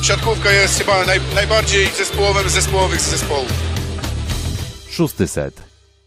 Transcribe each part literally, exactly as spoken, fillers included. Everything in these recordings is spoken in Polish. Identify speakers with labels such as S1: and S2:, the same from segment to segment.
S1: siatkówka jest chyba naj, najbardziej zespołowym z zespołowych z zespołów.
S2: Szósty set.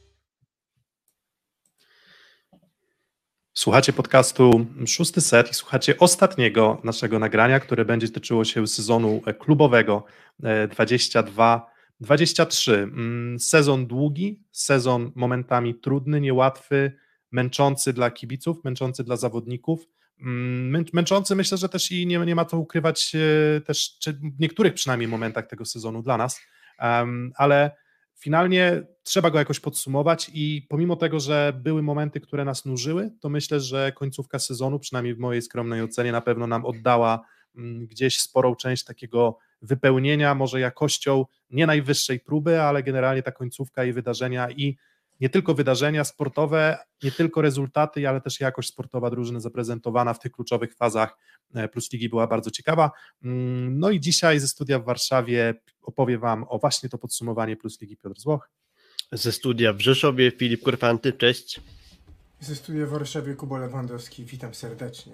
S3: Słuchacie podcastu Szósty Set i słuchacie ostatniego naszego nagrania, które będzie tyczyło się sezonu klubowego dwadzieścia dwa dwadzieścia trzy. Sezon długi, sezon momentami trudny, niełatwy, męczący dla kibiców, męczący dla zawodników, męczący myślę, że też i nie, nie ma co ukrywać też czy w niektórych przynajmniej momentach tego sezonu dla nas, ale finalnie trzeba go jakoś podsumować i pomimo tego, że były momenty, które nas nużyły, to myślę, że końcówka sezonu, przynajmniej w mojej skromnej ocenie, na pewno nam oddała gdzieś sporą część takiego wypełnienia, może jakością nie najwyższej próby, ale generalnie ta końcówka i wydarzenia i nie tylko wydarzenia sportowe, nie tylko rezultaty, ale też jakość sportowa drużyny zaprezentowana w tych kluczowych fazach Plus Ligi była bardzo ciekawa. No i dzisiaj ze studia w Warszawie opowie Wam o właśnie to podsumowanie Plus Ligi Piotr Złoch.
S4: Ze studia w Rzeszowie Filip Korfanty, cześć.
S5: Ze studia w Warszawie Kuba Lewandowski, witam serdecznie.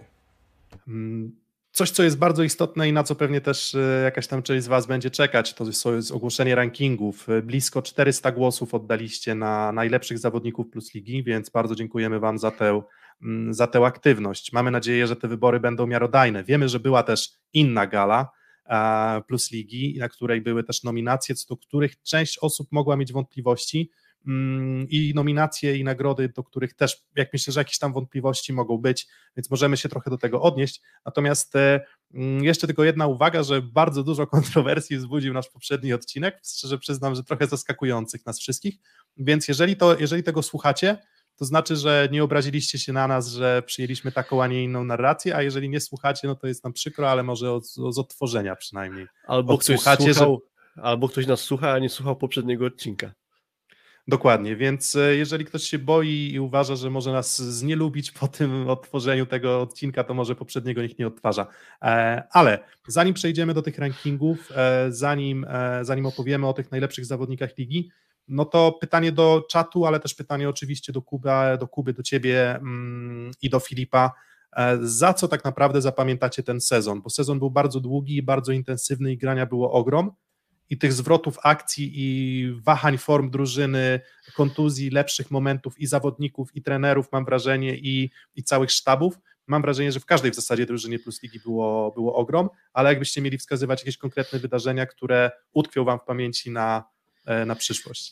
S3: Coś, co jest bardzo istotne i na co pewnie też jakaś tam część z Was będzie czekać, to jest ogłoszenie rankingów. Blisko czterysta głosów oddaliście na najlepszych zawodników Plus Ligi, więc bardzo dziękujemy Wam za tę, za tę aktywność. Mamy nadzieję, że te wybory będą miarodajne. Wiemy, że była też inna gala Plus Ligi, na której były też nominacje, co do których część osób mogła mieć wątpliwości, i nominacje i nagrody, do których też, jak myślę, że jakieś tam wątpliwości mogą być, więc możemy się trochę do tego odnieść. Natomiast jeszcze tylko jedna uwaga, że bardzo dużo kontrowersji wzbudził nasz poprzedni odcinek, szczerze przyznam, że trochę zaskakujących nas wszystkich, więc jeżeli, to, jeżeli tego słuchacie, to znaczy, że nie obraziliście się na nas, że przyjęliśmy taką, a nie inną narrację, a jeżeli nie słuchacie, no to jest nam przykro, ale może od, od odtworzenia przynajmniej.
S4: Albo ktoś, słuchał, że... albo ktoś nas słucha, a nie słuchał poprzedniego odcinka.
S3: Dokładnie, więc jeżeli ktoś się boi i uważa, że może nas znielubić po tym odtworzeniu tego odcinka, to może poprzedniego nikt nie odtwarza. Ale zanim przejdziemy do tych rankingów, zanim, zanim opowiemy o tych najlepszych zawodnikach ligi, no to pytanie do czatu, ale też pytanie oczywiście do Kuby, do Kuby, do Ciebie i do Filipa. Za co tak naprawdę zapamiętacie ten sezon? Bo sezon był bardzo długi i bardzo intensywny i grania było ogrom. I tych zwrotów akcji i wahań form drużyny, kontuzji, lepszych momentów i zawodników, i trenerów, mam wrażenie, i, i całych sztabów. Mam wrażenie, że w każdej w zasadzie drużynie Plus Ligi było, było ogrom, ale jakbyście mieli wskazywać jakieś konkretne wydarzenia, które utkwią Wam w pamięci na, na przyszłość.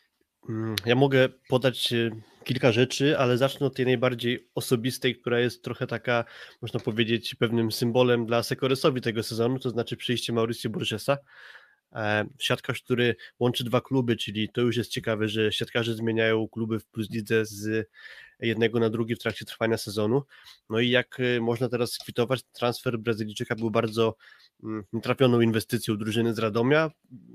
S4: Ja mogę podać kilka rzeczy, ale zacznę od tej najbardziej osobistej, która jest trochę taka, można powiedzieć, pewnym symbolem dla Sekoresowi tego sezonu, to znaczy przyjście Mauricio Borgesa. Siatkarz, który łączy dwa kluby, czyli to już jest ciekawe, że siatkarze zmieniają kluby w Plus Lidze z jednego na drugi w trakcie trwania sezonu. No i jak można teraz skwitować, transfer Brazylijczyka był bardzo trafioną inwestycją drużyny z Radomia,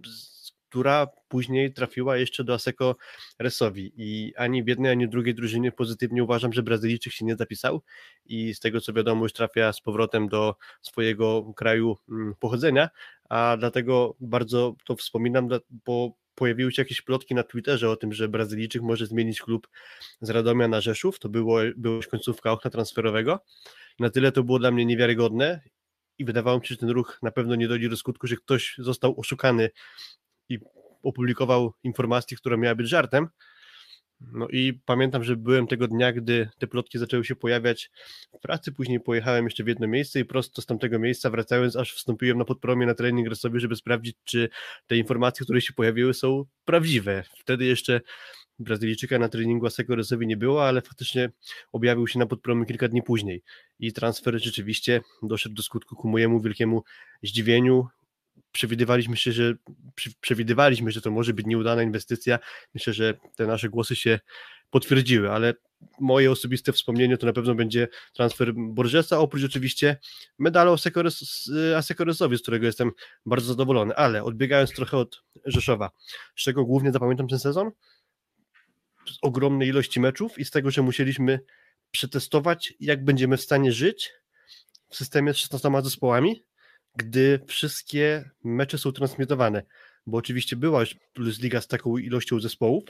S4: która później trafiła jeszcze do Asseco Resowi i ani w jednej, ani w drugiej drużynie pozytywnie uważam, że Brazylijczyk się nie zapisał i z tego co wiadomo już trafia z powrotem do swojego kraju pochodzenia, a dlatego bardzo to wspominam, bo pojawiły się jakieś plotki na Twitterze o tym, że Brazylijczyk może zmienić klub z Radomia na Rzeszów, to było, była końcówka okna transferowego, na tyle to było dla mnie niewiarygodne i wydawało mi się, że ten ruch na pewno nie dojdzie do skutku, że ktoś został oszukany i opublikował informację, która miała być żartem. No i pamiętam, że byłem tego dnia, gdy te plotki zaczęły się pojawiać w pracy, później pojechałem jeszcze w jedno miejsce i prosto z tamtego miejsca wracając, aż wstąpiłem na podpromie na trening Resowi, żeby sprawdzić, czy te informacje, które się pojawiły, są prawdziwe. Wtedy jeszcze Brazylijczyka na treningu Asseco Resowi nie było, ale faktycznie objawił się na podpromie kilka dni później i transfer rzeczywiście doszedł do skutku ku mojemu wielkiemu zdziwieniu. Przewidywaliśmy się, że przewidywaliśmy, że to może być nieudana inwestycja. Myślę, że te nasze głosy się potwierdziły, ale moje osobiste wspomnienie to na pewno będzie transfer Borgesa, oprócz oczywiście medalu Asseco Resowi, z którego jestem bardzo zadowolony, ale odbiegając trochę od Rzeszowa, z czego głównie zapamiętam ten sezon? Z ogromnej ilości meczów i z tego, że musieliśmy przetestować, jak będziemy w stanie żyć w systemie z szesnastoma zespołami, gdy wszystkie mecze są transmitowane, bo oczywiście była już Plus Liga z taką ilością zespołów,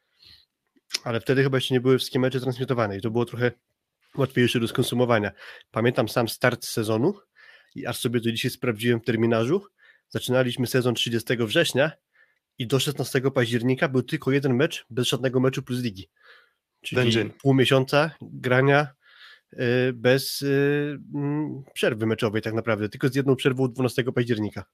S4: ale wtedy chyba jeszcze nie były wszystkie mecze transmitowane i to było trochę łatwiejsze do skonsumowania. Pamiętam sam start sezonu i aż sobie to dzisiaj sprawdziłem w terminarzu, zaczynaliśmy sezon trzydziestego września i do szesnastego października był tylko jeden mecz bez żadnego meczu plus ligi. Czyli pół miesiąca grania bez przerwy meczowej tak naprawdę, tylko z jedną przerwą dwunastego października.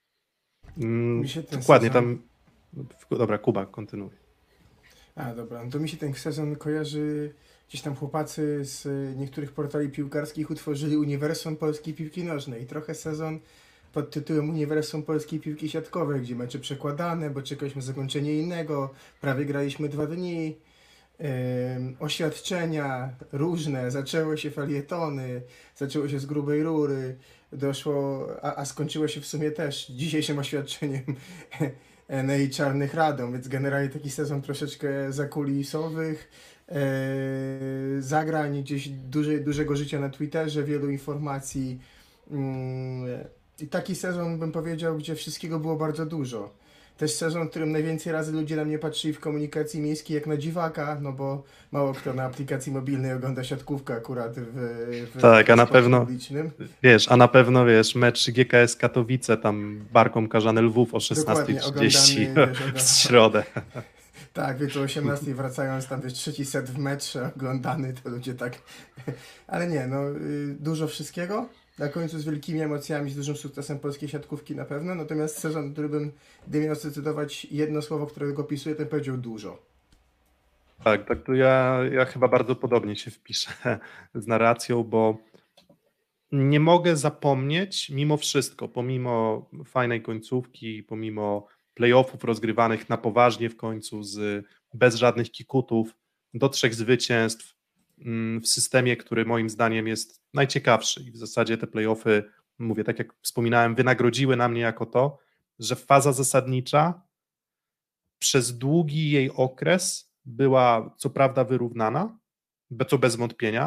S3: Mm, dokładnie,
S5: sezon...
S3: tam... Dobra, Kuba, kontynuuj.
S5: A, dobra, no to mi się ten sezon kojarzy, gdzieś tam chłopacy z niektórych portali piłkarskich utworzyli uniwersum polskiej piłki nożnej i trochę sezon pod tytułem Uniwersum polskiej piłki siatkowej, gdzie mecze przekładane, bo czekaliśmy zakończenie innego, prawie graliśmy dwa dni, yy, oświadczenia różne, zaczęły się felietony, zaczęło się z grubej rury, doszło, a, a skończyło się w sumie też dzisiejszym oświadczeniem Enei Czarnych Radom, więc generalnie taki sezon troszeczkę zakulisowych, yy, zagrań, gdzieś duże, dużego życia na Twitterze, wielu informacji. Yy, I taki sezon, bym powiedział, gdzie wszystkiego było bardzo dużo. Też sezon, w którym najwięcej razy ludzie na mnie patrzyli w komunikacji miejskiej jak na dziwaka, no bo mało kto na aplikacji mobilnej ogląda siatkówkę akurat w, w
S3: tak,
S5: w
S3: a na pewno
S5: publicznym.
S3: Wiesz, a na pewno wiesz, mecz G K S Katowice, tam Barką Karzane Lwów o szesnastej trzydzieści w środę.
S5: Tak, więc o osiemnastej wracając, tam wiesz, trzeci set w metrze oglądany, to ludzie tak... Ale nie, no dużo wszystkiego. Na końcu z wielkimi emocjami, z dużym sukcesem polskiej siatkówki na pewno, natomiast sezon, który bym, gdy miał zdecydować jedno słowo, które go opisuje, to bym powiedział dużo.
S3: Tak, tak to ja, ja chyba bardzo podobnie się wpiszę z narracją, bo nie mogę zapomnieć mimo wszystko, pomimo fajnej końcówki, pomimo playoffów rozgrywanych na poważnie w końcu, z, bez żadnych kikutów, do trzech zwycięstw, w systemie, który moim zdaniem jest najciekawszy i w zasadzie te play-offy, mówię, tak jak wspominałem, wynagrodziły na mnie jako to, że faza zasadnicza przez długi jej okres była co prawda wyrównana, co bez wątpienia.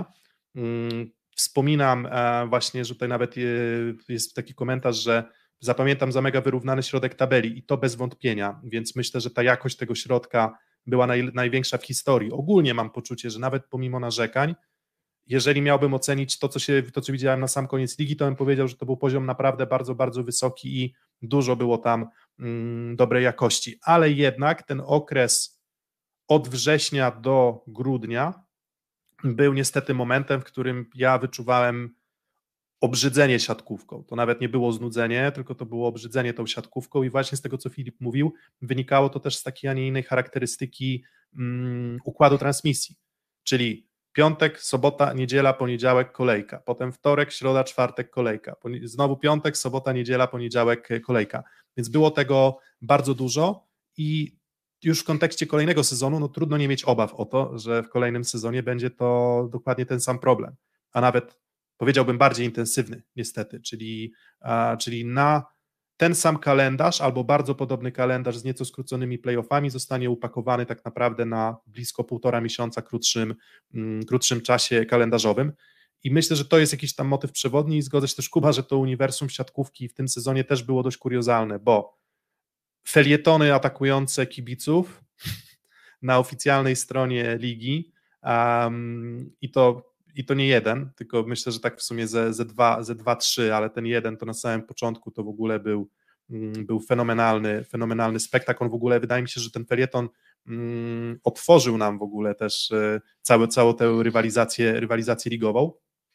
S3: Wspominam właśnie, że tutaj nawet jest taki komentarz, że zapamiętam za mega wyrównany środek tabeli i to bez wątpienia, więc myślę, że ta jakość tego środka była naj, największa w historii. Ogólnie mam poczucie, że nawet pomimo narzekań, jeżeli miałbym ocenić to co, się, to, co widziałem na sam koniec ligi, to bym powiedział, że to był poziom naprawdę bardzo, bardzo wysoki i dużo było tam mm, dobrej jakości. Ale jednak ten okres od września do grudnia był niestety momentem, w którym ja wyczuwałem obrzydzenie siatkówką. To nawet nie było znudzenie, tylko to było obrzydzenie tą siatkówką i właśnie z tego, co Filip mówił, wynikało to też z takiej, a nie innej charakterystyki um, układu transmisji, czyli piątek, sobota, niedziela, poniedziałek, kolejka, potem wtorek, środa, czwartek, kolejka, znowu piątek, sobota, niedziela, poniedziałek, kolejka, więc było tego bardzo dużo i już w kontekście kolejnego sezonu, no trudno nie mieć obaw o to, że w kolejnym sezonie będzie to dokładnie ten sam problem, a nawet powiedziałbym bardziej intensywny niestety, czyli, a, czyli na ten sam kalendarz albo bardzo podobny kalendarz z nieco skróconymi playoffami zostanie upakowany tak naprawdę na blisko półtora miesiąca krótszym, mm, krótszym czasie kalendarzowym i myślę, że to jest jakiś tam motyw przewodni i zgodzę się też, Kuba, że to uniwersum siatkówki w tym sezonie też było dość kuriozalne, bo felietony atakujące kibiców na oficjalnej stronie ligi um, i to I to nie jeden, tylko myślę, że tak w sumie ze, ze, dwa, ze dwa, trzy, ale ten jeden to na samym początku to w ogóle był, był fenomenalny, fenomenalny spektakl. On w ogóle, wydaje mi się, że ten felieton um, otworzył nam w ogóle też e, całe, całą tę rywalizację, rywalizację ligową.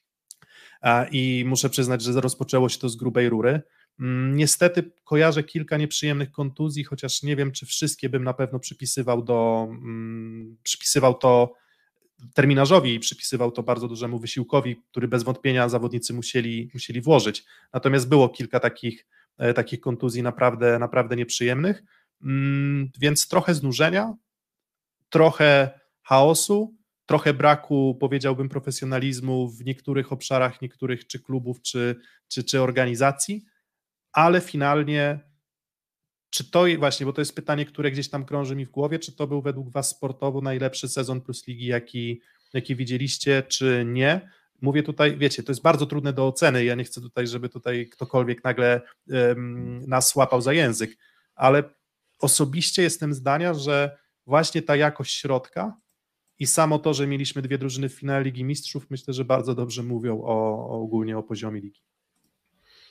S3: A, I muszę przyznać, że rozpoczęło się to z grubej rury. Um, niestety kojarzę kilka nieprzyjemnych kontuzji, chociaż nie wiem, czy wszystkie bym na pewno przypisywał do, um, przypisywał to terminarzowi i przypisywał to bardzo dużemu wysiłkowi, który bez wątpienia zawodnicy musieli, musieli włożyć. Natomiast było kilka takich, e, takich kontuzji naprawdę, naprawdę nieprzyjemnych, mm, więc trochę znużenia, trochę chaosu, trochę braku, powiedziałbym, profesjonalizmu w niektórych obszarach, niektórych czy klubów, czy, czy, czy organizacji, ale finalnie czy to właśnie, bo to jest pytanie, które gdzieś tam krąży mi w głowie, czy to był według was sportowo najlepszy sezon plus ligi, jaki, jaki widzieliście, czy nie? Mówię tutaj, wiecie, to jest bardzo trudne do oceny, ja nie chcę tutaj, żeby tutaj ktokolwiek nagle um, nas łapał za język, ale osobiście jestem zdania, że właśnie ta jakość środka i samo to, że mieliśmy dwie drużyny w finale Ligi Mistrzów, myślę, że bardzo dobrze mówią o, o ogólnie o poziomie ligi.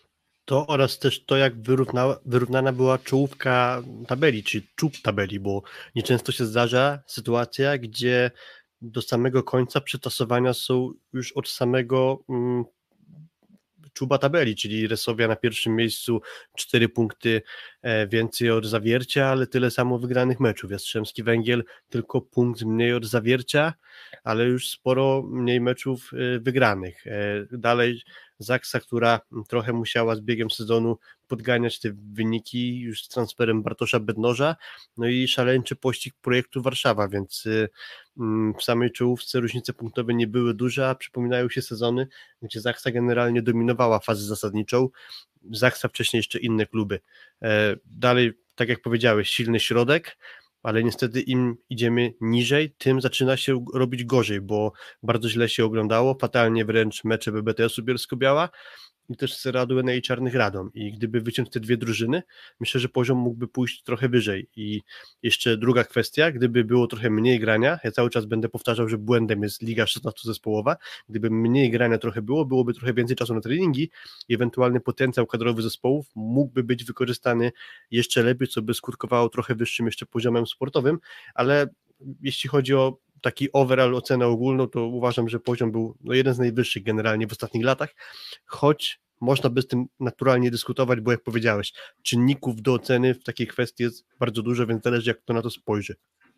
S4: To oraz też to, jak wyrówna, wyrównana była czołówka tabeli, czy czub tabeli, bo nieczęsto się zdarza sytuacja, gdzie do samego końca przetasowania są już od samego mm, czuba tabeli, czyli Resowia na pierwszym miejscu, cztery punkty więcej od Zawiercia, ale tyle samo wygranych meczów. Jastrzębski Węgiel tylko punkt mniej od Zawiercia, ale już sporo mniej meczów wygranych. Dalej Zaksa, która trochę musiała z biegiem sezonu podganiać te wyniki już z transferem Bartosza Bednoża, no i szaleńczy pościg projektu Warszawa, więc w samej czołówce różnice punktowe nie były duże, a przypominają się sezony, gdzie Zaksa generalnie dominowała fazę zasadniczą, Zaksa wcześniej jeszcze inne kluby. Dalej, tak jak powiedziałeś, silny środek, ale niestety im idziemy niżej, tym zaczyna się robić gorzej, bo bardzo źle się oglądało, fatalnie wręcz mecze B B T S-u Bielsko-Biała i też Cerrado N A Czarnych Radom. I gdyby wyciąć te dwie drużyny, myślę, że poziom mógłby pójść trochę wyżej. I jeszcze druga kwestia, gdyby było trochę mniej grania, ja cały czas będę powtarzał, że błędem jest liga szesnastozespołowa, gdyby mniej grania trochę było, byłoby trochę więcej czasu na treningi i ewentualny potencjał kadrowy zespołów mógłby być wykorzystany jeszcze lepiej, co by skutkowało trochę wyższym jeszcze poziomem sportowym, ale jeśli chodzi o taki overall, ocenę ogólną, to uważam, że poziom był no, jeden z najwyższych generalnie w ostatnich latach, choć można by z tym naturalnie dyskutować, bo jak powiedziałeś, czynników do oceny w takiej kwestii jest bardzo dużo, więc zależy jak kto na to spojrzy.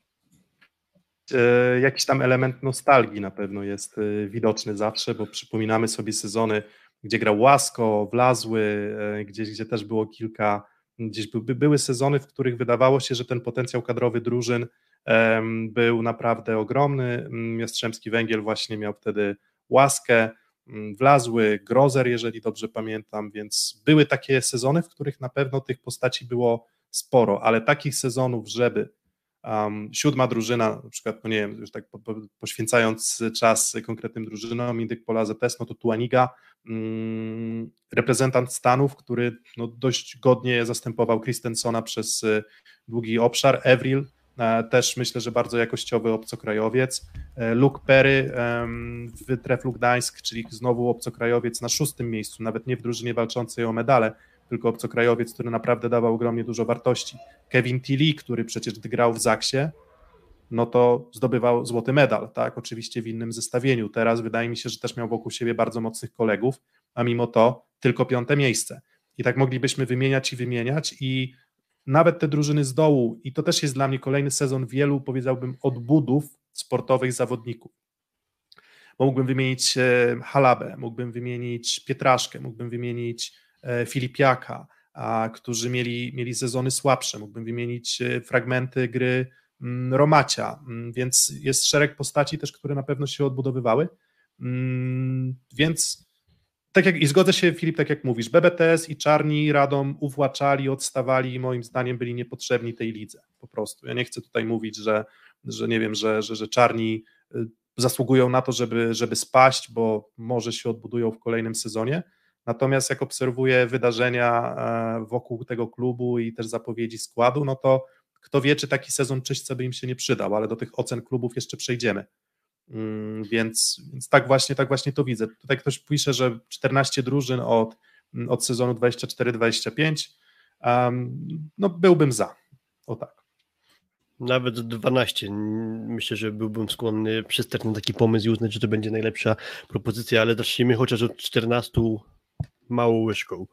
S3: E, jakiś tam element nostalgii na pewno jest e, widoczny zawsze, bo przypominamy sobie sezony, gdzie grał Łasko, Wlazły, e, gdzieś, gdzie też było kilka, gdzieś by, były sezony, w których wydawało się, że ten potencjał kadrowy drużyn był naprawdę ogromny. Jastrzębski Węgiel właśnie miał wtedy Łaskę, Wlazły, Grozer, jeżeli dobrze pamiętam, więc były takie sezony, w których na pewno tych postaci było sporo, ale takich sezonów, żeby um, siódma drużyna, na przykład, no nie wiem, już tak po, po, poświęcając czas konkretnym drużynom, Indyk Pola Z S, no to Tuaniga, um, reprezentant Stanów, który no, dość godnie zastępował Christensona przez y, długi obszar, Evril, też myślę, że bardzo jakościowy obcokrajowiec. Luke Perry w Treflu Gdańsk, czyli znowu obcokrajowiec na szóstym miejscu, nawet nie w drużynie walczącej o medale, tylko obcokrajowiec, który naprawdę dawał ogromnie dużo wartości. Kevin Tilly, który przecież gdy grał w Zaksie, no to zdobywał złoty medal, tak, oczywiście w innym zestawieniu. Teraz wydaje mi się, że też miał wokół siebie bardzo mocnych kolegów, a mimo to tylko piąte miejsce. I tak moglibyśmy wymieniać i wymieniać i nawet te drużyny z dołu, i to też jest dla mnie kolejny sezon wielu, powiedziałbym, odbudów sportowych zawodników. Bo mógłbym wymienić Halabę, mógłbym wymienić Pietraszkę, mógłbym wymienić Filipiaka, a, którzy mieli, mieli sezony słabsze, mógłbym wymienić fragmenty gry Romacia, więc jest szereg postaci też, które na pewno się odbudowywały, więc tak jak, i zgodzę się, Filip, tak jak mówisz, B B T S i Czarni Radom uwłaczali, odstawali i moim zdaniem byli niepotrzebni tej lidze, po prostu. Ja nie chcę tutaj mówić, że, że nie wiem, że, że, że Czarni zasługują na to, żeby, żeby spaść, bo może się odbudują w kolejnym sezonie, natomiast jak obserwuję wydarzenia wokół tego klubu i też zapowiedzi składu, no to kto wie, czy taki sezon czyśćca by im się nie przydał, ale do tych ocen klubów jeszcze przejdziemy. Więc, więc tak właśnie tak właśnie to widzę. Tutaj ktoś pisze, że czternaście drużyn od, od sezonu dwadzieścia cztery dwadzieścia pięć, um, no byłbym za, o tak.
S4: Nawet dwanaście. Myślę, że byłbym skłonny przystać na taki pomysł i uznać, że to będzie najlepsza propozycja, ale zacznijmy chociaż od czternastu małą łyżką.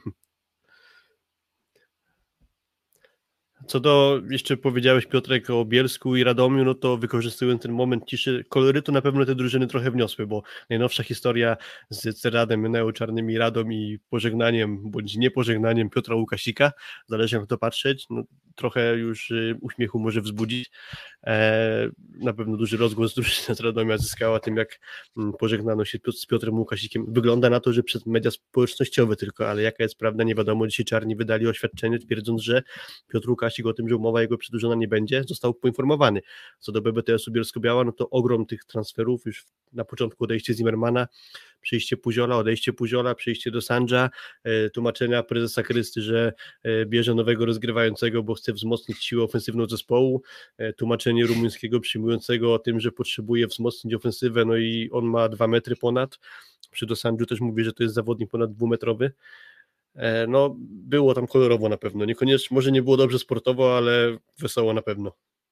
S4: Co do, jeszcze powiedziałeś, Piotrek, o Bielsku i Radomiu, no to wykorzystując ten moment ciszy, kolorytu na pewno te drużyny trochę wniosły, bo najnowsza historia z Cerradem, Neo Czarnymi Radom i pożegnaniem, bądź niepożegnaniem Piotra Łukasika, zależy jak na to patrzeć, no, trochę już uśmiechu może wzbudzić. E, na pewno duży rozgłos drużyna z Radomia zyskała tym, jak pożegnano się z Piotrem Łukasikiem. Wygląda na to, że przez media społecznościowe tylko, ale jaka jest prawda, nie wiadomo. Dzisiaj Czarni wydali oświadczenie, twierdząc, że Piotr Łukasik o tym, że umowa jego przedłużona nie będzie, został poinformowany. Co do B B T S-u Bielsko-Biała, no to ogrom tych transferów, już na początku odejście Zimmermana, przyjście Puziola, odejście Puziola, przyjście do Sandża, e, tłumaczenia prezesa Krysty, że e, bierze nowego rozgrywającego, bo chce wzmocnić siłę ofensywną zespołu, e, tłumaczenie rumuńskiego przyjmującego o tym, że potrzebuje wzmocnić ofensywę, no i on ma dwa metry ponad, przy do Sandżu też mówi, że to jest zawodnik ponad dwumetrowy. No, było tam kolorowo na pewno. Niekoniecznie, może nie było dobrze sportowo, ale wesoło na pewno.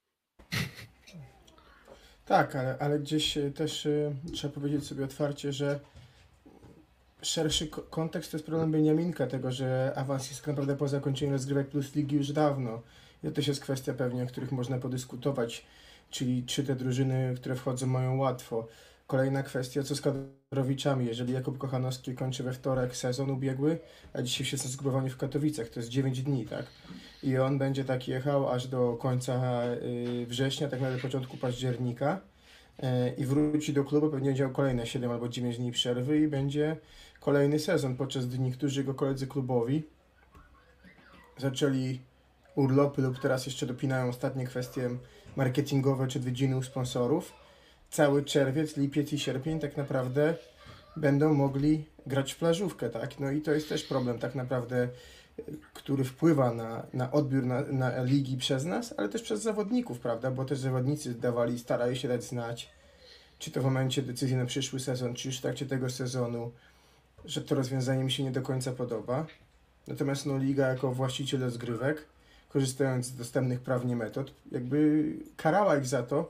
S5: Tak, ale, ale gdzieś też y, trzeba powiedzieć sobie otwarcie, że szerszy ko- kontekst to jest problem Beniaminka, tego, że awans jest tak naprawdę po zakończeniu rozgrywek plus ligi już dawno. I to też jest kwestia pewnie, o których można podyskutować, czyli czy te drużyny, które wchodzą, mają łatwo. Kolejna kwestia, co z kadrowiczami, jeżeli Jakub Kochanowski kończy we wtorek sezon ubiegły, a dzisiaj się są zgrupowani w Katowicach, to jest dziewięć dni, tak? I on będzie tak jechał aż do końca y, września, tak naprawdę początku października y, i wróci do klubu, pewnie będzie miał kolejne siedem albo dziewięć dni przerwy i będzie kolejny sezon, podczas gdy niektórzy jego koledzy klubowi zaczęli urlopy lub teraz jeszcze dopinają ostatnie kwestie marketingowe czy odwiedziny u sponsorów. Cały czerwiec, lipiec i sierpień tak naprawdę będą mogli grać w plażówkę, tak? No i to jest też problem tak naprawdę, który wpływa na, na odbiór na, na ligi przez nas, ale też przez zawodników, prawda? Bo też zawodnicy dawali, starali się dać znać, czy to w momencie decyzji na przyszły sezon, czy już w trakcie tego sezonu, że to rozwiązanie mi się nie do końca podoba. Natomiast no, liga jako właściciel rozgrywek, korzystając z dostępnych prawnie metod, jakby karała ich za to,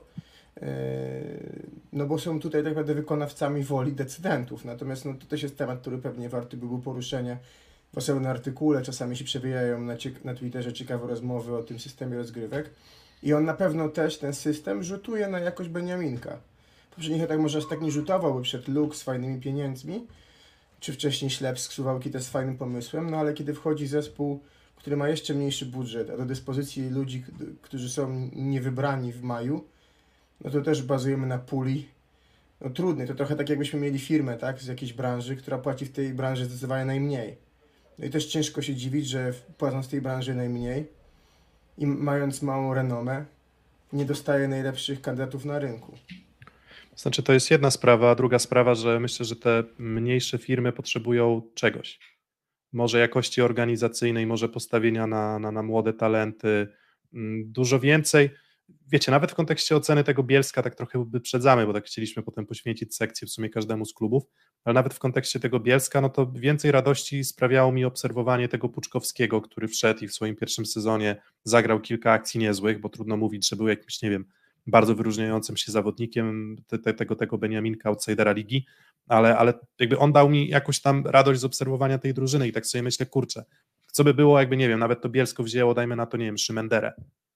S5: no bo są tutaj tak naprawdę wykonawcami woli decydentów. Natomiast no, to też jest temat, który pewnie warty by był poruszenia w osobnym artykule. Czasami się przewijają na, ciek- na Twitterze ciekawe rozmowy o tym systemie rozgrywek. I on na pewno też, ten system, rzutuje na jakość Beniaminka. W poprzednich latach może aż tak nie rzutował, bo przed Luk z fajnymi pieniędzmi, czy wcześniej Ślep z Suwałki też z fajnym pomysłem, no ale kiedy wchodzi zespół, który ma jeszcze mniejszy budżet, a do dyspozycji ludzi, którzy są niewybrani w maju, no to też bazujemy na puli. No trudny, to trochę tak jakbyśmy mieli firmę, tak, z jakiejś branży, która płaci w tej branży zdecydowanie najmniej. No i też ciężko się dziwić, że płacąc w tej branży najmniej i mając małą renomę, nie dostaje najlepszych kandydatów na rynku.
S3: Znaczy to jest jedna sprawa, a druga sprawa, że myślę, że te mniejsze firmy potrzebują czegoś. Może jakości organizacyjnej, może postawienia na, na, na młode talenty, dużo więcej. Wiecie, nawet w kontekście oceny tego Bielska tak trochę wyprzedzamy, bo tak chcieliśmy potem poświęcić sekcję w sumie każdemu z klubów, ale nawet w kontekście tego Bielska, no to więcej radości sprawiało mi obserwowanie tego Puczkowskiego, który wszedł i w swoim pierwszym sezonie zagrał kilka akcji niezłych, bo trudno mówić, że był jakimś, nie wiem, bardzo wyróżniającym się zawodnikiem te, te, tego, tego Beniaminka, outsidera ligi, ale, ale jakby on dał mi jakąś tam radość z obserwowania tej drużyny i tak sobie myślę, kurczę, co by było, jakby, nie wiem, nawet to Bielsko wzięło, dajmy na to, nie wiem, Szymenderę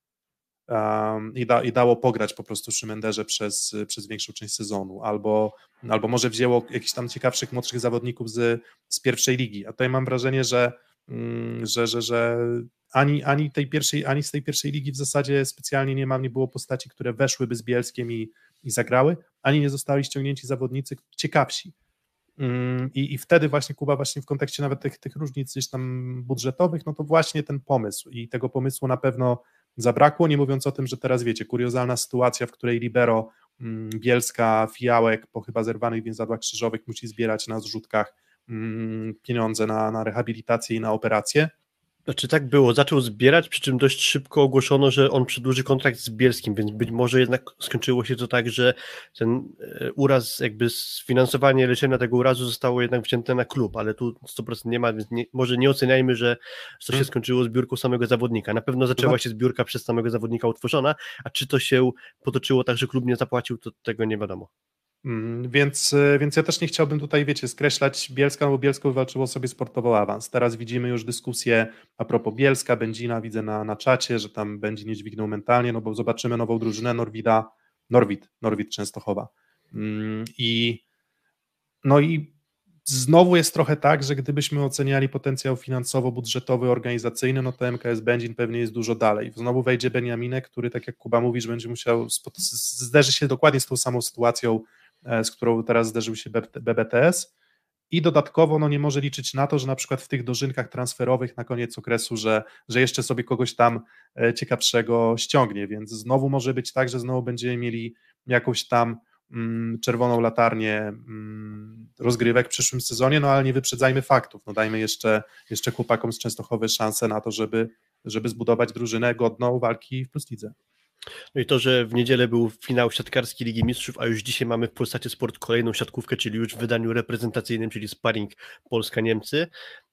S3: um, i, da, i dało pograć po prostu Szymenderze przez, przez większą część sezonu, albo, albo może wzięło jakichś tam ciekawszych, młodszych zawodników z, z pierwszej ligi, a tutaj mam wrażenie, że, mm, że, że, że Ani, ani, tej pierwszej, ani z tej pierwszej ligi w zasadzie specjalnie nie mam, nie było postaci, które weszłyby z Bielskiem i, i zagrały, ani nie zostali ściągnięci zawodnicy ciekawsi. Ym, i, I wtedy właśnie Kuba, właśnie w kontekście nawet tych, tych różnic gdzieś tam budżetowych, no to właśnie ten pomysł i tego pomysłu na pewno zabrakło, nie mówiąc o tym, że teraz wiecie, kuriozalna sytuacja, w której libero ym, Bielska, Fijałek po chyba zerwanych więzadłach krzyżowych musi zbierać na zrzutkach ym, pieniądze na, na rehabilitację i na operację.
S4: Znaczy tak było, zaczął zbierać, przy czym dość szybko ogłoszono, że on przedłuży kontrakt z Bielskim, więc być może jednak skończyło się to tak, że ten uraz, jakby sfinansowanie leczenia tego urazu zostało jednak wzięte na klub, ale tu sto procent nie ma, więc nie, może nie oceniajmy, że to się skończyło zbiórką samego zawodnika. Na pewno zaczęła się zbiórka przez samego zawodnika utworzona, a czy to się potoczyło tak, że klub nie zapłacił, to tego nie wiadomo.
S3: Mm, więc, więc ja też nie chciałbym tutaj, wiecie, skreślać Bielska, no bo Bielsko wywalczyło sobie sportowo awans. Teraz widzimy już dyskusję a propos Bielska, Będzina, widzę na, na czacie, że tam Będzin nie dźwignął mentalnie, no bo zobaczymy nową drużynę Norwida, Norwid, Norwid Częstochowa. Mm, i no i znowu jest trochę tak, że gdybyśmy oceniali potencjał finansowo-budżetowy, organizacyjny, no to M K S Będzin pewnie jest dużo dalej. Znowu wejdzie Beniaminek, który, tak jak Kuba mówi, że będzie musiał, zderzy się dokładnie z tą samą sytuacją, z którą teraz zderzył się B B T S i dodatkowo no nie może liczyć na to, że na przykład w tych dożynkach transferowych na koniec okresu, że, że jeszcze sobie kogoś tam ciekawszego ściągnie, więc znowu może być tak, że znowu będziemy mieli jakąś tam mm, czerwoną latarnię mm, rozgrywek w przyszłym sezonie, no ale nie wyprzedzajmy faktów, no dajmy jeszcze, jeszcze chłopakom z Częstochowy szansę na to, żeby, żeby zbudować drużynę godną walki w Plus Lidze.
S4: No i to, że w niedzielę był finał siatkarski Ligi Mistrzów, a już dzisiaj mamy w Polsacie Sport kolejną siatkówkę, czyli już w wydaniu reprezentacyjnym, czyli sparring Polska-Niemcy.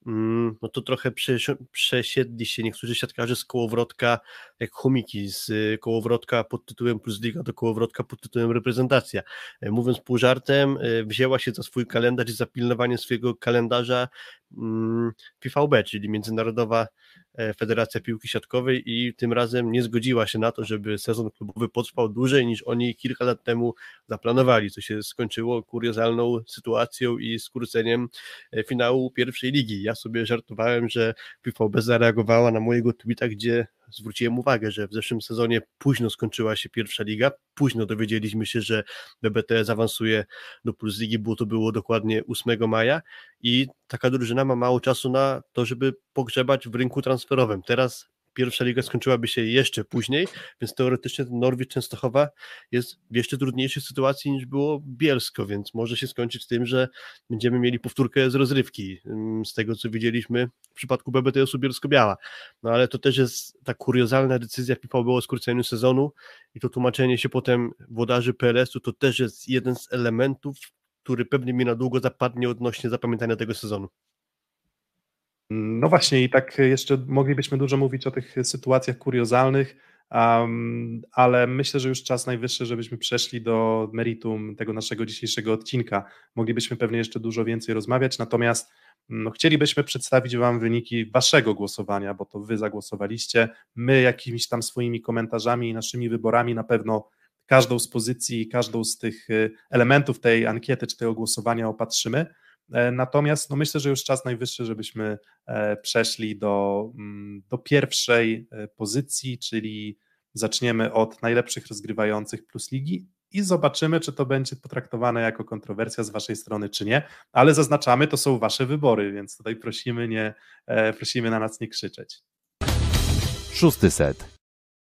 S4: Mm, no to trochę przesi- przesiedli się niektórzy siatkarze z kołowrotka jak chomiki, z y, kołowrotka pod tytułem Plus Liga do kołowrotka pod tytułem Reprezentacja. E, Mówiąc pół żartem, e, wzięła się za swój kalendarz i za pilnowanie swojego kalendarza mm, P V B, czyli Międzynarodowa e, Federacja Piłki Siatkowej, i tym razem nie zgodziła się na to, żeby sezon klubowy potrwał dłużej niż oni kilka lat temu zaplanowali, co się skończyło kuriozalną sytuacją i skróceniem e, finału pierwszej ligi. Ja sobie żartowałem, że P V B zareagowała na mojego tweeta, gdzie zwróciłem uwagę, że w zeszłym sezonie późno skończyła się pierwsza liga, późno dowiedzieliśmy się, że B B T awansuje do Plus Ligi, bo to było dokładnie ósmego maja i taka drużyna ma mało czasu na to, żeby pogrzebać w rynku transferowym. Teraz pierwsza liga skończyłaby się jeszcze później, więc teoretycznie Norwid Częstochowa jest w jeszcze trudniejszej sytuacji niż było Bielsko, więc może się skończyć tym, że będziemy mieli powtórkę z rozrywki, z tego co widzieliśmy w przypadku B B T S-u Bielsko-Biała. No ale to też jest ta kuriozalna decyzja P V B o skróceniu sezonu i to tłumaczenie się potem włodarzy P L S-u to też jest jeden z elementów, który pewnie mi na długo zapadnie odnośnie zapamiętania tego sezonu.
S3: No właśnie, i tak jeszcze moglibyśmy dużo mówić o tych sytuacjach kuriozalnych, um, ale myślę, że już czas najwyższy, żebyśmy przeszli do meritum tego naszego dzisiejszego odcinka. Moglibyśmy pewnie jeszcze dużo więcej rozmawiać, natomiast no, chcielibyśmy przedstawić Wam wyniki Waszego głosowania, bo to Wy zagłosowaliście. My jakimiś tam swoimi komentarzami i naszymi wyborami na pewno każdą z pozycji, każdą z tych elementów tej ankiety czy tego głosowania opatrzymy. Natomiast no myślę, że już czas najwyższy, żebyśmy przeszli do, do pierwszej pozycji, czyli zaczniemy od najlepszych rozgrywających Plus Ligi i zobaczymy, czy to będzie potraktowane jako kontrowersja z Waszej strony, czy nie, ale zaznaczamy, to są Wasze wybory, więc tutaj prosimy, nie, prosimy na nas nie krzyczeć.
S2: Szósty set.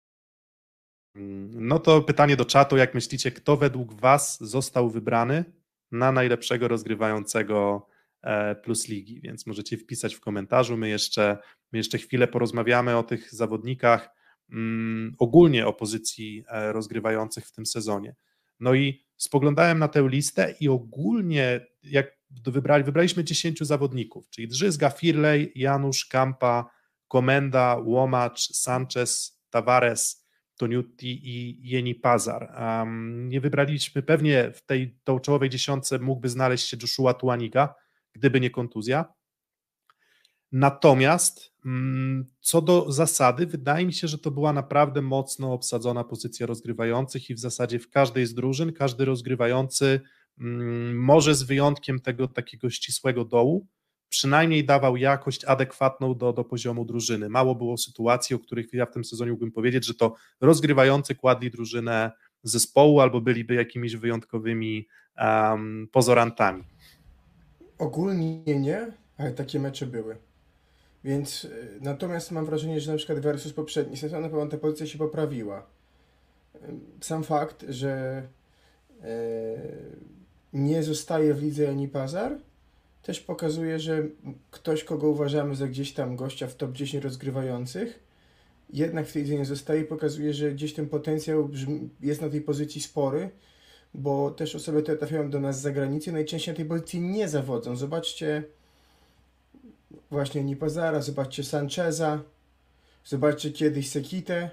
S3: No to pytanie do czatu, jak myślicie, kto według Was został wybrany na najlepszego rozgrywającego Plus Ligi, więc możecie wpisać w komentarzu, my jeszcze, my jeszcze chwilę porozmawiamy o tych zawodnikach, um, ogólnie o pozycji rozgrywających w tym sezonie. No i spoglądałem na tę listę i ogólnie jak wybrali, wybraliśmy dziesięciu zawodników, czyli Drzyzga, Firlej, Janusz, Kampa, Komenda, Łomacz, Sanchez, Tavares, Toniutti i Jeni Pazar. Um, nie wybraliśmy, pewnie w tej tą czołowej dziesiątce mógłby znaleźć się Joshua Tuaniga, gdyby nie kontuzja. Natomiast um, co do zasady, wydaje mi się, że to była naprawdę mocno obsadzona pozycja rozgrywających i w zasadzie w każdej z drużyn, każdy rozgrywający um, może z wyjątkiem tego takiego ścisłego dołu, przynajmniej dawał jakość adekwatną do, do poziomu drużyny. Mało było sytuacji, o których ja w tym sezonie mógłbym powiedzieć, że to rozgrywający kładli drużynę zespołu albo byliby jakimiś wyjątkowymi um, pozorantami.
S5: Ogólnie nie, ale takie mecze były. Więc y, natomiast mam wrażenie, że na przykład versus poprzedni sezon na pewno ta pozycja się poprawiła. Sam fakt, że y, nie zostaje w lidze Jeni Pazar, też pokazuje, że ktoś, kogo uważamy za gdzieś tam gościa w top dziesięć rozgrywających, jednak w tej lidze nie zostaje, pokazuje, że gdzieś ten potencjał jest na tej pozycji spory, bo też osoby, które trafiają do nas z zagranicy, najczęściej na tej pozycji nie zawodzą. Zobaczcie właśnie Nipazara, zobaczcie Sancheza, zobaczcie kiedyś Sekitę.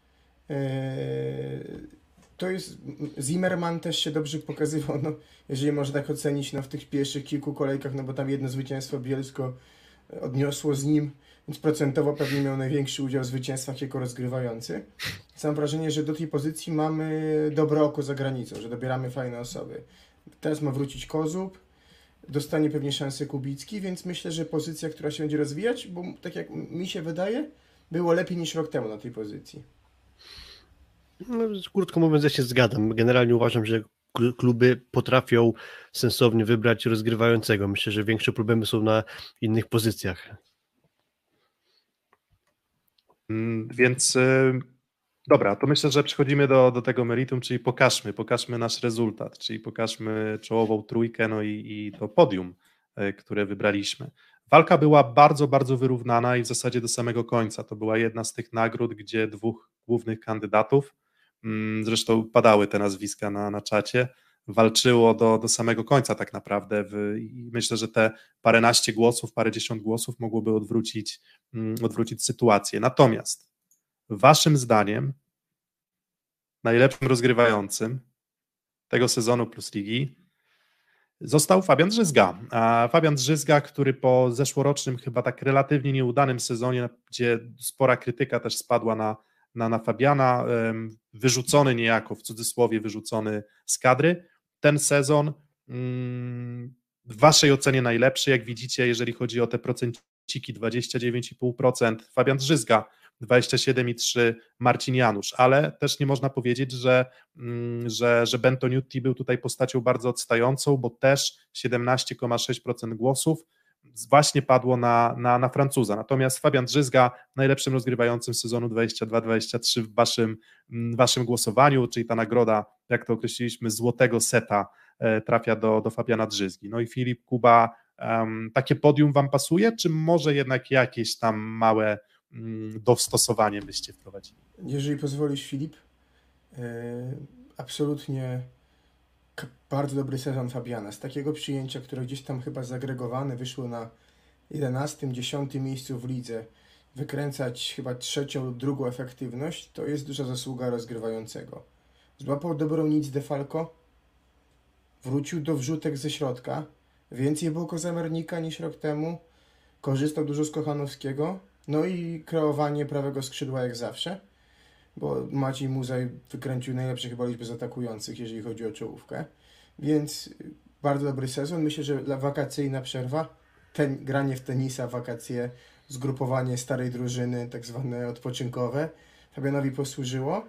S5: To jest, Zimmerman też się dobrze pokazywał, no, jeżeli można tak ocenić, no, w tych pierwszych kilku kolejkach, no bo tam jedno zwycięstwo Bielsko odniosło z nim, więc procentowo pewnie miał największy udział w zwycięstwach jako rozgrywający. Mam wrażenie, że do tej pozycji mamy dobre oko za granicą, że dobieramy fajne osoby. Teraz ma wrócić Kozub, dostanie pewnie szansę Kubicki, więc myślę, że pozycja, która się będzie rozwijać, bo tak jak mi się wydaje, było lepiej niż rok temu na tej pozycji.
S4: No, krótko mówiąc, ja się zgadzam. Generalnie uważam, że kluby potrafią sensownie wybrać rozgrywającego. Myślę, że większe problemy są na innych pozycjach.
S3: Więc dobra, to myślę, że przechodzimy do, do tego meritum, czyli pokażmy, pokażmy nasz rezultat, czyli pokażmy czołową trójkę, no i, i to podium, które wybraliśmy. Walka była bardzo, bardzo wyrównana i w zasadzie do samego końca. To była jedna z tych nagród, gdzie dwóch głównych kandydatów, zresztą padały te nazwiska na, na czacie, walczyło do, do samego końca tak naprawdę w, i myślę, że te paręnaście głosów, parędziesiąt głosów mogłoby odwrócić, odwrócić sytuację. Natomiast waszym zdaniem najlepszym rozgrywającym tego sezonu Plus Ligi został Fabian Drzyzga. A Fabian Drzyzga, który po zeszłorocznym chyba tak relatywnie nieudanym sezonie, gdzie spora krytyka też spadła na, na, na Fabiana, wyrzucony niejako, w cudzysłowie wyrzucony z kadry, ten sezon w waszej ocenie najlepszy, jak widzicie, jeżeli chodzi o te procenciki, dwadzieścia dziewięć i pół procent Fabian Drzyzga, dwadzieścia siedem i trzy procent Marcin Janusz, ale też nie można powiedzieć, że, że, że Bentonuti był tutaj postacią bardzo odstającą, bo też siedemnaście przecinek sześć procent głosów właśnie padło na, na, na Francuza, natomiast Fabian Drzyzga najlepszym rozgrywającym sezonu dwadzieścia dwa dwadzieścia trzy w waszym, w waszym głosowaniu, czyli ta nagroda, jak to określiliśmy, złotego seta trafia do, do Fabiana Drzyzgi. No i Filip, Kuba, um, takie podium wam pasuje, czy może jednak jakieś tam małe dostosowanie byście wprowadzili?
S5: Jeżeli pozwolisz, Filip, yy, absolutnie k- bardzo dobry sezon Fabiana. Z takiego przyjęcia, które gdzieś tam chyba zagregowane wyszło na jedenastym, dziesiątym miejscu w lidze, wykręcać chyba trzecią lub drugą efektywność, to jest duża zasługa rozgrywającego. Złapał dobrą nic Defalco, wrócił do wrzutek ze środka, więcej było Kozamernika niż rok temu, korzystał dużo z Kochanowskiego, no i kreowanie prawego skrzydła jak zawsze, bo Maciej Muzaj wykręcił najlepsze chyba liczby z atakujących, jeżeli chodzi o czołówkę, więc bardzo dobry sezon. Myślę, że wakacyjna przerwa, ten, granie w tenisa, wakacje, zgrupowanie starej drużyny, tak zwane odpoczynkowe, Fabianowi posłużyło.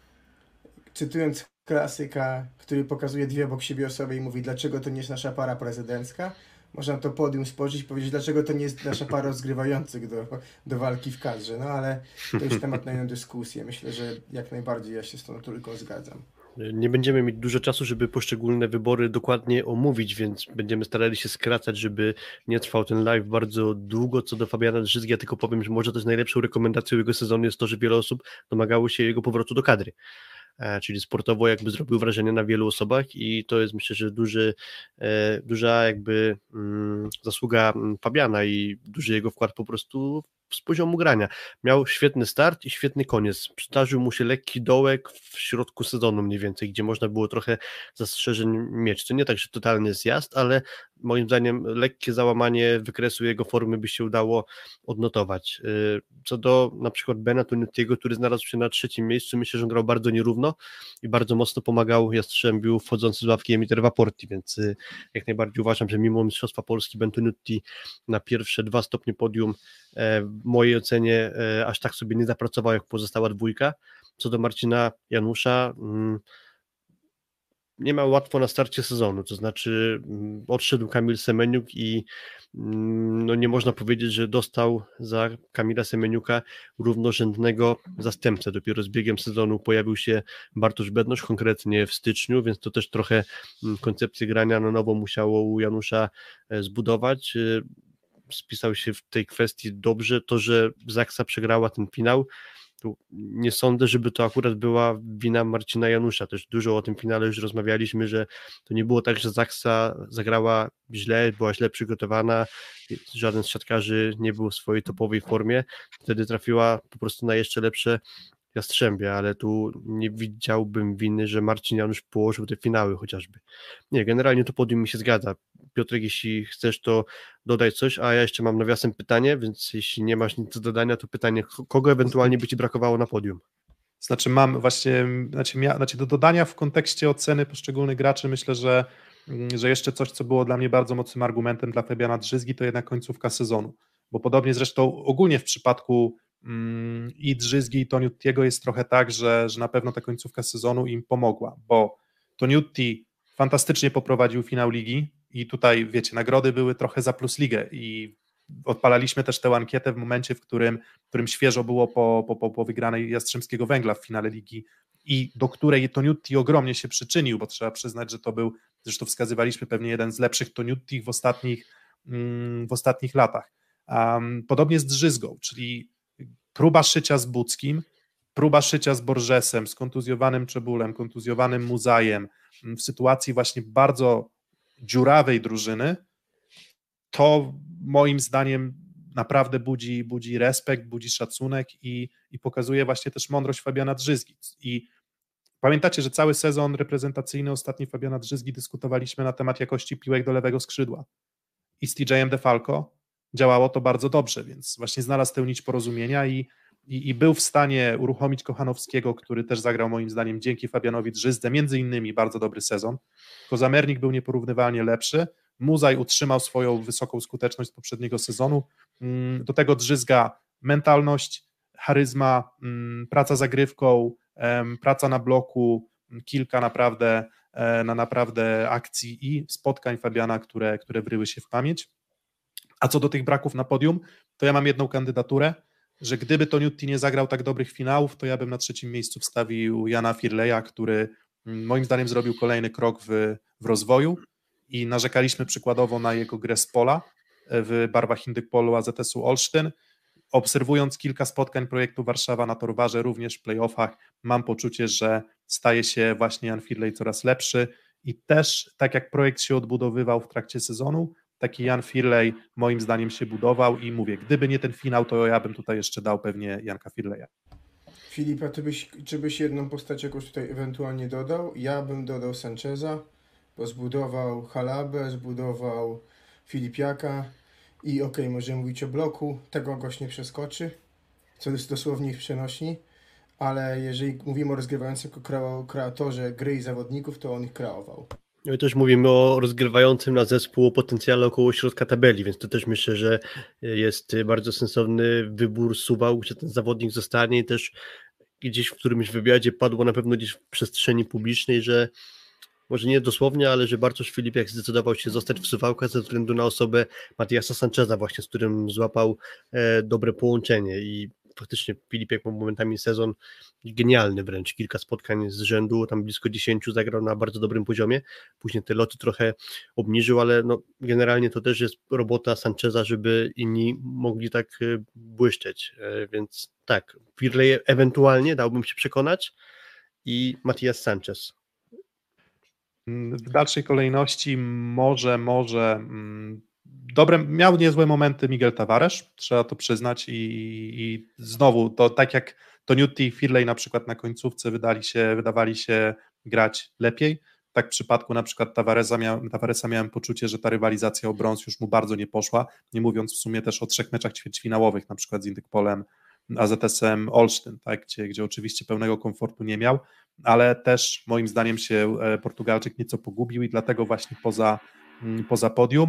S5: Cytując klasyka, który pokazuje dwie obok siebie osoby i mówi, dlaczego to nie jest nasza para prezydencka, można to podium spojrzeć i powiedzieć, dlaczego to nie jest nasza para rozgrywających do, do walki w kadrze, no ale to już temat na inną dyskusję. Myślę, że jak najbardziej ja się z tą trójką zgadzam.
S4: Nie będziemy mieć dużo czasu, żeby poszczególne wybory dokładnie omówić, więc będziemy starali się skracać, żeby nie trwał ten live bardzo długo. Co do Fabiana Drzyzgi, ja tylko powiem, że może też najlepszą rekomendacją jego sezonu jest to, że wiele osób domagało się jego powrotu do kadry. Czyli sportowo jakby zrobił wrażenie na wielu osobach i to jest, myślę, że duży, duża jakby zasługa Fabiana i duży jego wkład po prostu z poziomu grania. Miał świetny start i świetny koniec. Przydarzył mu się lekki dołek w środku sezonu mniej więcej, gdzie można było trochę zastrzeżeń mieć. To nie tak, że totalny zjazd, ale moim zdaniem lekkie załamanie wykresu jego formy by się udało odnotować. Co do na przykład Bentonutiego, który znalazł się na trzecim miejscu, myślę, że on grał bardzo nierówno i bardzo mocno pomagał Jastrzębiu wchodzący z ławki Emiter Waporti, więc jak najbardziej uważam, że mimo Mistrzostwa Polski Bentonuti na pierwsze dwa stopnie podium w mojej ocenie aż tak sobie nie zapracował jak pozostała dwójka. Co do Marcina Janusza, nie miał łatwo na starcie sezonu, to znaczy odszedł Kamil Semeniuk i no nie można powiedzieć, że dostał za Kamila Semeniuka równorzędnego zastępcę. Dopiero z biegiem sezonu pojawił się Bartosz Bednosz, konkretnie w styczniu, więc to też trochę koncepcję grania na nowo musiało u Janusza zbudować. Spisał się w tej kwestii dobrze. To, że Zaksa przegrała ten finał, nie sądzę, żeby to akurat była wina Marcina Janusza. Też dużo o tym finale już rozmawialiśmy, że to nie było tak, że Zaksa zagrała źle, była źle przygotowana, żaden z siatkarzy nie był w swojej topowej formie. Wtedy trafiła po prostu na jeszcze lepsze Jastrzębie, ale tu nie widziałbym winy, że Marcin Janusz położył te finały chociażby. Nie, generalnie to podium mi się zgadza. Piotrek, jeśli chcesz, to dodaj coś, a ja jeszcze mam nawiasem pytanie, więc jeśli nie masz nic do dodania, to pytanie, kogo ewentualnie by ci brakowało na podium?
S3: Znaczy mam właśnie, znaczy, mia, znaczy do dodania w kontekście oceny poszczególnych graczy, myślę, że, że jeszcze coś, co było dla mnie bardzo mocnym argumentem dla Fabiana Drzyzgi, to jednak końcówka sezonu, bo podobnie zresztą ogólnie w przypadku mm, i Drzyzgi i Toniutiego jest trochę tak, że, że na pewno ta końcówka sezonu im pomogła, bo Toniutti fantastycznie poprowadził finał ligi i tutaj, wiecie, nagrody były trochę za plus ligę i odpalaliśmy też tę ankietę w momencie, w którym, w którym świeżo było po, po, po wygranej Jastrzębskiego Węgla w finale ligi i do której Toniutti ogromnie się przyczynił, bo trzeba przyznać, że to był, zresztą wskazywaliśmy pewnie jeden z lepszych Toniutti w ostatnich, w ostatnich latach. Um, podobnie z Drzyzgą, czyli próba szycia z Buckim, próba szycia z Borgesem, z kontuzjowanym Czebulem, kontuzjowanym Muzajem, w sytuacji właśnie bardzo dziurawej drużyny, to moim zdaniem naprawdę budzi, budzi respekt, budzi szacunek i, i pokazuje właśnie też mądrość Fabiana Drzyzgi. I pamiętacie, że cały sezon reprezentacyjny ostatni Fabiana Drzyzgi dyskutowaliśmy na temat jakości piłek do lewego skrzydła i z T J-em DeFalco działało to bardzo dobrze, więc właśnie znalazł tę nić porozumienia i, i, i był w stanie uruchomić Kochanowskiego, który też zagrał moim zdaniem dzięki Fabianowi Drzyzdze, między innymi bardzo dobry sezon. Kozamernik był nieporównywalnie lepszy, Muzaj utrzymał swoją wysoką skuteczność z poprzedniego sezonu, do tego Drzyzga mentalność, charyzma, praca zagrywką, praca na bloku, kilka naprawdę, na naprawdę akcji i spotkań Fabiana, które, które wryły się w pamięć. A co do tych braków na podium, to ja mam jedną kandydaturę, że gdyby Toniutti nie zagrał tak dobrych finałów, to ja bym na trzecim miejscu wstawił Jana Firleja, który moim zdaniem zrobił kolejny krok w, w rozwoju i narzekaliśmy przykładowo na jego grę z pola w barwach Indykpolu A Z S-u Olsztyn. Obserwując kilka spotkań projektu Warszawa na Torwarze, również w playoffach, mam poczucie, że staje się właśnie Jan Firlej coraz lepszy i też tak jak projekt się odbudowywał w trakcie sezonu, taki Jan Firlej moim zdaniem się budował i mówię, gdyby nie ten finał, to ja bym tutaj jeszcze dał pewnie Janka Firleja.
S5: Filipa, ty byś, czy byś jedną postać jakoś tutaj ewentualnie dodał? Ja bym dodał Sancheza, bo zbudował Halabę, zbudował Filipiaka i okej, okay, możemy mówić o bloku, tego gość nie przeskoczy, co jest dosłownie w przenośni, ale jeżeli mówimy o rozgrywającym jako kreatorze gry i zawodników, to on ich kreował.
S4: No i też mówimy o rozgrywającym na zespół o potencjale około środka tabeli, więc to też myślę, że jest bardzo sensowny wybór Suwał, gdzie ten zawodnik zostanie i też gdzieś w którymś wywiadzie padło na pewno gdzieś w przestrzeni publicznej, że może nie dosłownie, ale że Bartosz Filipiak zdecydował się zostać w Suwałkach ze względu na osobę Matiasa Sancheza właśnie, z którym złapał e, dobre połączenie i faktycznie Filipiak ma momentami sezon genialny wręcz, kilka spotkań z rzędu, tam blisko dziesięciu zagrał na bardzo dobrym poziomie, później te loty trochę obniżył, ale no, generalnie to też jest robota Sancheza, żeby inni mogli tak e, błyszczeć, e, więc tak, Firley ewentualnie dałbym się przekonać i Matias Sanchez.
S3: W dalszej kolejności może, może dobre, miał niezłe momenty Miguel Tavares, trzeba to przyznać i, i znowu to tak jak Toniutti i Firley na przykład na końcówce wydali się, wydawali się grać lepiej, tak w przypadku na przykład Tavaresa, mia, Tavaresa miałem poczucie, że ta rywalizacja o brąz już mu bardzo nie poszła, nie mówiąc w sumie też o trzech meczach ćwierćfinałowych, na przykład z Indykpolem, A Z S-em Olsztyn, tak, gdzie, gdzie oczywiście pełnego komfortu nie miał, ale też moim zdaniem się Portugalczyk nieco pogubił i dlatego właśnie poza, poza podium.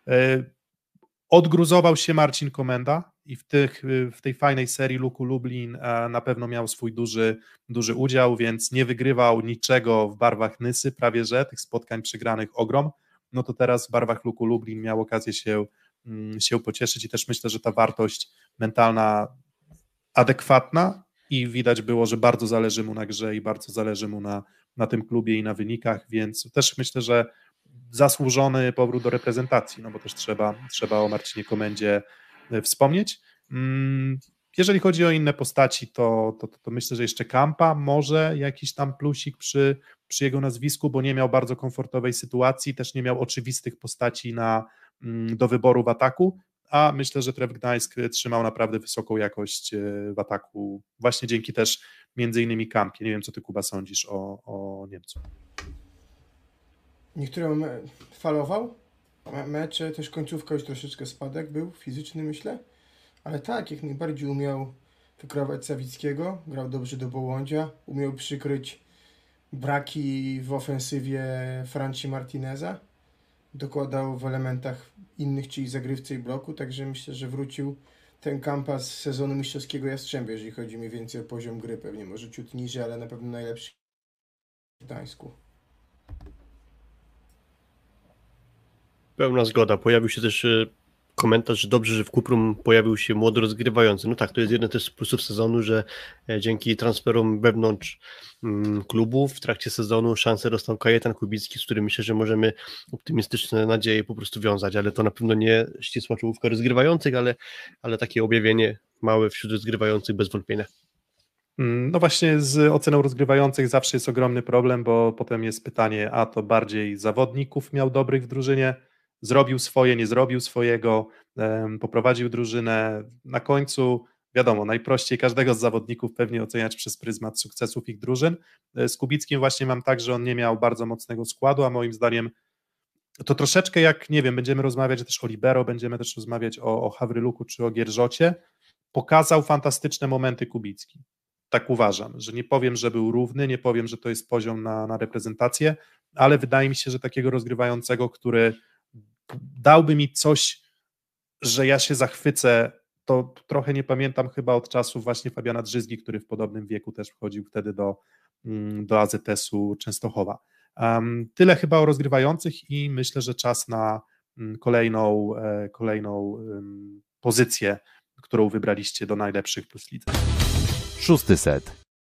S3: Odgruzował się Marcin Komenda i w, tych, w tej fajnej serii Luku Lublin na pewno miał swój duży, duży udział, więc nie wygrywał niczego w barwach Nysy, prawie że, tych spotkań przegranych ogrom, no to teraz w barwach Luku Lublin miał okazję się, się pocieszyć i też myślę, że ta wartość mentalna adekwatna i widać było, że bardzo zależy mu na grze i bardzo zależy mu na, na tym klubie i na wynikach, więc też myślę, że zasłużony powrót do reprezentacji, no bo też trzeba, trzeba o Marcinie Komendzie wspomnieć. Jeżeli chodzi o inne postaci, to, to, to myślę, że jeszcze Kampa, może jakiś tam plusik przy, przy jego nazwisku, bo nie miał bardzo komfortowej sytuacji, też nie miał oczywistych postaci na, do wyboru w ataku, a myślę, że Tref Gdańsk trzymał naprawdę wysoką jakość w ataku, właśnie dzięki też między innymi Kampie. Nie wiem, co ty, Kuba, sądzisz o, o Niemcu.
S5: Niektóre me- falował, me- mecze, też końcówka już troszeczkę spadek był, fizyczny myślę, ale tak, jak najbardziej umiał wykreować Sawickiego, grał dobrze do Bołądzia, umiał przykryć braki w ofensywie Franci Martineza, dokładał w elementach innych, czyli zagrywce i bloku, także myślę, że wrócił ten Kampa z sezonu mistrzowskiego Jastrzębia, jeżeli chodzi mniej więcej o poziom gry, pewnie może ciut niżej, ale na pewno najlepszy w Gdańsku.
S4: Pełna zgoda. Pojawił się też komentarz, że dobrze, że w Kuprum pojawił się młody rozgrywający. No tak, to jest jeden też z plusów sezonu, że dzięki transferom wewnątrz klubu w trakcie sezonu szansę dostał Kajetan Kubicki, z którym myślę, że możemy optymistyczne nadzieje po prostu wiązać, ale to na pewno nie ścisła czołówka rozgrywających, ale, ale takie objawienie małe wśród rozgrywających bez wątpienia.
S3: No właśnie z oceną rozgrywających zawsze jest ogromny problem, bo potem jest pytanie, a to bardziej zawodników miał dobrych w drużynie, zrobił swoje, nie zrobił swojego, em, poprowadził drużynę. Na końcu wiadomo, najprościej każdego z zawodników pewnie oceniać przez pryzmat sukcesów ich drużyn. E, Z Kubickim właśnie mam tak, że on nie miał bardzo mocnego składu, a moim zdaniem to troszeczkę jak, nie wiem, będziemy rozmawiać też o libero, będziemy też rozmawiać o, o Hawryluku czy o Gierżocie, pokazał fantastyczne momenty Kubicki. Tak uważam, że nie powiem, że był równy, nie powiem, że to jest poziom na, na reprezentację, ale wydaje mi się, że takiego rozgrywającego, który dałby mi coś, że ja się zachwycę, to trochę nie pamiętam chyba od czasów właśnie Fabiana Drzyzgi, który w podobnym wieku też wchodził wtedy do, do A Z S-u Częstochowa. Um, tyle chyba o rozgrywających i myślę, że czas na kolejną, kolejną um, pozycję, którą wybraliście do najlepszych plus lidze.
S2: Szósty set.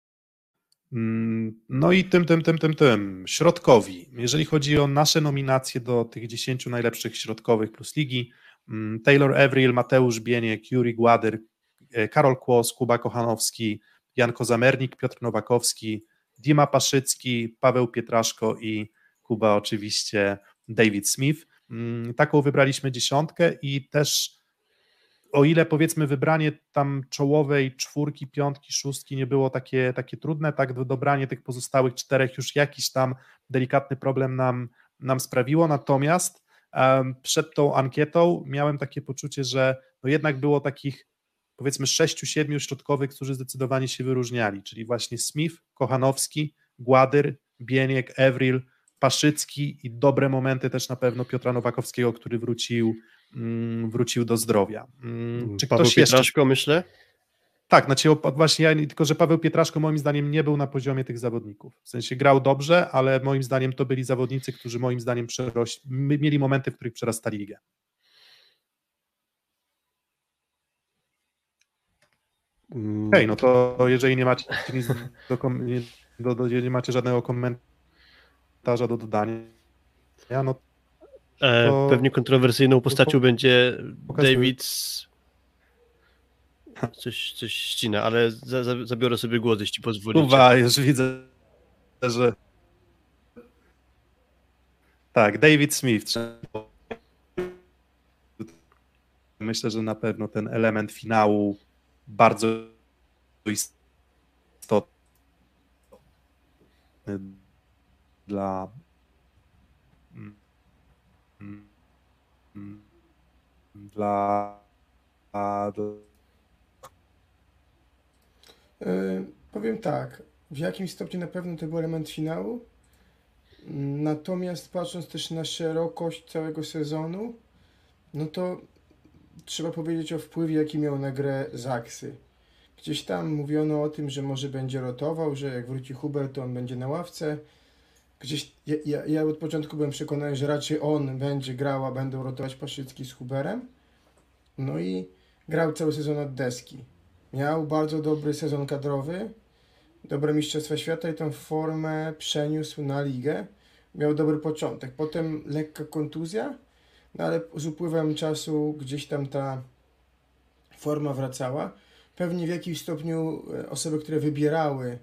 S3: No i tym, tym, tym, tym, tym, środkowi. Jeżeli chodzi o nasze nominacje do tych dziesięciu najlepszych środkowych plus ligi, Taylor Averill, Mateusz Bieniek, Juri Gładyr, Karol Kłos, Kuba Kochanowski, Jan Kozamernik, Piotr Nowakowski, Dima Paszycki, Paweł Pietraszko i Kuba oczywiście David Smith. Taką wybraliśmy dziesiątkę i też o ile powiedzmy wybranie tam czołowej czwórki, piątki, szóstki nie było takie, takie trudne, tak dobranie tych pozostałych czterech już jakiś tam delikatny problem nam, nam sprawiło, natomiast um, przed tą ankietą miałem takie poczucie, że no jednak było takich powiedzmy sześciu, siedmiu środkowych, którzy zdecydowanie się wyróżniali, czyli właśnie Smith, Kochanowski, Gładyr, Bieniek, Averill, Paszycki i dobre momenty też na pewno Piotra Nowakowskiego, który wrócił wrócił do zdrowia. Czy
S4: Paweł
S3: ktoś
S4: Pietraszko,
S3: jeszcze...
S4: myślę?
S3: Tak, znaczy właśnie ja, tylko że Paweł Pietraszko moim zdaniem nie był na poziomie tych zawodników. W sensie grał dobrze, ale moim zdaniem to byli zawodnicy, którzy moim zdaniem przeroś... mieli momenty, w których przerastali ligę.
S4: Mm.
S3: Hej, no to jeżeli nie macie nic do, kom... do, do, nie macie żadnego komentarza do dodania, no to...
S4: E, pewnie kontrowersyjną postacią
S3: to...
S4: będzie
S3: Pokazuję.
S4: David. Coś, coś ścina, ale za, za, zabiorę sobie głos, jeśli pozwolicie.
S3: Uwa, już widzę, że tak, David Smith. Myślę, że na pewno ten element finału bardzo istotny dla dla, dla...
S5: Yy, powiem tak, w jakimś stopniu na pewno to był element finału, natomiast patrząc też na szerokość całego sezonu, no to trzeba powiedzieć o wpływie, jaki miał na grę Zaksy. Gdzieś tam mówiono o tym, że może będzie rotował, że jak wróci Hubert, to on będzie na ławce. Gdzieś ja, ja, ja od początku byłem przekonany, że raczej on będzie grał, a będą rotować Paszycki z Huberem. No i grał cały sezon od deski. Miał bardzo dobry sezon kadrowy, dobre mistrzostwa świata i tą formę przeniósł na ligę. Miał dobry początek. Potem lekka kontuzja, no ale z upływem czasu gdzieś tam ta forma wracała. Pewnie w jakimś stopniu osoby, które wybierały,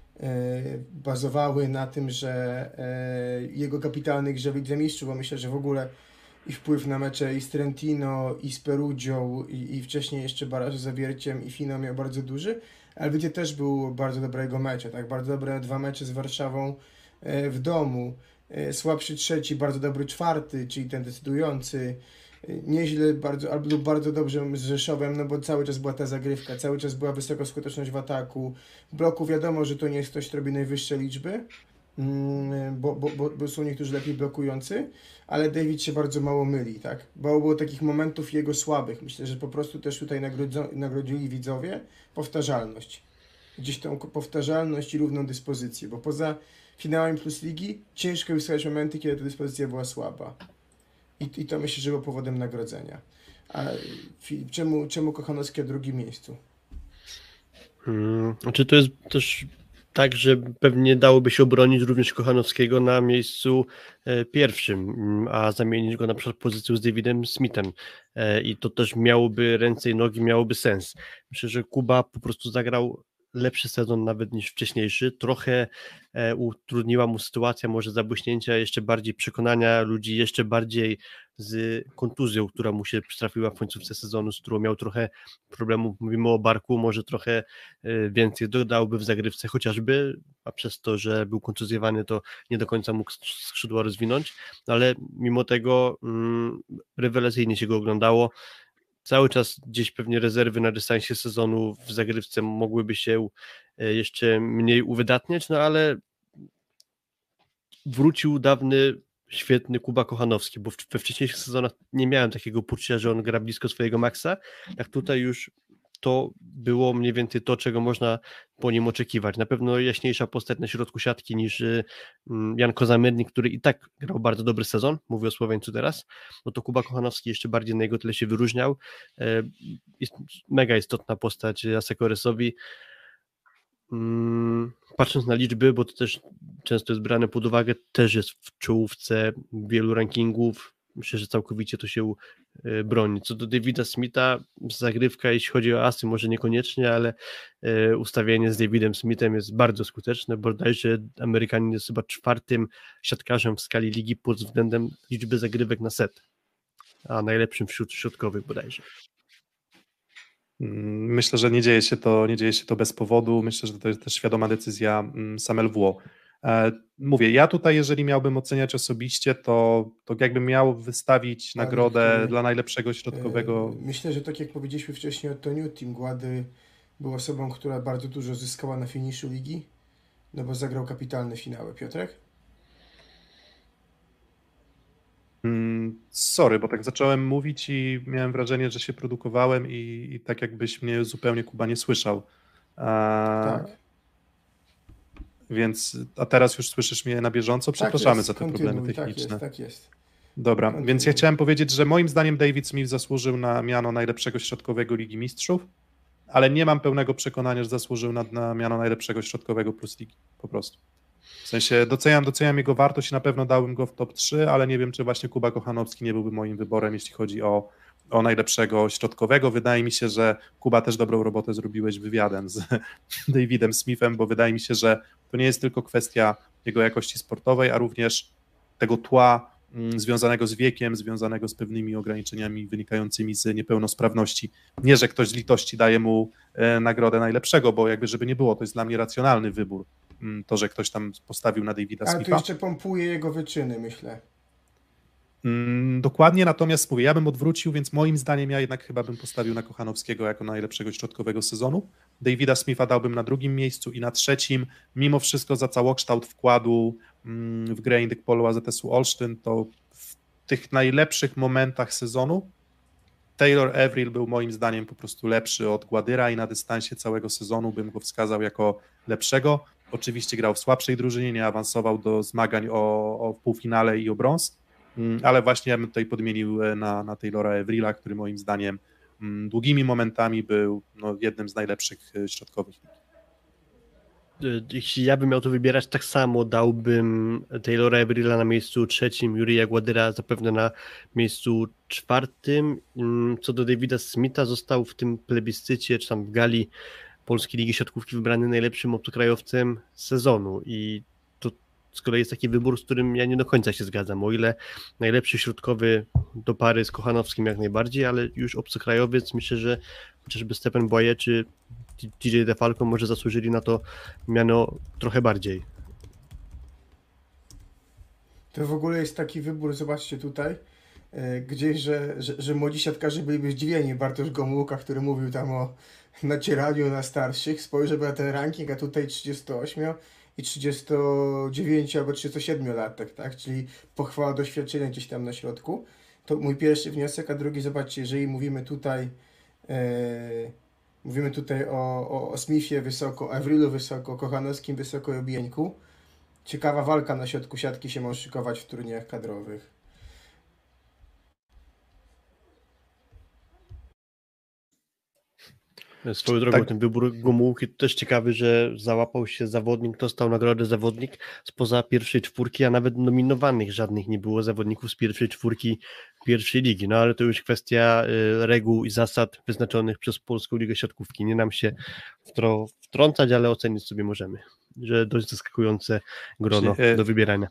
S5: bazowały na tym, że jego kapitalny grze w Lidze Mistrzów, bo myślę, że w ogóle i wpływ na mecze i z Trentino, i z Perugią, i, i wcześniej jeszcze baraże z Zawierciem i Fino miał bardzo duży, ale wiecie, też był bardzo dobrego mecze, tak? Bardzo dobre dwa mecze z Warszawą w domu, słabszy trzeci, bardzo dobry czwarty, czyli ten decydujący, nieźle bardzo, albo bardzo dobrze z Rzeszowem, no bo cały czas była ta zagrywka, cały czas była wysoka skuteczność w ataku. W bloku wiadomo, że to nie jest ktoś, kto robi najwyższe liczby, bo, bo, bo, bo są niektórzy lepiej blokujący, ale David się bardzo mało myli, tak? Bo było takich momentów jego słabych. Myślę, że po prostu też tutaj nagrodzo, nagrodzili widzowie powtarzalność. Gdzieś tą powtarzalność i równą dyspozycję, bo poza finałami plus ligi ciężko wysłać momenty, kiedy ta dyspozycja była słaba. I, i to myślę, że było powodem nagrodzenia. A Filip, czemu, czemu Kochanowski na drugim miejscu?
S4: Hmm, znaczy to jest też tak, że pewnie dałoby się obronić również Kochanowskiego na miejscu e, pierwszym, a zamienić go na przykład pozycję z Davidem Smithem e, i to też miałoby ręce i nogi, miałoby sens. Myślę, że Kuba po prostu zagrał lepszy sezon nawet niż wcześniejszy. Trochę e, utrudniła mu sytuacja może zabłyśnięcia, jeszcze bardziej przekonania ludzi, jeszcze bardziej z kontuzją, która mu się przytrafiła w końcówce sezonu, z którą miał trochę problemów, mówimy o barku, może trochę e, więcej dodałby w zagrywce chociażby, a przez to, że był kontuzjowany, to nie do końca mógł skrzydła rozwinąć, ale mimo tego mm, rewelacyjnie się go oglądało. Cały czas gdzieś pewnie rezerwy na dystansie sezonu w zagrywce mogłyby się jeszcze mniej uwydatniać, no ale wrócił dawny, świetny Kuba Kochanowski, bo we wcześniejszych sezonach nie miałem takiego poczucia, że on gra blisko swojego maksa, jak tutaj już to było mniej więcej to, czego można po nim oczekiwać. Na pewno jaśniejsza postać na środku siatki niż Jan Kozamiernik, który i tak grał bardzo dobry sezon, mówię o Słoweńcu teraz, no to Kuba Kochanowski jeszcze bardziej na jego tle się wyróżniał. Jest mega istotna postać Asekoresowi. Patrząc na liczby, bo to też często jest brane pod uwagę, też jest w czołówce wielu rankingów. Myślę, że całkowicie to się broni. Co do Davida Smitha, zagrywka, jeśli chodzi o asy, może niekoniecznie, ale ustawienie z Davidem Smithem jest bardzo skuteczne. Bodajże Amerykanin jest chyba czwartym siatkarzem w skali ligi pod względem liczby zagrywek na set, a najlepszym wśród środkowych bodajże.
S3: Myślę, że nie dzieje się to, nie dzieje się to bez powodu. Myślę, że to jest też świadoma decyzja Sam L W O. Mówię, ja tutaj, jeżeli miałbym oceniać osobiście, to, to jakbym miał wystawić
S5: Ale
S3: nagrodę
S5: który,
S3: dla najlepszego środkowego.
S5: Myślę, że tak jak powiedzieliśmy wcześniej o Toniu, Tim Głady był osobą, która bardzo dużo zyskała na finiszu ligi, no bo zagrał kapitalne finały. Piotrek?
S3: Sorry, bo tak zacząłem mówić i miałem wrażenie, że się produkowałem i, i tak jakbyś mnie zupełnie, Kuba, nie słyszał. A,
S5: Tak.
S3: Więc, a teraz już słyszysz mnie na bieżąco? Przepraszamy
S5: tak
S3: za te
S5: kontynuuj,
S3: problemy techniczne.
S5: Tak jest, tak jest.
S3: Dobra,
S5: Kontynuuj.
S3: Więc ja chciałem powiedzieć, że moim zdaniem David Smith zasłużył na miano najlepszego środkowego Ligi Mistrzów, ale nie mam pełnego przekonania, że zasłużył na, na miano najlepszego środkowego plus ligi, po prostu. W sensie doceniam, doceniam jego wartość i na pewno dałbym go w top trzy, ale nie wiem, czy właśnie Kuba Kochanowski nie byłby moim wyborem, jeśli chodzi o, o najlepszego środkowego. Wydaje mi się, że Kuba też dobrą robotę zrobiłeś wywiadem z Davidem Smithem, bo wydaje mi się, że to nie jest tylko kwestia jego jakości sportowej, a również tego tła mm, związanego z wiekiem, związanego z pewnymi ograniczeniami wynikającymi z niepełnosprawności. Nie, że ktoś z litości daje mu e, nagrodę najlepszego, bo jakby żeby nie było, to jest dla mnie racjonalny wybór. To, że ktoś tam postawił na Davida
S5: Ale
S3: Smitha.
S5: to jeszcze pompuje jego wyczyny, myślę.
S3: Mm, dokładnie, natomiast mówię, ja bym odwrócił, więc moim zdaniem ja jednak chyba bym postawił na Kochanowskiego jako najlepszego środkowego sezonu. Davida Smitha dałbym na drugim miejscu i na trzecim, mimo wszystko za całokształt wkładu mm, w grę Indykpolu A Z S U Olsztyn, to w tych najlepszych momentach sezonu Taylor Averill był moim zdaniem po prostu lepszy od Gładyra i na dystansie całego sezonu bym go wskazał jako lepszego. Oczywiście grał w słabszej drużynie, nie awansował do zmagań o, o półfinale i o brąz, ale właśnie ja bym tutaj podmienił na, na Taylora Averilla, który moim zdaniem długimi momentami był no, jednym z najlepszych środkowych.
S4: Jeśli ja bym miał to wybierać, tak samo dałbym Taylora Averilla na miejscu trzecim, Jurija Gładyra zapewne na miejscu czwartym. Co do Davida Smitha, został w tym plebiscycie, czy tam w gali Polskiej Ligi Siatkówki wybrany najlepszym obcokrajowcem sezonu i to z kolei jest taki wybór, z którym ja nie do końca się zgadzam, o ile najlepszy środkowy do pary z Kochanowskim jak najbardziej, ale już obcokrajowiec, myślę, że chociażby Stephen Boye czy T J DeFalco może zasłużyli na to miano trochę bardziej.
S5: To w ogóle jest taki wybór, zobaczcie tutaj, gdzieś, że, że, że młodzi siatkarze byliby zdziwieni. Bartosz Gomułka, który mówił tam o nacieraniu na starszych, spojrzał na ten ranking, a tutaj trzydziestoosiem i trzydziestodziewięć albo trzydziestosiedmiolatek, tak? Czyli pochwała doświadczenia gdzieś tam na środku. To mój pierwszy wniosek, a drugi, zobaczcie, jeżeli mówimy tutaj e, mówimy tutaj o, o, o Smithie wysoko, Averillu wysoko, Kochanowskim wysoko i Obieńku, ciekawa walka na środku siatki się może szykować w turniejach kadrowych.
S4: Swoją drogą
S3: Tak.
S4: ten wybór Gomułki to też ciekawy, że załapał się zawodnik, dostał nagrodę zawodnik spoza pierwszej czwórki, a nawet nominowanych żadnych nie było zawodników z pierwszej czwórki pierwszej ligi, no ale to już kwestia y, reguł i zasad wyznaczonych przez Polską Ligę Siatkówki. Nie nam się wtro, wtrącać, ale ocenić sobie możemy, że dość zaskakujące grono
S3: Właśnie, y-
S4: do wybierania.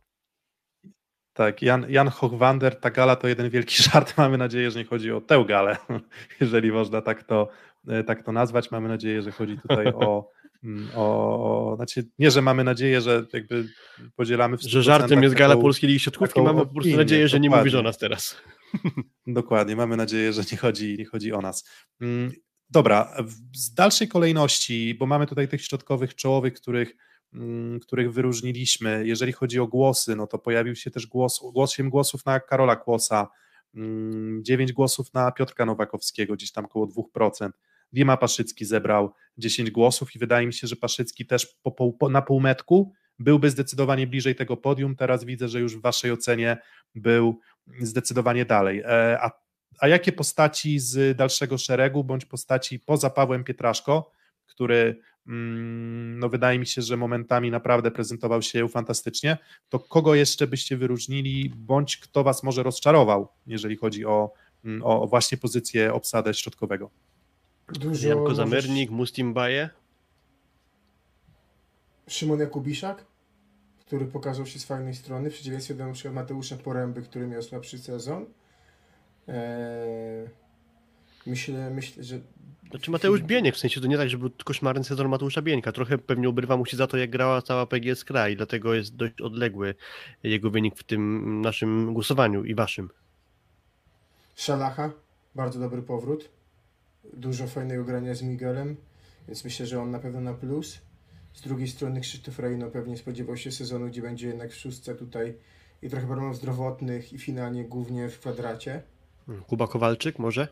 S3: Tak, Jan, Jan Hochwander, ta gala to jeden wielki żart, mamy nadzieję, że nie chodzi o tę galę, jeżeli można tak to, tak to nazwać, mamy nadzieję, że chodzi tutaj o, o, o znaczy nie, że mamy nadzieję, że jakby podzielamy w
S4: Że żartem jest
S3: taką,
S4: gala Polskiej Ligi Siatkówki, mamy po prostu nadzieję, że nie mówisz o nas teraz.
S3: Dokładnie, mamy nadzieję, że nie chodzi, nie chodzi o nas. Dobra, z dalszej kolejności, bo mamy tutaj tych środkowych czołowych, których których wyróżniliśmy. Jeżeli chodzi o głosy, no to pojawił się też głos, osiem głosów na Karola Kłosa, dziewięć głosów na Piotrka Nowakowskiego, gdzieś tam około dwa procent. Dima Paszycki zebrał dziesięć głosów i wydaje mi się, że Paszycki też po, po, na półmetku byłby zdecydowanie bliżej tego podium. Teraz widzę, że już w waszej ocenie był zdecydowanie dalej. A, a jakie postaci z dalszego szeregu, bądź postaci poza Pawłem Pietraszko, który no wydaje mi się, że momentami naprawdę prezentował się fantastycznie, to kogo jeszcze byście wyróżnili, bądź kto was może rozczarował, jeżeli chodzi o, o właśnie pozycję obsadę środkowego?
S5: Dużo
S4: Janko Zamernik,
S5: możesz...
S4: Mustim Baje.
S5: Szymon Jakubiszak, który pokazał się z fajnej strony, w przeciwieństwie do na przykład Mateusza Poręby, który miał słabszy sezon. Eee... Myślę, myślę, że...
S4: Znaczy Mateusz Bieniek, w sensie to nie tak, że był koszmarny sezon Mateusza Bieńka. Trochę pewnie obrywa mu się za to, jak grała cała P G S Kraj, dlatego jest dość odległy jego wynik w tym naszym głosowaniu i waszym.
S5: Szalacha, bardzo dobry powrót. Dużo fajnego grania z Miguelem, więc myślę, że on na pewno na plus. Z drugiej strony Krzysztof Rejno pewnie spodziewał się sezonu, gdzie będzie jednak w szóstce tutaj i trochę problemów zdrowotnych i finalnie głównie w kwadracie.
S4: Kuba Kowalczyk może?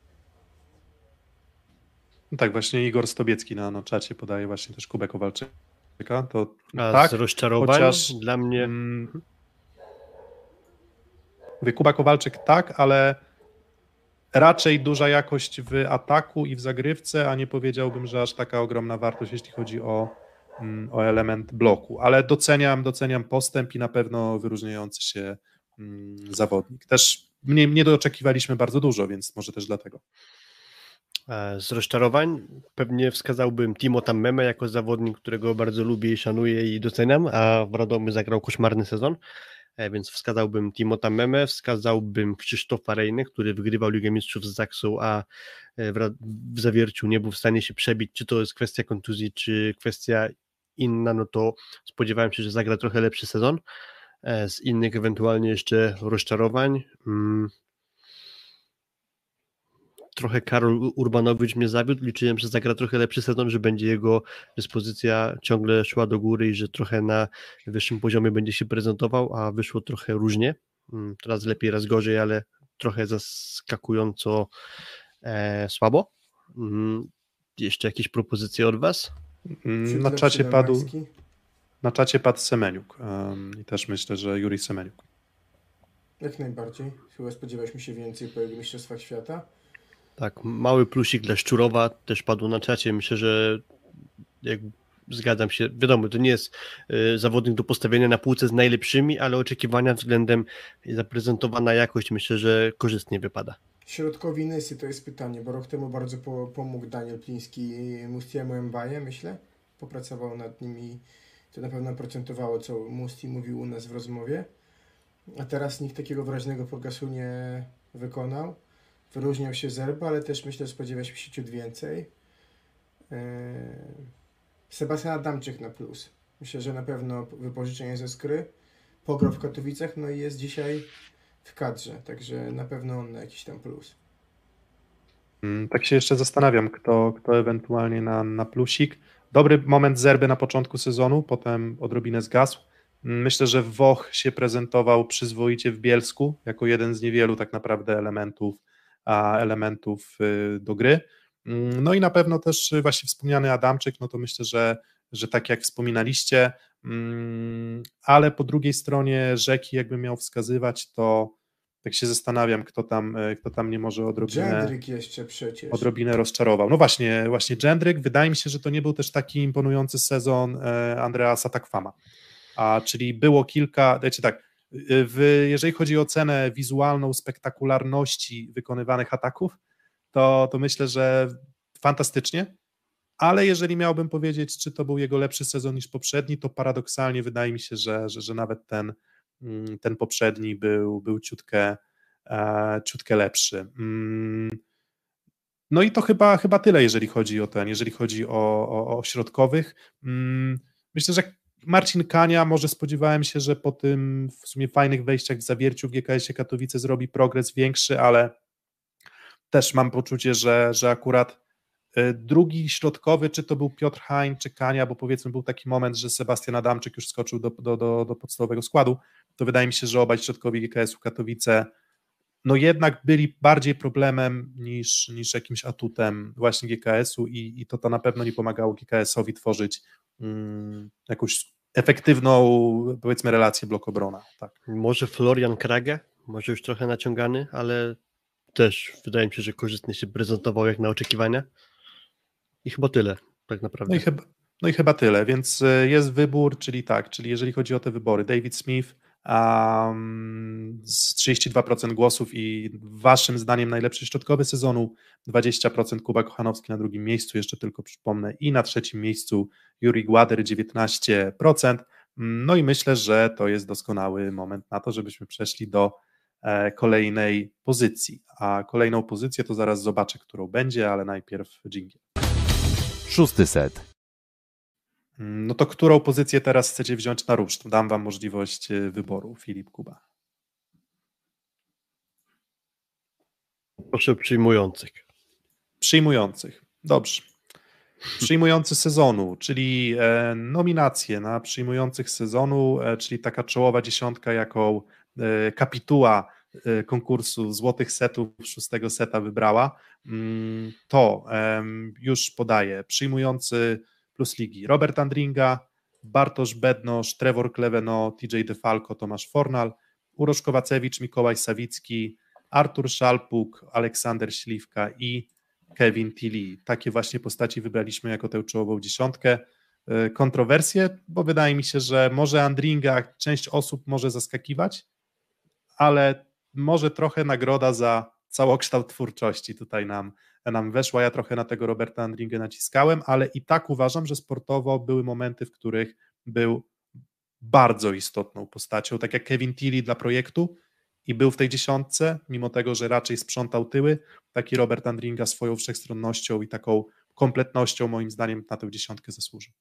S3: No tak, właśnie Igor Stobiecki na, na czacie podaje właśnie też Kubę Kowalczyka. To
S4: A
S3: tak,
S4: z rozczarowań
S3: chociaż
S4: dla mnie...
S3: Mm, mówię, Kuba Kowalczyk tak, ale raczej duża jakość w ataku i w zagrywce, a nie powiedziałbym, że aż taka ogromna wartość, jeśli chodzi o, o element bloku, ale doceniam, doceniam postęp i na pewno wyróżniający się zawodnik. Też nie, nie doczekiwaliśmy bardzo dużo, więc może też dlatego.
S4: Z rozczarowań pewnie wskazałbym Timota Memę jako zawodnik, którego bardzo lubię i szanuję i doceniam, a w Radomiu zagrał koszmarny sezon, więc wskazałbym Timota Memę, wskazałbym Krzysztofa Rejny, który wygrywał Ligę Mistrzów z Zaksą, a w, w Zawierciu nie był w stanie się przebić, czy to jest kwestia kontuzji, czy kwestia inna, no to spodziewałem się, że zagra trochę lepszy sezon. Z innych ewentualnie jeszcze rozczarowań trochę Karol Urbanowicz mnie zawiódł, liczyłem, że zagra trochę lepszy sezon, że będzie jego dyspozycja ciągle szła do góry i że trochę na wyższym poziomie będzie się prezentował, a wyszło trochę różnie, raz lepiej, raz gorzej, ale trochę zaskakująco e, słabo. Jeszcze jakieś propozycje od was?
S3: Na czacie padł na czacie padł Semeniuk um, i też myślę, że Jurij Semeniuk.
S5: Jak najbardziej, chyba spodziewaliśmy się więcej po jego mistrzostwach świata.
S4: Tak, mały plusik dla Szczurowa też padł na czacie. Myślę, że jak zgadzam się, wiadomo, to nie jest y, zawodnik do postawienia na półce z najlepszymi, ale oczekiwania względem zaprezentowana jakość myślę, że korzystnie wypada.
S5: Środkowi Nysy to jest pytanie, bo rok temu bardzo po, pomógł Daniel Pliński Mustiemu Mbaye, myślę. Popracował nad nim i to na pewno procentowało, co Musti mówił u nas w rozmowie. A teraz nikt takiego wyraźnego progresu nie wykonał. Wyróżniał się Zerba, ale też myślę, że spodziewaliśmy się ciut więcej. Sebastian Adamczyk na plus. Myślę, że na pewno wypożyczenie ze Skry. Pograł w Katowicach, no i jest dzisiaj w kadrze, także na pewno on na jakiś tam plus.
S3: Tak się jeszcze zastanawiam, kto, kto ewentualnie na, na plusik. Dobry moment Zerby na początku sezonu, potem odrobinę zgasł. Myślę, że Woch się prezentował przyzwoicie w Bielsku, jako jeden z niewielu tak naprawdę elementów a elementów do gry. No i na pewno też właśnie wspomniany Adamczyk, no to myślę, że, że tak jak wspominaliście, ale po drugiej stronie rzeki jakbym miał wskazywać, to tak się zastanawiam, kto tam, kto tam nie może odrobinę,
S5: Dżendryk jeszcze przecież.
S3: odrobinę rozczarował. No właśnie, właśnie Dżendryk, wydaje mi się, że to nie był też taki imponujący sezon Andreasa Takwama, a czyli było kilka, wiecie tak, w, jeżeli chodzi o cenę wizualną, spektakularności wykonywanych ataków, to, to myślę, że fantastycznie, ale jeżeli miałbym powiedzieć, czy to był jego lepszy sezon niż poprzedni, to paradoksalnie wydaje mi się, że, że, że nawet ten, ten poprzedni był, był ciutkę, e, ciutkę lepszy. Mm. No i to chyba, chyba tyle, jeżeli chodzi o ten, jeżeli chodzi o, o, o środkowych. Mm. Myślę, że Marcin Kania, może spodziewałem się, że po tym w sumie fajnych wejściach w Zawierciu w G K S-ie Katowice zrobi progres większy, ale też mam poczucie, że, że akurat drugi środkowy, czy to był Piotr Hain, czy Kania, bo powiedzmy był taki moment, że Sebastian Adamczyk już skoczył do, do, do, do podstawowego składu, to wydaje mi się, że obaj środkowi G K S-u Katowice no jednak byli bardziej problemem niż, niż jakimś atutem właśnie G K S-u i, i to to na pewno nie pomagało G K S-owi tworzyć mm, jakąś efektywną, powiedzmy, relację blok-obrona. Tak.
S4: Może Florian Krage, może już trochę naciągany, ale też wydaje mi się, że korzystnie się prezentował jak na oczekiwania. I chyba tyle, tak naprawdę.
S3: No i chyba, no i chyba tyle, więc jest wybór, czyli tak, czyli jeżeli chodzi o te wybory, David Smith um, z trzydzieści dwa procent głosów i waszym zdaniem najlepszy środkowy sezonu, dwadzieścia procent Kuba Kochanowski na drugim miejscu, jeszcze tylko przypomnę, i na trzecim miejscu Juri Gładyr dziewiętnaście procent. No i myślę, że to jest doskonały moment na to, żebyśmy przeszli do e, kolejnej pozycji, a kolejną pozycję to zaraz zobaczę, którą będzie, ale najpierw dżingiel.
S2: Szósty set.
S3: No to którą pozycję teraz chcecie wziąć na ruszt? Dam wam możliwość wyboru, Filip, Kuba.
S4: Proszę przyjmujących.
S3: Przyjmujących, dobrze. Przyjmujący sezonu, czyli e, nominacje na przyjmujących sezonu, e, czyli taka czołowa dziesiątka, jaką e, kapituła e, konkursu Złotych Setów szóstego seta wybrała, mm, to e, już podaję. Przyjmujący plus ligi Robert Andringa, Bartosz Bednosz, Trevor Kleveno, T J DeFalco, Tomasz Fornal, Urosz Kowacewicz, Mikołaj Sawicki, Artur Szalpuk, Aleksander Śliwka i Kevin Tilly. Takie właśnie postaci wybraliśmy jako tę czołową dziesiątkę. Kontrowersje, bo wydaje mi się, że może Andringa część osób może zaskakiwać, ale może trochę nagroda za całokształt twórczości tutaj nam, nam weszła. Ja trochę na tego Roberta Andringę naciskałem, ale i tak uważam, że sportowo były momenty, w których był bardzo istotną postacią, tak jak Kevin Tilly dla projektu i był w tej dziesiątce, mimo tego, że raczej sprzątał tyły, taki Robert Andringa swoją wszechstronnością i taką kompletnością moim zdaniem na tę dziesiątkę zasłużył.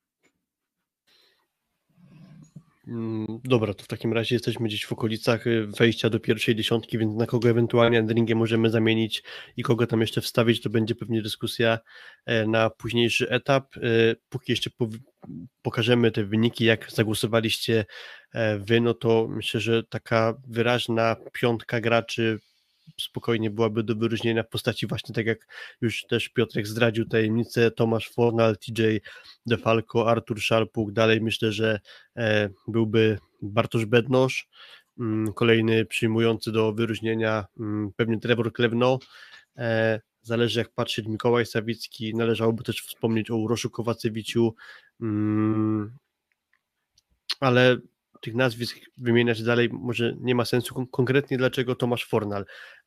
S4: Dobra, to w takim razie jesteśmy gdzieś w okolicach wejścia do pierwszej dziesiątki, więc na kogo ewentualnie Andringę możemy zamienić i kogo tam jeszcze wstawić, to będzie pewnie dyskusja na późniejszy etap. Póki jeszcze pokażemy te wyniki, jak zagłosowaliście wy, no to myślę, że taka wyraźna piątka graczy spokojnie byłaby do wyróżnienia w postaci właśnie, tak jak już też Piotrek zdradził tajemnicę, Tomasz Fornal, T J DeFalco, Artur Szalpuk, dalej myślę, że e, byłby Bartosz Bednosz, mm, kolejny przyjmujący do wyróżnienia mm, pewnie Trevor Kleveno, e, zależy jak patrzeć, Mikołaj Sawicki, należałoby też wspomnieć o Uroszu Kowacewiciu, mm, ale tych nazwisk wymieniać dalej może nie ma sensu. Konkretnie dlaczego Tomasz Fornal.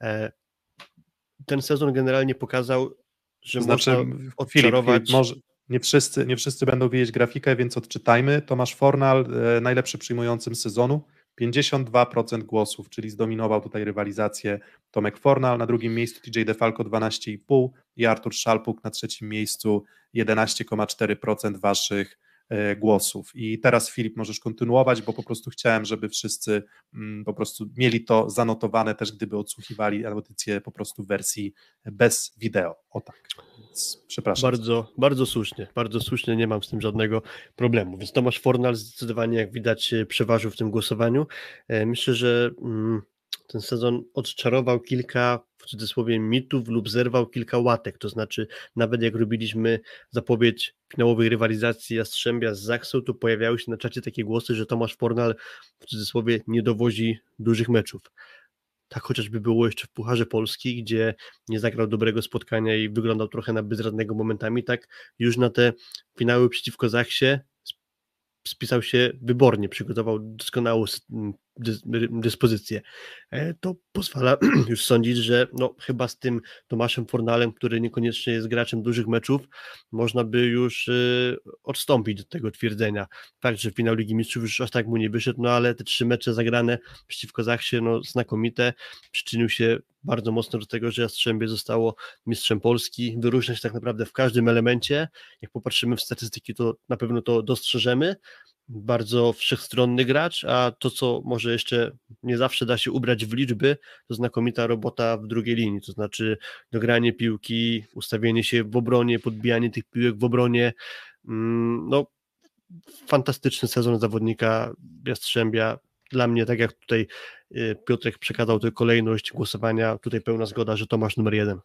S4: Ten sezon generalnie pokazał, że
S3: znaczy,
S4: można odczarować...
S3: Filip, Filip, może nie wszyscy, nie wszyscy będą widzieć grafikę, więc odczytajmy. Tomasz Fornal, e, najlepszy przyjmującym sezonu, pięćdziesiąt dwa procent głosów, czyli zdominował tutaj rywalizację Tomek Fornal, na drugim miejscu T J DeFalco dwanaście i pół i Artur Szalpuk na trzecim miejscu jedenaście przecinek cztery procent waszych głosów. I teraz Filip możesz kontynuować, bo po prostu chciałem, żeby wszyscy mm, po prostu mieli to zanotowane też, gdyby odsłuchiwali audycję po prostu w wersji bez wideo. O tak. Więc przepraszam.
S4: Bardzo, bardzo słusznie, bardzo słusznie, nie mam z tym żadnego problemu. Więc Tomasz Fornal zdecydowanie, jak widać, przeważył w tym głosowaniu. Myślę, że mm, ten sezon odczarował kilka, w cudzysłowie, mitów lub zerwał kilka łatek, to znaczy nawet jak robiliśmy zapowiedź finałowej rywalizacji Jastrzębia z Zaksą, to pojawiały się na czacie takie głosy, że Tomasz Fornal w cudzysłowie nie dowozi dużych meczów. Tak chociażby było jeszcze w Pucharze Polski, gdzie nie zagrał dobrego spotkania i wyglądał trochę na bezradnego momentami, tak już na te finały przeciwko Zaksie spisał się wybornie, przygotował doskonałą dyspozycję. To pozwala już sądzić, że no, chyba z tym Tomaszem Fornalem, który niekoniecznie jest graczem dużych meczów, można by już odstąpić od tego twierdzenia. Fakt, że finał Ligi Mistrzów już aż tak mu nie wyszedł, no ale te trzy mecze zagrane przeciwko Zachsie, no znakomite, przyczynił się bardzo mocno do tego, że Jastrzębie zostało mistrzem Polski, wyróżnia się tak naprawdę w każdym elemencie. Jak popatrzymy w statystyki, to na pewno to dostrzeżemy. Bardzo wszechstronny gracz, a to, co może jeszcze nie zawsze da się ubrać w liczby, to znakomita robota w drugiej linii, to znaczy dogranie piłki, ustawienie się w obronie, podbijanie tych piłek w obronie. No, fantastyczny sezon zawodnika Jastrzębia. Dla mnie, tak jak tutaj Piotrek przekazał tę kolejność głosowania, tutaj pełna zgoda, że Tomasz numer jeden.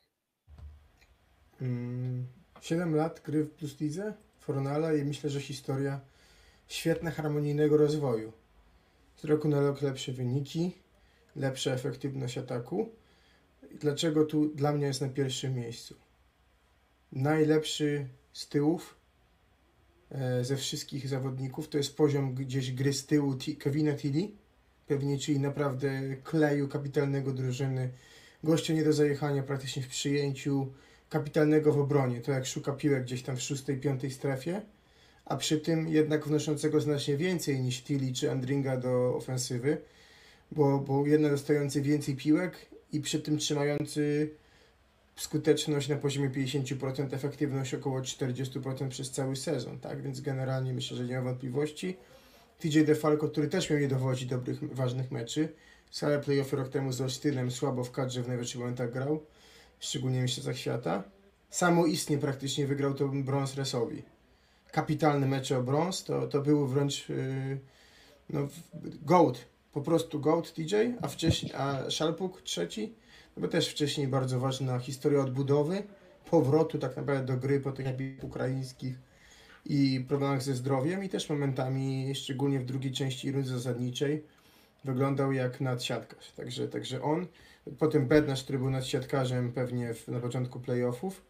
S5: siedem lat gry w Plus Lidze Fornala i myślę, że historia świetna harmonijnego rozwoju. Z roku na rok lepsze wyniki, lepsza efektywność ataku. Dlaczego tu dla mnie jest na pierwszym miejscu? Najlepszy z tyłów e, ze wszystkich zawodników to jest poziom gdzieś gry z tyłu T- Kevina Tilly, pewnie, czyli naprawdę kleju kapitalnego drużyny, gościa nie do zajechania praktycznie w przyjęciu, kapitalnego w obronie, to jak szuka piłek gdzieś tam w szóstej, piątej strefie, a przy tym jednak wnoszącego znacznie więcej niż Tilly czy Andringa do ofensywy, bo, bo jednak dostający więcej piłek i przy tym trzymający skuteczność na poziomie pięćdziesiąt procent, efektywność około czterdzieści procent przez cały sezon, tak? Więc generalnie myślę, że nie ma wątpliwości. T J DeFalco, który też miał nie dowodzić dobrych, ważnych meczy, sale playoffy rok temu z Olsztynem słabo w kadrze w najwyższych momentach grał, szczególnie w mistrzostwach świata. Samoistnie praktycznie wygrał to brąz Resowi. Kapitalne mecze o brąz, to, to był wręcz yy, no, gołd, po prostu gołd T J, a wcześniej, a Szalpuk trzeci, no bo też wcześniej bardzo ważna historia odbudowy, powrotu tak naprawdę do gry po tych epidemiach ukraińskich i problemach ze zdrowiem i też momentami, szczególnie w drugiej części rundy zasadniczej, wyglądał jak nadsiatkarz. Także, także on, potem Bednarz, który był nadsiatkarzem pewnie w, na początku playoffów.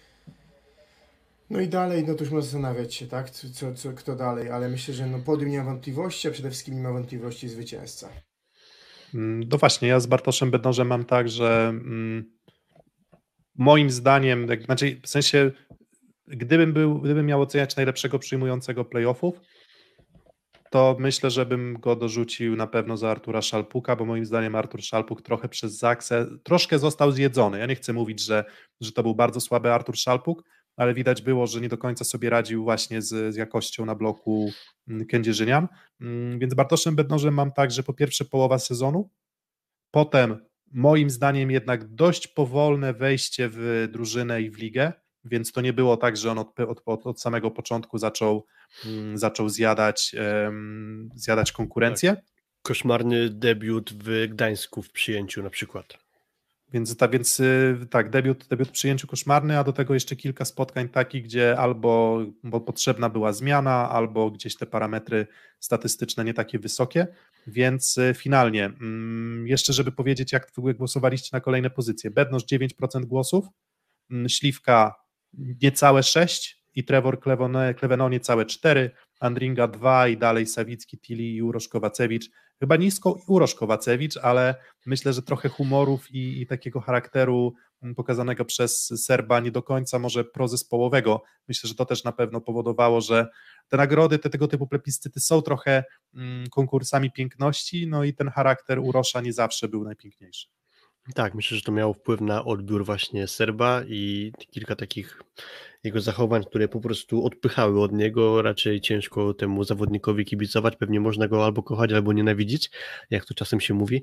S5: No i dalej, no to już można zastanawiać się, tak, co, co, co, kto dalej, ale myślę, że no podium nie ma wątpliwości, a przede wszystkim nie ma wątpliwości zwycięzca.
S3: No właśnie, ja z Bartoszem Bednorzem mam tak, że mm, moim zdaniem, jak, znaczy w sensie, gdybym był, gdybym miał oceniać najlepszego przyjmującego playoffów, to myślę, że bym go dorzucił na pewno za Artura Szalpuka, bo moim zdaniem Artur Szalpuk trochę przez Zaksę, troszkę został zjedzony. Ja nie chcę mówić, że, że to był bardzo słaby Artur Szalpuk, ale widać było, że nie do końca sobie radził właśnie z, z jakością na bloku Kędzierzynian. Więc Bartoszem Bednorzem mam tak, że po pierwsze połowa sezonu, potem moim zdaniem jednak dość powolne wejście w drużynę i w ligę, więc to nie było tak, że on od, od, od samego początku zaczął, um, zaczął zjadać, um, zjadać konkurencję.
S4: Tak. Koszmarny debiut w Gdańsku w przyjęciu na przykład.
S3: Więc, ta, więc tak, debiut, debiut w przyjęciu koszmarny, a do tego jeszcze kilka spotkań takich, gdzie albo bo potrzebna była zmiana, albo gdzieś te parametry statystyczne nie takie wysokie, więc finalnie, jeszcze żeby powiedzieć, jak w ogóle głosowaliście na kolejne pozycje. Bednosz dziewięć procent głosów, Śliwka niecałe sześć i Trevor Kleveno niecałe cztery, Andringa dwa i dalej Sawicki, Tilly i Urosz Kowacewicz. Chyba nisko Urosz Kowacewicz, ale myślę, że trochę humorów i, i takiego charakteru pokazanego przez Serba nie do końca może prozespołowego. Myślę, że to też na pewno powodowało, że te nagrody, te tego typu plebiscyty są trochę mm, konkursami piękności, no i ten charakter Urosza nie zawsze był najpiękniejszy.
S4: Tak, myślę, że to miało wpływ na odbiór właśnie Serba i kilka takich jego zachowań, które po prostu odpychały od niego, raczej ciężko temu zawodnikowi kibicować, pewnie można go albo kochać, albo nienawidzić, jak to czasem się mówi.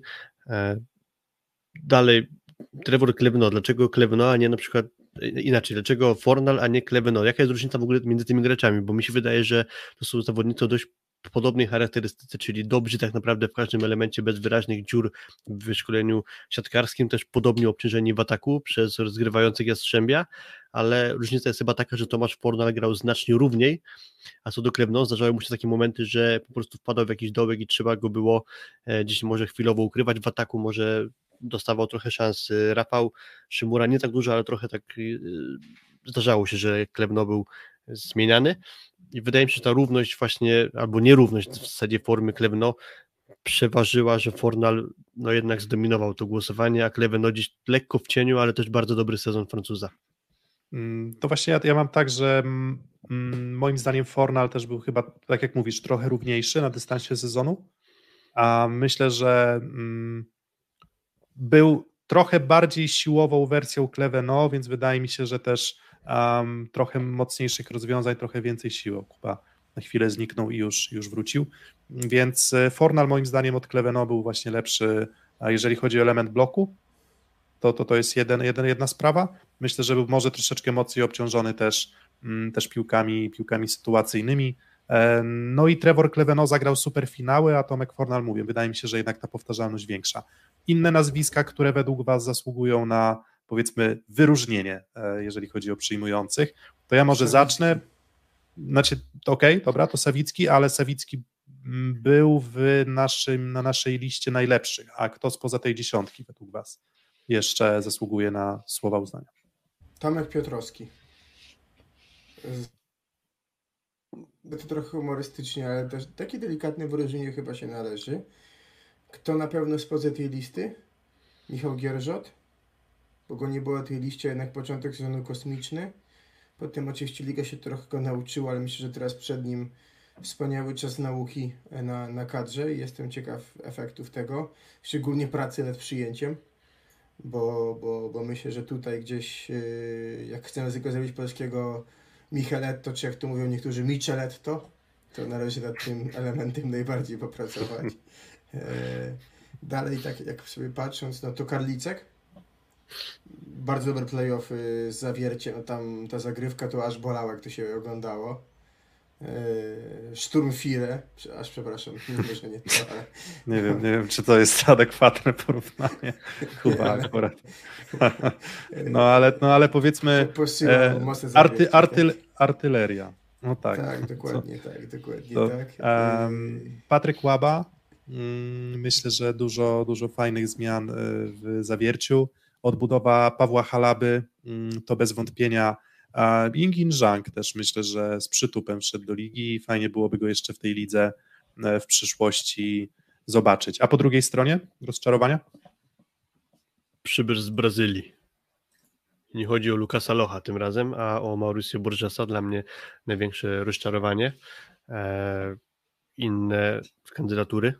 S4: Dalej, Trevor Kleveno, dlaczego Kleveno, a nie na przykład inaczej, dlaczego Fornal, a nie Kleveno? Jaka jest różnica w ogóle między tymi graczami? Bo mi się wydaje, że to są zawodnicy o dość podobnej charakterystyce, czyli dobrzy tak naprawdę w każdym elemencie, bez wyraźnych dziur w wyszkoleniu siatkarskim, też podobnie obciążeni w ataku przez rozgrywających Jastrzębia, ale różnica jest chyba taka, że Tomasz Fornal grał znacznie równiej, a co do Kleveno zdarzały mu się takie momenty, że po prostu wpadał w jakiś dołek i trzeba go było gdzieś może chwilowo ukrywać w ataku, może dostawał trochę szans Rafał Szymura, nie tak dużo, ale trochę tak zdarzało się, że Kleveno był zmieniany i wydaje mi się, że ta równość właśnie, albo nierówność w zasadzie formy Kleveno przeważyła, że Fornal no jednak zdominował to głosowanie, a Kleveno gdzieś lekko w cieniu, ale też bardzo dobry sezon Francuza.
S3: To właśnie ja, ja mam tak, że mm, moim zdaniem Fornal też był chyba, tak jak mówisz, trochę równiejszy na dystansie sezonu, a myślę, że mm, był trochę bardziej siłową wersją Kleveno, więc wydaje mi się, że też um, trochę mocniejszych rozwiązań, trochę więcej siły. Kuba na chwilę zniknął i już, już wrócił, więc Fornal moim zdaniem od Kleveno był właśnie lepszy, a jeżeli chodzi o element bloku, to to, to jest jeden, jeden, jedna sprawa. Myślę, że był może troszeczkę mocniej obciążony też, też piłkami, piłkami sytuacyjnymi. No i Trevor Kleveno zagrał super finały, a Tomek Fornal, mówię, wydaje mi się, że jednak ta powtarzalność większa. Inne nazwiska, które według was zasługują na, powiedzmy, wyróżnienie, jeżeli chodzi o przyjmujących, to ja może Sawicki. zacznę, znaczy, okej, okay, dobra, to Sawicki, ale Sawicki był w naszym, na naszej liście najlepszych, a kto spoza tej dziesiątki według was jeszcze zasługuje na słowa uznania?
S5: Tomek Piotrowski. To trochę humorystycznie, ale też takie delikatne wyróżnienie chyba się należy. Kto na pewno spoza tej listy? Michał Gierżot, bo go nie było na tej liście, jednak początek sezonu kosmiczny. Potem oczywiście liga się trochę go nauczyła, ale myślę, że teraz przed nim wspaniały czas nauki na, na kadrze i jestem ciekaw efektów tego, szczególnie pracy nad przyjęciem, bo, bo, bo myślę, że tutaj gdzieś yy, jak chcemy z niego zrobić polskiego Micheletto, czy jak to mówią niektórzy Micheletto, to należy nad tym elementem najbardziej popracować. Yy, dalej, tak jak sobie patrząc, no to Karlicek, bardzo dobre play-offy z Zawiercie, no tam ta zagrywka to aż bolała, jak to się oglądało. Sturmfire, aż przepraszam, nie, że nie to, ale...
S3: Nie wiem, nie wiem, czy to jest adekwatne porównanie, Kuba akurat. No ale, no, ale powiedzmy e, arty, artyl, artyleria. No tak.
S5: Tak, dokładnie, Co? tak, dokładnie
S3: to,
S5: tak.
S3: Um, Patryk Łaba, um, myślę, że dużo, dużo fajnych zmian w Zawierciu. Odbudowa Pawła Halaby, um, to bez wątpienia. A Yingin Zhang też myślę, że z przytupem wszedł do ligi i fajnie byłoby go jeszcze w tej lidze w przyszłości zobaczyć. A po drugiej stronie rozczarowania?
S4: Przybysz z Brazylii. Nie chodzi o Lucasa Locha tym razem, a o Mauricio Borgesa, dla mnie największe rozczarowanie. Eee, inne kandydatury?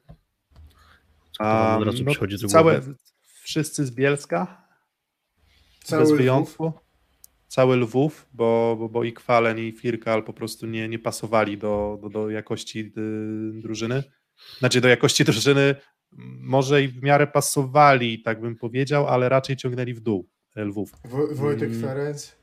S3: A,
S4: od razu
S3: no,
S4: przychodzi do
S3: całe,
S4: głowy.
S3: Wszyscy z Bielska?
S5: Cały
S3: Bez wyjątku? Cały Lwów, bo, bo, bo i Kwalen, i Firkal po prostu nie, nie pasowali do, do, do jakości drużyny. Znaczy do jakości drużyny może i w miarę pasowali, tak bym powiedział, ale raczej ciągnęli w dół Lwów.
S5: Wo- Wojtek hmm. Ferenc.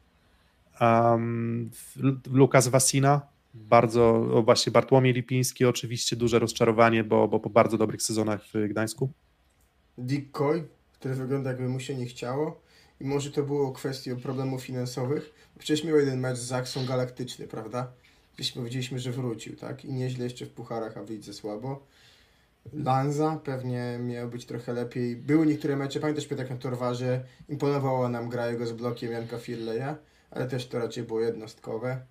S3: Um, Lukas Wasina, bardzo, o właśnie Bartłomiej Lipiński, oczywiście duże rozczarowanie, bo, bo po bardzo dobrych sezonach w Gdańsku.
S5: Dick Coy, który wygląda jakby mu się nie chciało. I może to było kwestią problemów finansowych. Przecież miał jeden mecz z Zaksą Galaktyczny, prawda? Gdzieś powiedzieliśmy, że wrócił, tak? I nieźle jeszcze w pucharach, a wyjdzie słabo. Lanza pewnie miał być trochę lepiej. Były niektóre mecze, pamiętasz Piotrek na Torwarze, imponowała nam gra jego z blokiem Janka Firleja, ale też to raczej było jednostkowe.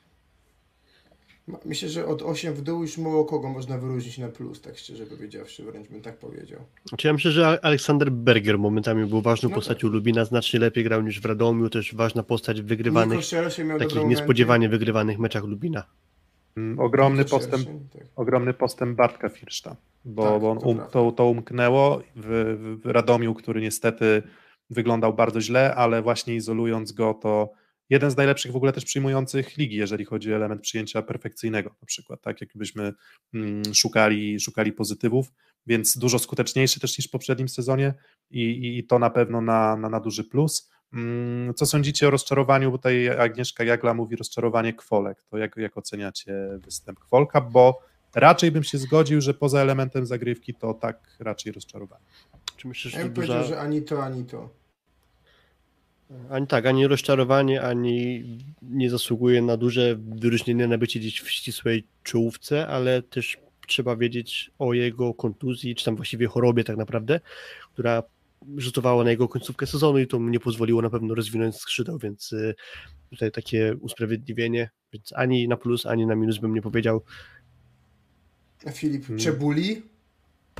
S5: Myślę, że od osiem w dół już mało kogo można wyróżnić na plus, tak szczerze powiedziawszy, wręcz bym tak powiedział.
S4: Znaczy ja myślę, że Aleksander Berger momentami był ważną no postacią tak. Lubina, znacznie lepiej grał niż w Radomiu, też ważna postać w wygrywanych, takich niespodziewanie wygrywanych meczach Lubina.
S3: Mm, ogromny postęp, tak. ogromny postęp Bartka Firszta, bo, tak, bo on to, um, to, to umknęło w, w Radomiu, który niestety wyglądał bardzo źle, ale właśnie izolując go, to jeden z najlepszych w ogóle też przyjmujących ligi, jeżeli chodzi o element przyjęcia perfekcyjnego na przykład, tak jakbyśmy mm, szukali, szukali pozytywów, więc dużo skuteczniejszy też niż w poprzednim sezonie i, i to na pewno na, na, na duży plus. Mm, co sądzicie o rozczarowaniu, bo tutaj Agnieszka Jagla mówi rozczarowanie Kwolek, to jak, jak oceniacie występ Kwolka, bo raczej bym się zgodził, że poza elementem zagrywki to tak raczej rozczarowanie.
S4: Czy myślisz, że
S5: ja bym
S4: duża...
S5: powiedział, że ani to, ani to.
S4: Ani tak, ani rozczarowanie, ani nie zasługuje na duże wyróżnienie na bycie gdzieś w ścisłej czołówce, ale też trzeba wiedzieć o jego kontuzji, czy tam właściwie chorobie tak naprawdę, która rzutowała na jego końcówkę sezonu i to mu nie pozwoliło na pewno rozwinąć skrzydeł, więc tutaj takie usprawiedliwienie, więc ani na plus, ani na minus bym nie powiedział.
S5: A Filip hmm. Czebuli?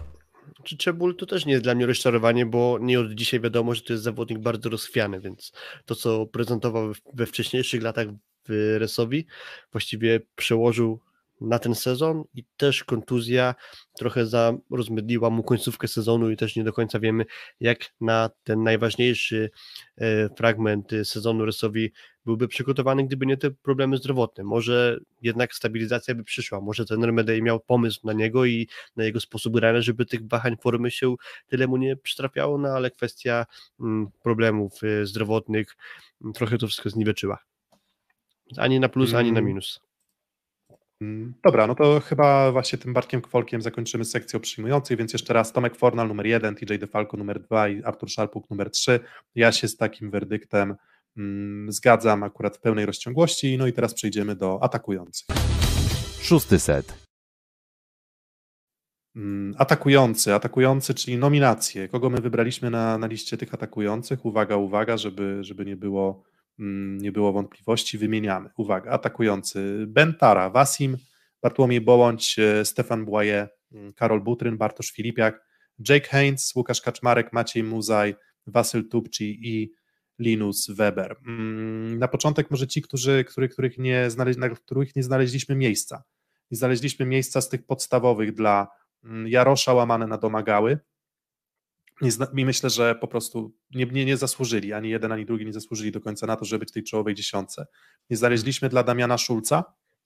S4: Czy Czebul to też nie jest dla mnie rozczarowanie, bo nie od dzisiaj wiadomo, że to jest zawodnik bardzo rozchwiany, więc to, co prezentował we wcześniejszych latach w Resowi, właściwie przełożył na ten sezon i też kontuzja trochę za rozmydliła mu końcówkę sezonu i też nie do końca wiemy, jak na ten najważniejszy e, fragment sezonu Resowi byłby przygotowany, gdyby nie te problemy zdrowotne. Może jednak stabilizacja by przyszła, może trener Medei miał pomysł na niego i na jego sposób grania, żeby tych wahań formy się tyle mu nie przytrafiało, no ale kwestia mm, problemów e, zdrowotnych m, trochę to wszystko zniweczyła. Ani na plus, ani na minus.
S3: Dobra, no to chyba właśnie tym Bartkiem Kwolkiem zakończymy sekcję o przyjmujących, więc jeszcze raz Tomek Fornal numer jeden, T J DeFalco numer dwa i Artur Szalpuk numer trzy. Ja się z takim werdyktem mm, zgadzam akurat w pełnej rozciągłości, no i teraz przejdziemy do atakujących.
S2: Szósty set.
S3: Mm, atakujący, atakujący, czyli nominacje. Kogo my wybraliśmy na, na liście tych atakujących? Uwaga, uwaga, żeby, żeby nie było nie było wątpliwości, wymieniamy. Uwaga, atakujący Bentara, Wasim, Bartłomiej Bołądź, Stefan Błaje, Karol Butryn, Bartosz Filipiak, Jake Haynes, Łukasz Kaczmarek, Maciej Muzaj, Wasyl Tubci i Linus Weber. Na początek może ci, którzy, których, których nie znaleźli, na których nie znaleźliśmy miejsca. Nie znaleźliśmy miejsca z tych podstawowych dla Jarosza, łamane na Domagały. I myślę, że po prostu nie, nie, nie zasłużyli, ani jeden, ani drugi nie zasłużyli do końca na to, żeby być w tej czołowej dziesiątce. Nie znaleźliśmy dla Damiana Szulca,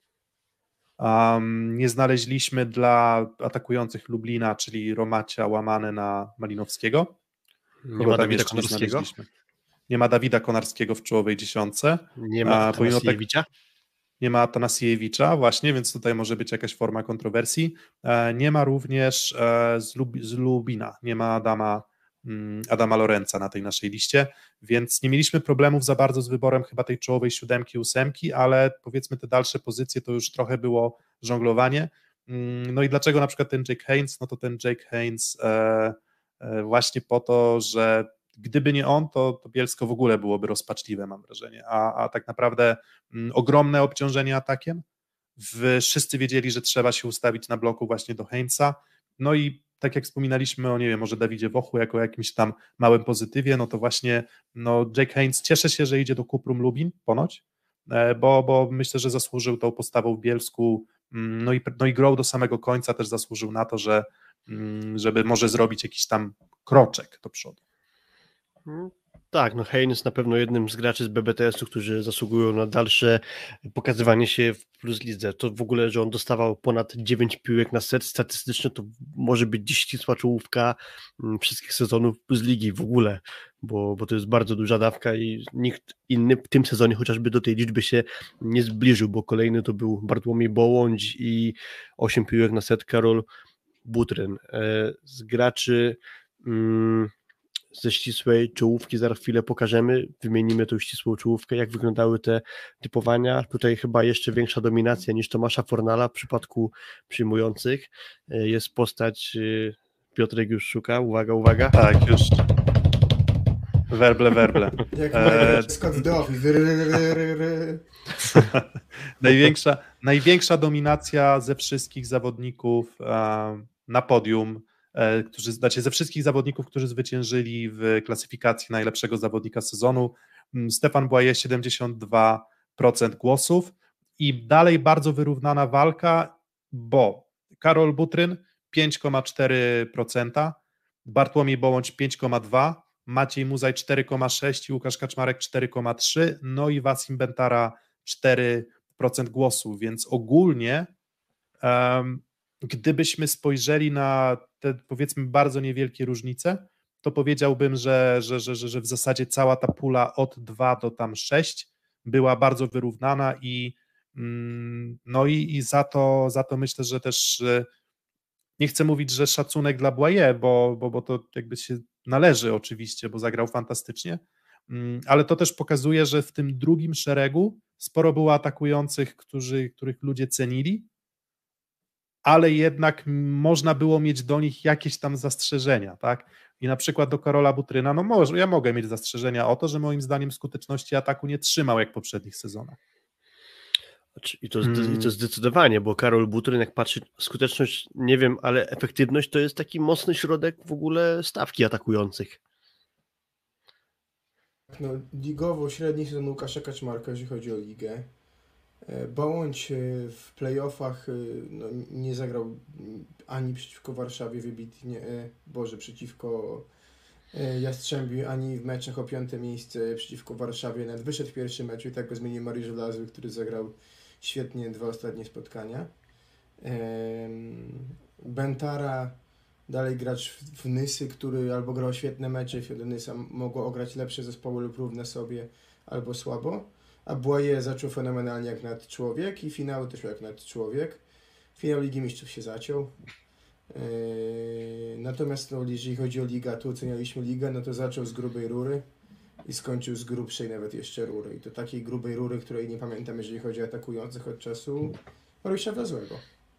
S3: um, nie znaleźliśmy dla atakujących Lublina, czyli Romacia, łamane na Malinowskiego.
S4: Nie ma Dawida Konarskiego.
S3: Nie ma Dawida Konarskiego w czołowej dziesiątce.
S4: Nie ma Atanasiewicza.
S3: Tak, nie ma Atanasiewicza, właśnie, więc tutaj może być jakaś forma kontrowersji. Nie ma również z, Lub, z Lubina, nie ma Adama, Adama Lorenza na tej naszej liście, więc nie mieliśmy problemów za bardzo z wyborem chyba tej czołowej siódemki, ósemki, ale powiedzmy te dalsze pozycje to już trochę było żonglowanie. No i dlaczego na przykład ten Jake Haynes? No to ten Jake Haynes e, e, właśnie po to, że gdyby nie on, to, to Bielsko w ogóle byłoby rozpaczliwe, mam wrażenie, a, a tak naprawdę m, ogromne obciążenie atakiem. W, wszyscy wiedzieli, że trzeba się ustawić na bloku właśnie do Haynesa, no i tak jak wspominaliśmy o, nie wiem, może Dawidzie Wochu jako jakimś tam małym pozytywie, no to właśnie no Jake Haynes, cieszę się, że idzie do Kuprum Lubin, ponoć, bo, bo myślę, że zasłużył tą postawą w Bielsku, no i, no i grał do samego końca, też zasłużył na to, że żeby może zrobić jakiś tam kroczek do przodu.
S4: Tak, no Haynes na pewno jednym z graczy z B B T S-u, którzy zasługują na dalsze pokazywanie się w plus lidze. To w ogóle, że on dostawał ponad dziewięć piłek na set statystyczny, to może być dziś ścisła czołówka wszystkich sezonów plus ligi w ogóle, bo, bo to jest bardzo duża dawka i nikt inny w tym sezonie chociażby do tej liczby się nie zbliżył, bo kolejny to był Bartłomiej Bołądź i osiem piłek na set Karol Butryn. Z graczy mm, ze ścisłej czołówki zaraz chwilę pokażemy, wymienimy tą ścisłą czołówkę, jak wyglądały te typowania. Tutaj chyba jeszcze większa dominacja niż Tomasza Fornala w przypadku przyjmujących. Jest postać, Piotrek już szuka, uwaga, uwaga.
S3: Tak, już. Werble, werble.
S5: Jak e... Scott the Office.
S3: największa, największa dominacja ze wszystkich zawodników um, na podium, którzy, znaczy ze wszystkich zawodników, którzy zwyciężyli w klasyfikacji najlepszego zawodnika sezonu. Stefan Błaje siedemdziesiąt dwa procent głosów i dalej bardzo wyrównana walka, bo Karol Butryn pięć przecinek cztery procent, Bartłomiej Bołądź pięć przecinek dwa procent, Maciej Muzaj cztery przecinek sześć procent i Łukasz Kaczmarek cztery przecinek trzy procent, no i Wasim Bentara cztery procent głosów, więc ogólnie um, gdybyśmy spojrzeli na te, powiedzmy, bardzo niewielkie różnice, to powiedziałbym, że, że, że, że w zasadzie cała ta pula od dwa do tam sześć była bardzo wyrównana i no i, i za to, za to myślę, że też nie chcę mówić, że szacunek dla Błaje, bo, bo, bo to jakby się należy oczywiście, bo zagrał fantastycznie, ale to też pokazuje, że w tym drugim szeregu sporo było atakujących, którzy, których ludzie cenili, ale jednak można było mieć do nich jakieś tam zastrzeżenia, tak? I na przykład do Karola Butryna, no może, ja mogę mieć zastrzeżenia o to, że moim zdaniem skuteczności ataku nie trzymał jak w poprzednich sezonach.
S4: I to, hmm. I to zdecydowanie, bo Karol Butryn, jak patrzy, skuteczność nie wiem, ale efektywność to jest taki mocny środek w ogóle stawki atakujących.
S5: No, ligowo średni sezon Łukasza Kaczmarka, jeżeli chodzi o ligę. Bołądź w playoffach no, nie zagrał ani przeciwko Warszawie wybitnie, Boże, przeciwko Jastrzębiu, ani w meczach o piąte miejsce przeciwko Warszawie. Nawet wyszedł w pierwszym meczu i tak go zmienił Mariusz Wlazły, który zagrał świetnie dwa ostatnie spotkania. Bentara, dalej gracz w Nysy, który albo grał świetne mecze, wtedy Nysa mogło ograć lepsze zespoły lub równe sobie, albo słabo. A Boye zaczął fenomenalnie jak nad człowiek i finały też jak nad człowiek. Finał Ligi Mistrzów się zaciął. Yy, natomiast no, jeżeli chodzi o ligę, tu ocenialiśmy ligę, no to zaczął z grubej rury i skończył z grubszej nawet jeszcze rury. I to takiej grubej rury, której nie pamiętam, jeżeli chodzi o atakujących od czasu Mariusza Wlazłego.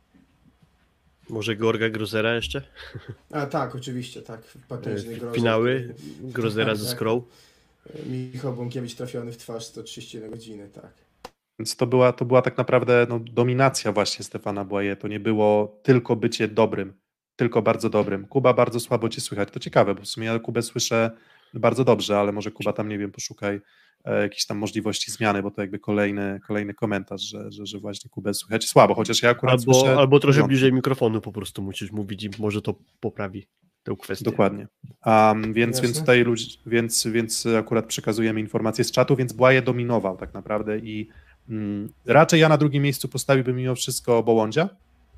S4: Może Georga Grozera jeszcze?
S5: A tak, oczywiście, tak. Potężny Grozer.
S4: Finały Grozera ze Skrą.
S5: Michał Bąkiewicz trafiony w twarz sto trzydzieści na godzinę, tak.
S3: Więc to była, to była tak naprawdę no, dominacja właśnie Stefana Boye. To nie było tylko bycie dobrym, tylko bardzo dobrym. Kuba, bardzo słabo cię słychać. To ciekawe, bo w sumie ja Kubę słyszę bardzo dobrze, ale może Kuba tam, nie wiem, poszukaj e, jakiejś tam możliwości zmiany, bo to jakby kolejny, kolejny komentarz, że, że, że właśnie Kubę słychać słabo, chociaż ja akurat
S4: albo,
S3: słyszę...
S4: Albo trochę no. bliżej mikrofonu po prostu musisz mówić i może to poprawi tę kwestię.
S3: Dokładnie. Um, więc, więc tutaj ludzi, więc, więc akurat przekazujemy informacje z czatu, więc Boye dominował tak naprawdę i mm, raczej ja na drugim miejscu postawiłbym mimo wszystko Bołądzia,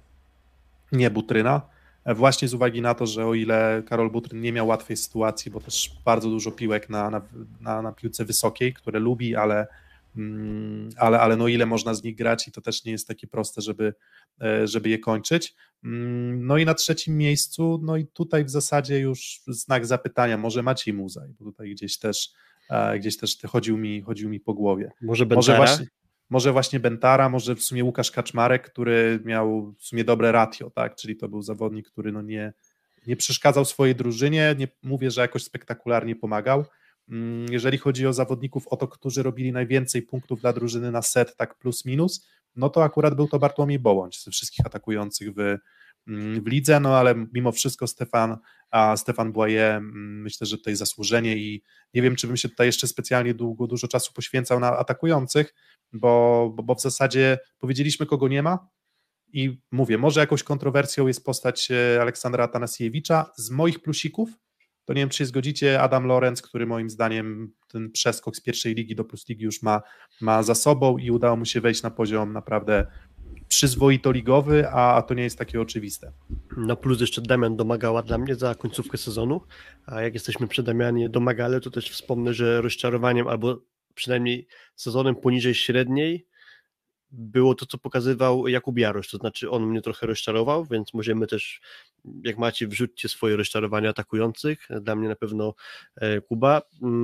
S3: nie Butryna, właśnie z uwagi na to, że o ile Karol Butryn nie miał łatwej sytuacji, bo też bardzo dużo piłek na, na, na, na piłce wysokiej, które lubi, ale, mm, ale, ale no ile można z nich grać i to też nie jest takie proste, żeby, żeby je kończyć. No i na trzecim miejscu, no i tutaj w zasadzie już znak zapytania, może Maciej Muzaj, bo tutaj gdzieś też, gdzieś też chodził mi, chodził mi po głowie.
S4: Może Bentara?
S3: Może właśnie, może właśnie Bentara, może w sumie Łukasz Kaczmarek, który miał w sumie dobre ratio, tak, czyli to był zawodnik, który no nie, nie przeszkadzał swojej drużynie, nie mówię, że jakoś spektakularnie pomagał. Jeżeli chodzi o zawodników, o to, którzy robili najwięcej punktów dla drużyny na set, tak plus minus, no to akurat był to Bartłomiej Bołądź ze wszystkich atakujących w, w lidze, no ale mimo wszystko Stefan, a Stefan Boye, myślę, że tutaj zasłużenie i nie wiem, czy bym się tutaj jeszcze specjalnie długo, dużo czasu poświęcał na atakujących, bo, bo, bo w zasadzie powiedzieliśmy, kogo nie ma i mówię, może jakąś kontrowersją jest postać Aleksandra Atanasiewicza. Z moich plusików to nie wiem, czy się zgodzicie, Adam Lorenz, który moim zdaniem ten przeskok z pierwszej ligi do Plus Ligi już ma, ma za sobą i udało mu się wejść na poziom naprawdę przyzwoito ligowy, a, a to nie jest takie oczywiste.
S4: Na plus jeszcze Damian Domagała dla mnie za końcówkę sezonu, a jak jesteśmy przy Damianie Domagale, to też wspomnę, że rozczarowaniem albo przynajmniej sezonem poniżej średniej było to, co pokazywał Jakub Jarosz, to znaczy on mnie trochę rozczarował, więc możemy też, jak macie, wrzućcie swoje rozczarowania atakujących, dla mnie na pewno Kuba.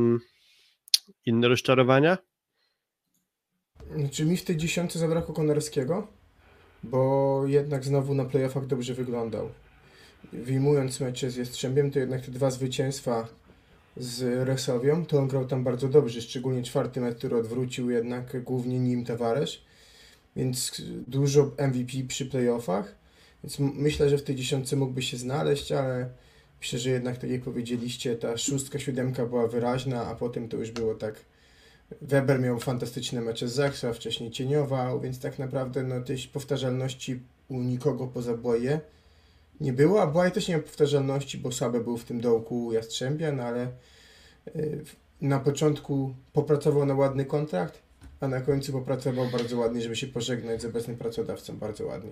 S4: Inne rozczarowania?
S5: Znaczy mi w tej dziesiątce zabrakło Konarskiego, bo jednak znowu na playoffach dobrze wyglądał. Wyjmując mecze z Jastrzębiem, to jednak te dwa zwycięstwa z Resowią, to on grał tam bardzo dobrze, szczególnie czwarty mecz, który odwrócił jednak głównie nim Tavares, więc dużo M V P przy playoffach, więc myślę, że w tej dziesiątce mógłby się znaleźć, ale myślę, że jednak, tak jak powiedzieliście, ta szóstka, siódemka była wyraźna, a potem to już było tak. Weber miał fantastyczne mecze z Zaksa, wcześniej cieniował, więc tak naprawdę no, tej powtarzalności u nikogo poza Boye nie było, a Boye też nie miał powtarzalności, bo słaby był w tym dołku Jastrzębia, no ale yy, na początku popracował na ładny kontrakt, a na końcu popracował bardzo ładnie, żeby się pożegnać z obecnym pracodawcą, bardzo ładnie.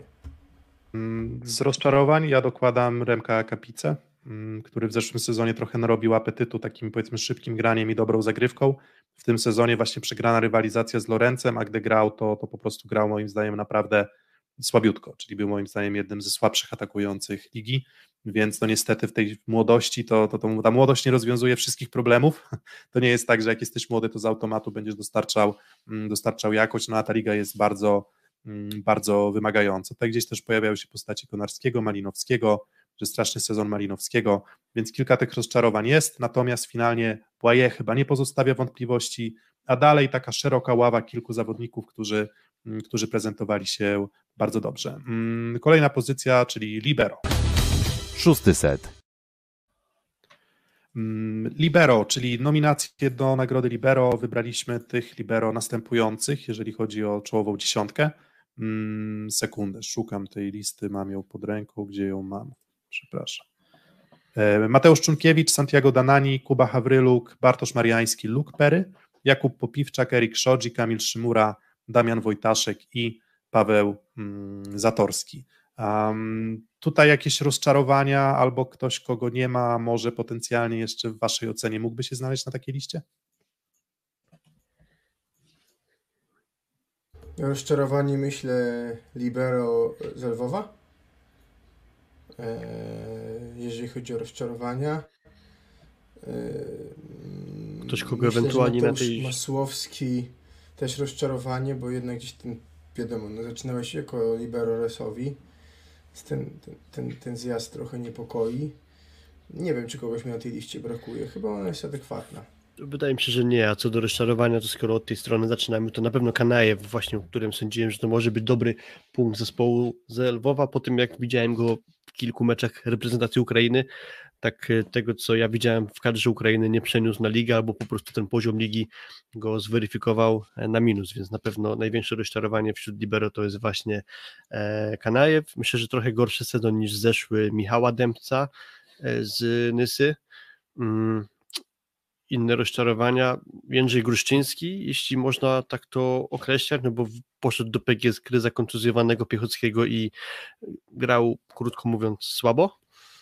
S3: Z rozczarowań ja dokładam Remka Kapicę, który w zeszłym sezonie trochę narobił apetytu takim, powiedzmy, szybkim graniem i dobrą zagrywką. W tym sezonie właśnie przegrana rywalizacja z Lorencem, a gdy grał, to, to po prostu grał moim zdaniem naprawdę słabiutko, czyli był moim zdaniem jednym ze słabszych atakujących ligi, więc no niestety w tej młodości to, to, to ta młodość nie rozwiązuje wszystkich problemów. To nie jest tak, że jak jesteś młody, to z automatu będziesz dostarczał, dostarczał jakość, no a ta liga jest bardzo, bardzo wymagająca. Tutaj gdzieś też pojawiają się postacie Konarskiego, Malinowskiego, że straszny sezon Malinowskiego, więc kilka tych rozczarowań jest, natomiast finalnie Boye chyba nie pozostawia wątpliwości, a dalej taka szeroka ława kilku zawodników, którzy którzy prezentowali się bardzo dobrze. Kolejna pozycja, czyli libero.
S2: Szósty set.
S3: Libero, czyli nominacje do nagrody libero, wybraliśmy tych libero następujących, jeżeli chodzi o czołową dziesiątkę. Sekundę, szukam tej listy, mam ją pod ręką, gdzie ją mam, przepraszam. Mateusz Czunkiewicz, Santiago Danani, Kuba Hawryluk, Bartosz Mariański, Luke Perry, Jakub Popiwczak, Erik Szodzi, Kamil Szymura, Damian Wojtaszek i Paweł mm, Zatorski. Um, tutaj jakieś rozczarowania albo ktoś, kogo nie ma, może potencjalnie jeszcze w waszej ocenie mógłby się znaleźć na takiej liście?
S5: Rozczarowanie, myślę, libero z Lwowa. Eee, jeżeli chodzi o rozczarowania. Eee,
S4: Ktoś, kogo
S5: myślę,
S4: ewentualnie
S5: że
S4: na
S5: Mateusz
S4: tej...
S5: Masłowski też rozczarowanie, bo jednak gdzieś ten, wiadomo, no zaczynałeś jako libero Resowi. Ten, ten, ten, ten zjazd trochę niepokoi. Nie wiem, czy kogoś mi na tej liście brakuje. Chyba ona jest adekwatna.
S4: Wydaje mi się, że nie, a co do rozczarowania, to skoro od tej strony zaczynamy, to na pewno Kanajew, właśnie o którym sądziłem, że to może być dobry punkt zespołu z Lwowa, po tym jak widziałem go w kilku meczach reprezentacji Ukrainy, tak tego, co ja widziałem w kadrze Ukrainy, nie przeniósł na ligę, albo po prostu ten poziom ligi go zweryfikował na minus, więc na pewno największe rozczarowanie wśród libero to jest właśnie Kanajew. Myślę, że trochę gorszy sezon niż zeszły Michała Dębca z Nysy. Inne rozczarowania, Jędrzej Gruszczyński, jeśli można tak to określać, no bo poszedł do P G S Gry za kontuzjowanego Piechockiego i grał, krótko mówiąc, słabo.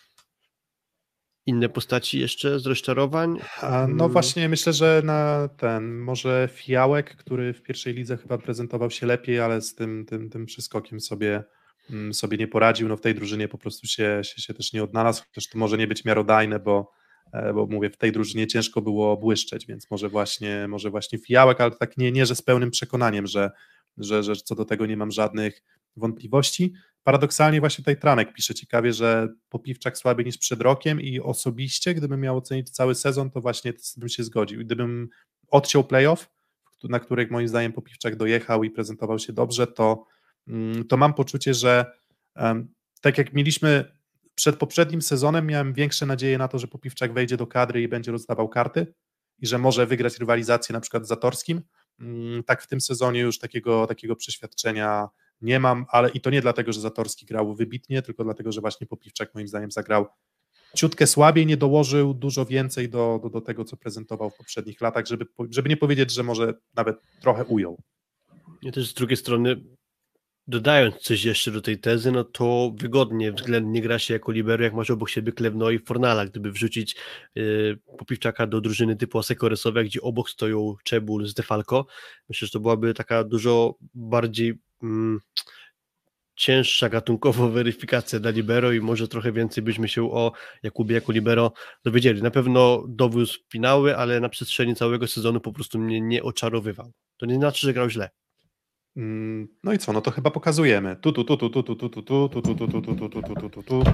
S4: Inne postaci jeszcze z rozczarowań?
S3: A no właśnie, myślę, że na ten, może Fiałek, który w pierwszej lidze chyba prezentował się lepiej, ale z tym, tym, tym przeskokiem sobie, sobie nie poradził, no w tej drużynie po prostu się, się, się też nie odnalazł, chociaż to może nie być miarodajne, bo bo mówię, w tej drużynie ciężko było błyszczeć, więc może właśnie, może właśnie Fiałek, ale tak nie, nie, że z pełnym przekonaniem, że, że, że co do tego nie mam żadnych wątpliwości. Paradoksalnie właśnie tutaj Tranek pisze ciekawie, że Popiwczak słabiej niż przed rokiem i osobiście, gdybym miał ocenić cały sezon, to właśnie z tym się zgodził. Gdybym odciął playoff, na których moim zdaniem Popiwczak dojechał i prezentował się dobrze, to, to mam poczucie, że um, tak jak mieliśmy przed poprzednim sezonem, miałem większe nadzieje na to, że Popiwczak wejdzie do kadry i będzie rozdawał karty i że może wygrać rywalizację na przykład z Zatorskim. Tak w tym sezonie już takiego, takiego przeświadczenia nie mam, ale i to nie dlatego, że Zatorski grał wybitnie, tylko dlatego, że właśnie Popiwczak moim zdaniem zagrał ciutkę słabiej, nie dołożył dużo więcej do, do, do tego, co prezentował w poprzednich latach, żeby, żeby nie powiedzieć, że może nawet trochę ujął.
S4: Ja też z drugiej strony, dodając coś jeszcze do tej tezy, no to wygodnie względnie gra się jako libero, jak masz obok siebie Klewno i Fornala, gdyby wrzucić y, Popiwczaka do drużyny typu Asekoresowe, gdzie obok stoją Czebul z Defalco. Myślę, że to byłaby taka dużo bardziej mm, cięższa gatunkowo weryfikacja dla libero i może trochę więcej byśmy się o Jakubie jako libero dowiedzieli. Na pewno dowiózł finały, ale na przestrzeni całego sezonu po prostu mnie nie oczarowywał. To nie znaczy, że grał źle.
S3: No i co, no to chyba pokazujemy. Tu, tu, tu, tu, tu, tu, tu, tu, tu, tu, tu, tu, tu, tu, tu, tu, tu, tu, tu.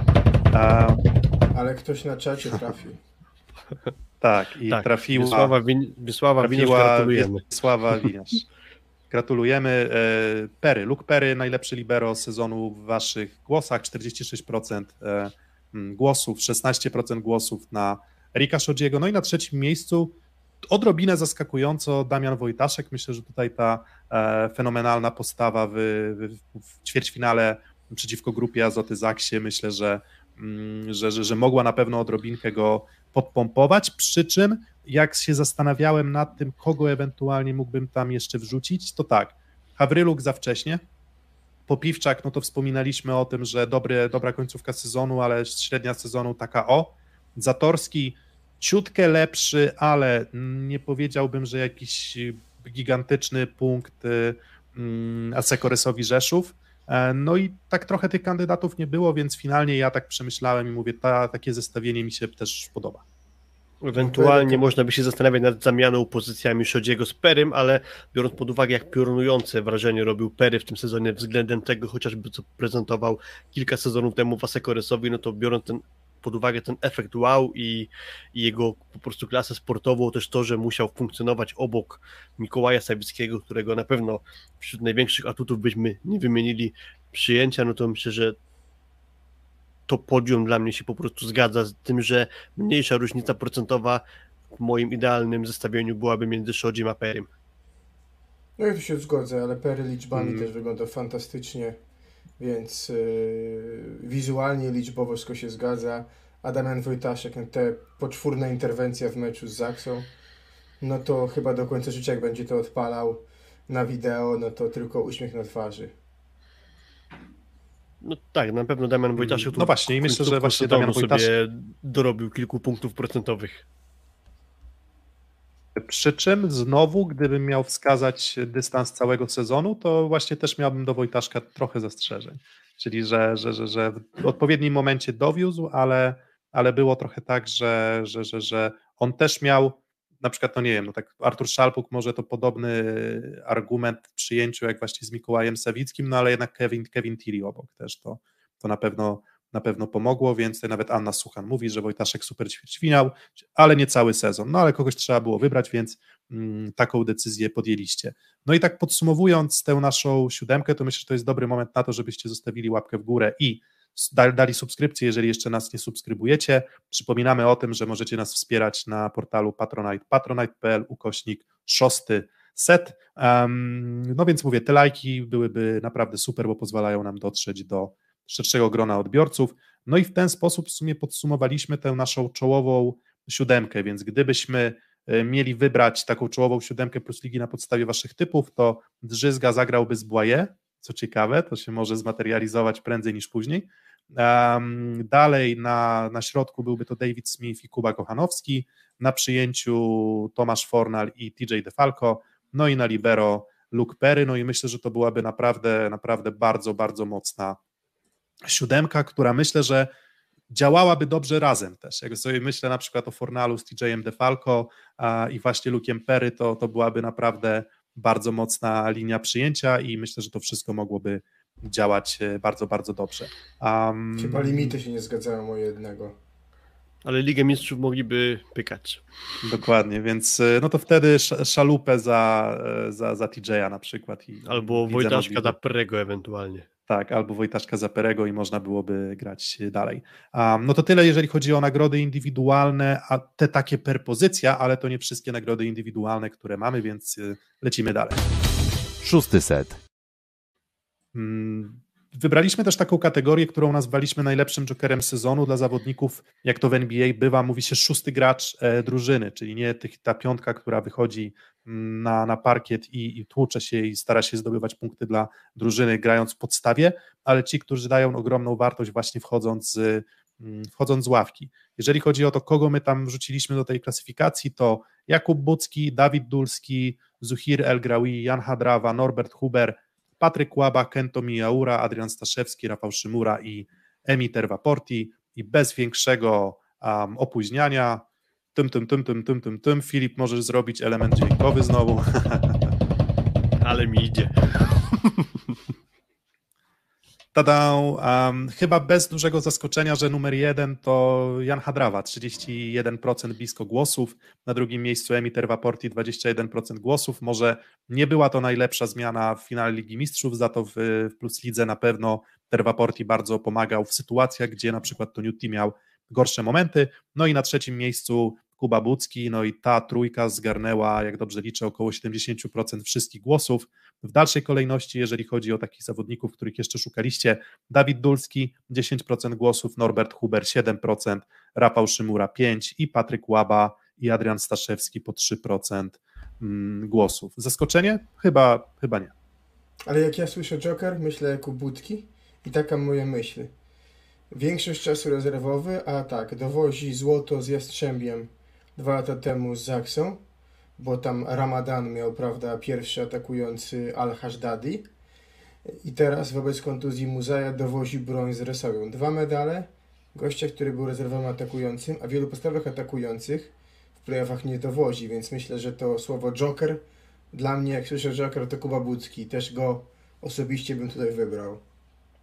S5: Ale ktoś na czacie trafił.
S3: Tak, i
S4: tak,
S3: trafiła
S4: Wiesława, Win- Wiesława Winiarz,
S3: trafiła
S4: gratulujemy.
S3: Wiesława Winiarz. Gratulujemy. Perry, Luke Perry, najlepszy libero sezonu w waszych głosach, czterdzieści sześć procent głosów, szesnaście procent głosów na Erika Szodziego. No i na trzecim miejscu odrobinę zaskakująco Damian Wojtaszek. Myślę, że tutaj ta e, fenomenalna postawa w, w, w ćwierćfinale przeciwko grupie Azoty Zaksie, myślę, że, mm, że, że, że mogła na pewno odrobinkę go podpompować, przy czym jak się zastanawiałem nad tym, kogo ewentualnie mógłbym tam jeszcze wrzucić, to tak, Hawryluk za wcześnie, Popiwczak, no to wspominaliśmy o tym, że dobry, dobra końcówka sezonu, ale średnia sezonu taka o, Zatorski ciutkę lepszy, ale nie powiedziałbym, że jakiś gigantyczny punkt Asekoresowi Rzeszów. No i tak trochę tych kandydatów nie było, więc finalnie ja tak przemyślałem i mówię, ta, takie zestawienie mi się też podoba.
S4: Ewentualnie można by się zastanawiać nad zamianą pozycjami Szodziego z Perrym, ale biorąc pod uwagę, jak piorunujące wrażenie robił Perry w tym sezonie względem tego chociażby, co prezentował kilka sezonów temu w Asekoresowi, no to biorąc ten pod uwagę ten efekt wow i, i jego po prostu klasę sportową, też to, że musiał funkcjonować obok Mikołaja Sawickiego, którego na pewno wśród największych atutów byśmy nie wymienili przyjęcia, no to myślę, że to podium dla mnie się po prostu zgadza z tym, że mniejsza różnica procentowa w moim idealnym zestawieniu byłaby między Shodzim a Perrym.
S5: No i tu się zgodzę, ale Perry liczbami
S3: Mm.
S5: też wygląda fantastycznie, więc yy, wizualnie, liczbowo wszystko się zgadza. A Damian Wojtaszek, te poczwórna interwencja w meczu z Zaksą, no to chyba do końca życia, jak będzie to odpalał na wideo, no to tylko uśmiech na twarzy.
S4: No tak, na pewno Damian Wojtaszek tu
S3: No właśnie, i myślę,
S4: końcówką
S3: że właśnie
S4: sezonu
S3: Damian Wojtaszek
S4: sobie dorobił kilku punktów procentowych.
S3: Przy czym znowu, gdybym miał wskazać dystans całego sezonu, to właśnie też miałbym do Wojtaszka trochę zastrzeżeń. Czyli, że, że, że, że w odpowiednim momencie dowiózł, ale, ale było trochę tak, że, że, że, że on też miał, na przykład, no nie wiem, no tak Artur Szalpuk może to podobny argument w przyjęciu jak właśnie z Mikołajem Sawickim, no ale jednak Kevin, Kevin Tilly obok też to, to na pewno na pewno pomogło, więc tutaj nawet Anna Suchan mówi, że Wojtaszek super ćwierćfinał, ale nie cały sezon, no ale kogoś trzeba było wybrać, więc mm, taką decyzję podjęliście. No i tak podsumowując tę naszą siódemkę, to myślę, że to jest dobry moment na to, żebyście zostawili łapkę w górę i dali subskrypcję, jeżeli jeszcze nas nie subskrybujecie. Przypominamy o tym, że możecie nas wspierać na portalu Patronite, patronite kropka pl ukośnik szósty set. Um, no więc mówię, te lajki byłyby naprawdę super, bo pozwalają nam dotrzeć do szerszego grona odbiorców. No i w ten sposób w sumie podsumowaliśmy tę naszą czołową siódemkę, więc gdybyśmy mieli wybrać taką czołową siódemkę plus ligi na podstawie waszych typów, to Drzyzga zagrałby z Błaje, co ciekawe, to się może zmaterializować prędzej niż później. Um, dalej na, na środku byłby to David Smith i Kuba Kochanowski, na przyjęciu Tomasz Fornal i T J DeFalco, no i na libero Luke Perry, no i myślę, że to byłaby naprawdę, naprawdę bardzo, bardzo mocna siódemka, która myślę, że działałaby dobrze razem też. Jak sobie myślę na przykład o Fornalu z T J-em DeFalco a, i właśnie Luke'iem Perry, to, to byłaby naprawdę bardzo mocna linia przyjęcia i myślę, że to wszystko mogłoby działać bardzo, bardzo dobrze. Um,
S5: Chyba limity się nie zgadzają o jednego.
S4: Ale Ligę Mistrzów mogliby pykać.
S3: Dokładnie, więc no to wtedy Szalupę za, za, za T J-a na przykład. I,
S4: albo
S3: i
S4: Wojtaszka za Perego ewentualnie.
S3: Tak, albo Wojtaszka za Perego i można byłoby grać dalej. Um, no to tyle, jeżeli chodzi o nagrody indywidualne, a te takie per pozycja, ale to nie wszystkie nagrody indywidualne, które mamy, więc lecimy dalej.
S2: Szósty set.
S3: Hmm. Wybraliśmy też taką kategorię, którą nazwaliśmy najlepszym jokerem sezonu dla zawodników, jak to w N B A bywa, mówi się szósty gracz e, drużyny, czyli nie tych, ta piątka, która wychodzi na, na parkiet i, i tłucze się i stara się zdobywać punkty dla drużyny grając w podstawie, ale ci, którzy dają ogromną wartość właśnie wchodząc z, wchodząc z ławki. Jeżeli chodzi o to, kogo my tam wrzuciliśmy do tej klasyfikacji, to Jakub Bucki, Dawid Dulski, Zuhir El Graoui, Jan Hadrawa, Norbert Huber, Patryk Łaba, Kento Mijaura, Adrian Staszewski, Rafał Szymura i Emi Terwaporti i bez większego um, opóźniania tym, tym, tym, tym, tym, tym, tym, Filip, możesz zrobić element dźwiękowy znowu.
S4: Ale mi idzie.
S3: Tada, um, chyba bez dużego zaskoczenia, że numer jeden to Jan Hadrawa, trzydzieści jeden procent blisko głosów, na drugim miejscu Emi Terwaporti, dwadzieścia jeden procent głosów, może nie była to najlepsza zmiana w finale Ligi Mistrzów, za to w, w Plus Lidze na pewno Terwaporti bardzo pomagał w sytuacjach, gdzie na przykład to Newty miał gorsze momenty, no i na trzecim miejscu Kuba Bucki, no i ta trójka zgarnęła, jak dobrze liczę, około siedemdziesiąt procent wszystkich głosów. W dalszej kolejności, jeżeli chodzi o takich zawodników, których jeszcze szukaliście, Dawid Dulski dziesięć procent głosów, Norbert Huber siedem procent, Rafał Szymura pięć procent i Patryk Łaba i Adrian Staszewski po trzy procent głosów. Zaskoczenie? Chyba, chyba nie.
S5: Ale jak ja słyszę Joker, myślę jako Budki i taka moja myśl. Większość czasu rezerwowy, a tak, dowozi złoto z Jastrzębiem dwa lata temu z Zaksą, bo tam Ramadan miał, prawda, pierwszy atakujący Al-Hashdadi i teraz wobec kontuzji Muzaja dowozi broń z Resowią. Dwa medale, gościa, który był rezerwowym atakującym, a wielu podstawowych atakujących w playoffach nie dowozi, więc myślę, że to słowo Joker, dla mnie jak słyszę Joker, to Kuba Bucki, też go osobiście bym tutaj wybrał.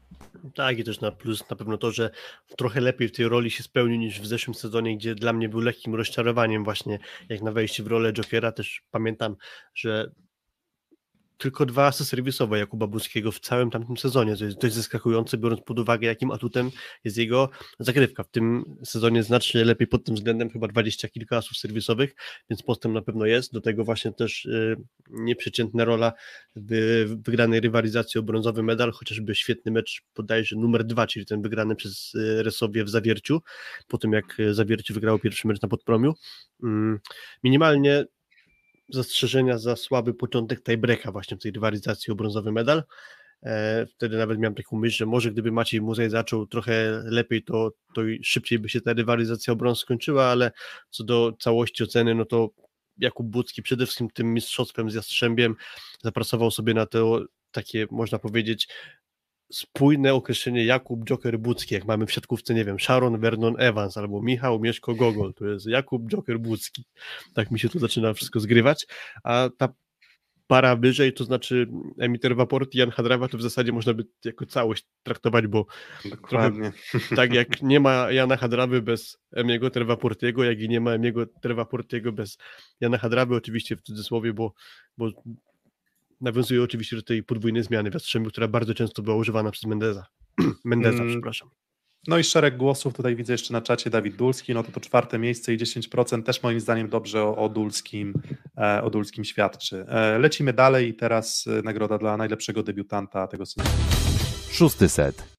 S4: Tak, i też na plus na pewno to, że trochę lepiej w tej roli się spełnił niż w zeszłym sezonie, gdzie dla mnie był lekkim rozczarowaniem właśnie, jak na wejście w rolę Jokera. Też pamiętam, że tylko dwa asy serwisowe Jakuba Buckiego w całym tamtym sezonie, to jest dość zaskakujące, biorąc pod uwagę, jakim atutem jest jego zagrywka. W tym sezonie znacznie lepiej pod tym względem, chyba dwadzieścia kilka asów serwisowych, więc postęp na pewno jest. Do tego właśnie też y, nieprzeciętna rola w wygranej rywalizacji o brązowy medal, chociażby świetny mecz, bodajże numer dwa, czyli ten wygrany przez y, Resowie w Zawierciu, po tym jak Zawiercie wygrało pierwszy mecz na Podpromiu. Y, minimalnie zastrzeżenia za słaby początek tiebreaka właśnie w tej rywalizacji o brązowy medal. E, wtedy nawet miałem taką myśl, że może gdyby Maciej Muzej zaczął trochę lepiej, to, to i szybciej by się ta rywalizacja o brąz skończyła, ale co do całości oceny, no to Jakub Bucki przede wszystkim tym mistrzostwem z Jastrzębiem zapracował sobie na to takie, można powiedzieć, spójne określenie Jakub Joker Bucki, jak mamy w siatkówce, nie wiem, Sharon Vernon Evans albo Michał Mieszko Gogol, to jest Jakub Joker Bucki. Tak mi się tu zaczyna wszystko zgrywać, a ta para wyżej, to znaczy Emiter Vaport i Jan Hadrawa, to w zasadzie można by jako całość traktować, bo
S3: Dokładnie.
S4: trochę tak jak nie ma Jana Hadrawy bez Emiego Tervaportiego, jak i nie ma Emiego Tervaportiego bez Jana Hadrawy, oczywiście w cudzysłowie, bo, bo nawiązuje oczywiście do tej podwójnej zmiany w Jastrzębiu, która bardzo często była używana przez Mendeza. Mendeza,
S3: Mm.
S4: przepraszam.
S3: No i szereg głosów, tutaj widzę jeszcze na czacie Dawid Dulski, no to to czwarte miejsce i dziesięć procent też moim zdaniem dobrze o, o, Dulskim, e, o Dulskim świadczy. E, lecimy dalej i teraz e, nagroda dla najlepszego debiutanta tego sezonu.
S2: Szósty set.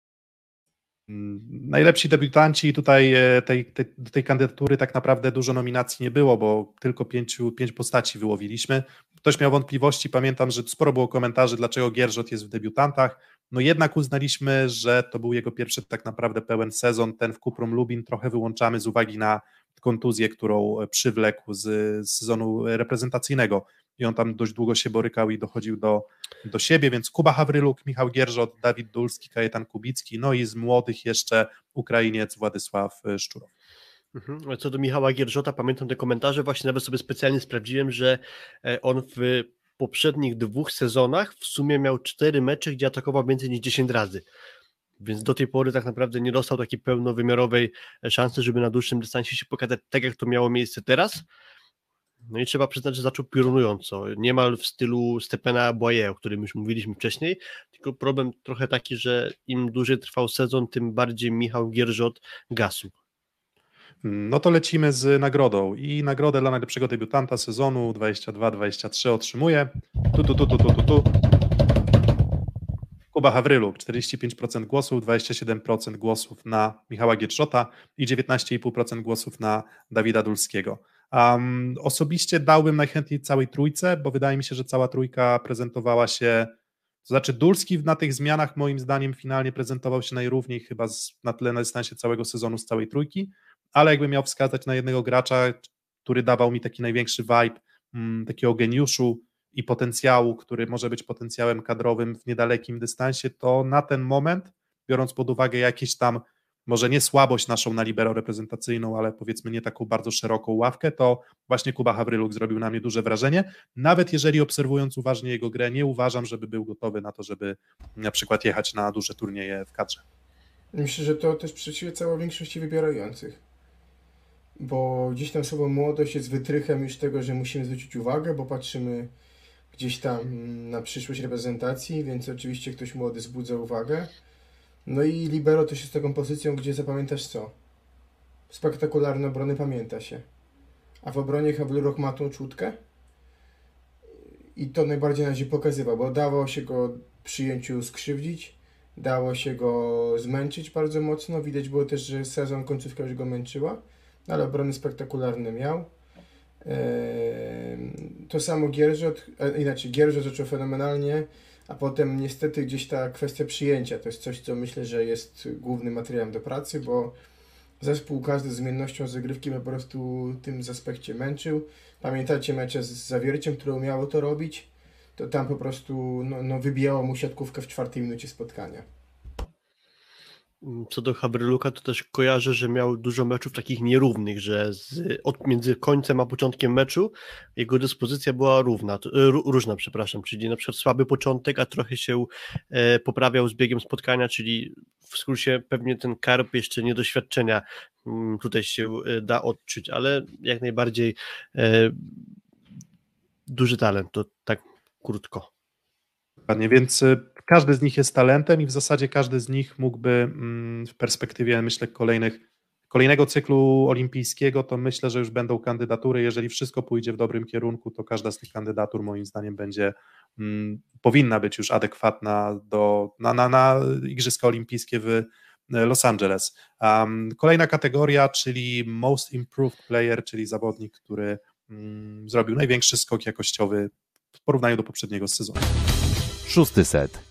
S3: Najlepsi debiutanci, tutaj e, tej, tej, do tej kandydatury tak naprawdę dużo nominacji nie było, bo tylko pięciu, pięć postaci wyłowiliśmy. Ktoś miał wątpliwości, pamiętam, że sporo było komentarzy, dlaczego Gierżot jest w debiutantach. No jednak uznaliśmy, że to był jego pierwszy tak naprawdę pełen sezon, ten w Kuprum Lubin trochę wyłączamy z uwagi na kontuzję, którą przywlekł z, z sezonu reprezentacyjnego i on tam dość długo się borykał i dochodził do, do siebie, więc Kuba Hawryluk, Michał Gierżot, Dawid Dulski, Kajetan Kubicki, no i z młodych jeszcze Ukrainiec Władysław Szczurow.
S4: Mhm. Co do Michała Gierżota, pamiętam te komentarze, właśnie nawet sobie specjalnie sprawdziłem, że on w poprzednich dwóch sezonach w sumie miał cztery mecze, gdzie atakował więcej niż dziesięć razy. Więc do tej pory tak naprawdę nie dostał takiej pełnowymiarowej szansy, żeby na dłuższym dystansie się pokazać tak, jak to miało miejsce teraz. No i trzeba przyznać, że zaczął piorunująco. Niemal w stylu Stepena Boye, o którym już mówiliśmy wcześniej, tylko problem trochę taki, że im dłużej trwał sezon, tym bardziej Michał Gierżot gasł.
S3: No to lecimy z nagrodą i nagrodę dla najlepszego debiutanta sezonu dwadzieścia dwa dwadzieścia trzy otrzymuje tu, tu, tu, tu, tu, tu, tu. Kuba Hawryluk, czterdzieści pięć procent głosów, dwadzieścia siedem procent głosów na Michała Gierżota i dziewiętnaście i pół procent głosów na Dawida Dulskiego. Um, osobiście dałbym najchętniej całej trójce, bo wydaje mi się, że cała trójka prezentowała się, to znaczy Dulski na tych zmianach moim zdaniem finalnie prezentował się najrówniej chyba z, na tle na dystansie całego sezonu z całej trójki, ale jakbym miał wskazać na jednego gracza, który dawał mi taki największy vibe mm, takiego geniuszu i potencjału, który może być potencjałem kadrowym w niedalekim dystansie, to na ten moment, biorąc pod uwagę jakieś tam, może nie słabość naszą na libero reprezentacyjną, ale powiedzmy nie taką bardzo szeroką ławkę, to właśnie Kuba Hawryluk zrobił na mnie duże wrażenie. Nawet jeżeli obserwując uważnie jego grę, nie uważam, żeby był gotowy na to, żeby na przykład jechać na duże turnieje w kadrze.
S5: Myślę, że to też przeciwnie całej większości wybierających. Bo gdzieś tam słowo młodość jest wytrychem już tego, że musimy zwrócić uwagę, bo patrzymy gdzieś tam na przyszłość reprezentacji, więc oczywiście ktoś młody wzbudza uwagę. No i libero też jest taką pozycją, gdzie zapamiętasz co? Spektakularne obrony pamięta się. A w obronie Hawryluk ma tą czutkę i to najbardziej na razie pokazywał, bo dało się go w przyjęciu skrzywdzić, dało się go zmęczyć bardzo mocno. Widać było też, że sezon końcówka już go męczyła, ale obrony spektakularne miał. To samo Gierżot, inaczej Gierżot zaczął fenomenalnie, a potem niestety gdzieś ta kwestia przyjęcia to jest coś, co myślę, że jest głównym materiałem do pracy, bo zespół każdy z zmiennością zagrywki po prostu tym aspekcie męczył. Pamiętacie mecze z Zawierciem, które umiało to robić? To tam po prostu no, no, wybijało mu siatkówkę w czwartej minucie spotkania.
S4: Co do Hawryluka, to też kojarzę, że miał dużo meczów takich nierównych, że z, od, między końcem a początkiem meczu jego dyspozycja była równa, to, r, różna, przepraszam, czyli na przykład słaby początek, a trochę się e, poprawiał z biegiem spotkania, czyli w skrócie pewnie ten karp jeszcze niedoświadczenia m, tutaj się e, da odczuć, ale jak najbardziej e, duży talent, to tak krótko.
S3: Dokładnie, więc y, każdy z nich jest talentem i w zasadzie każdy z nich mógłby mm, w perspektywie, myślę, kolejnych, kolejnego cyklu olimpijskiego, to myślę, że już będą kandydatury. Jeżeli wszystko pójdzie w dobrym kierunku, to każda z tych kandydatur moim zdaniem będzie, mm, powinna być już adekwatna do, na, na, na Igrzyska Olimpijskie w Los Angeles. Um, kolejna kategoria, czyli Most Improved Player, czyli zawodnik, który mm, zrobił największy skok jakościowy w porównaniu do poprzedniego sezonu.
S2: Szósty set.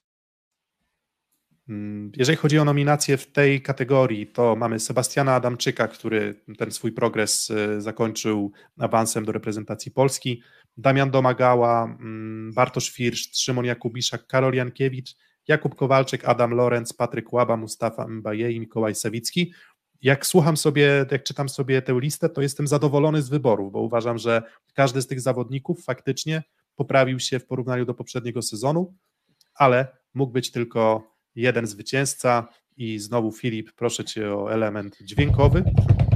S3: Jeżeli chodzi o nominacje w tej kategorii, to mamy Sebastiana Adamczyka, który ten swój progres zakończył awansem do reprezentacji Polski, Damian Domagała, Bartosz Firsz, Szymon Jakubiszak, Karol Jankiewicz, Jakub Kowalczyk, Adam Lorenz, Patryk Łaba, Mustafa Mbaye i Mikołaj Sawicki. Jak słucham sobie, jak czytam sobie tę listę, to jestem zadowolony z wyboru, bo uważam, że każdy z tych zawodników faktycznie poprawił się w porównaniu do poprzedniego sezonu, ale mógł być tylko jeden zwycięzca i znowu Filip, proszę Cię o element dźwiękowy.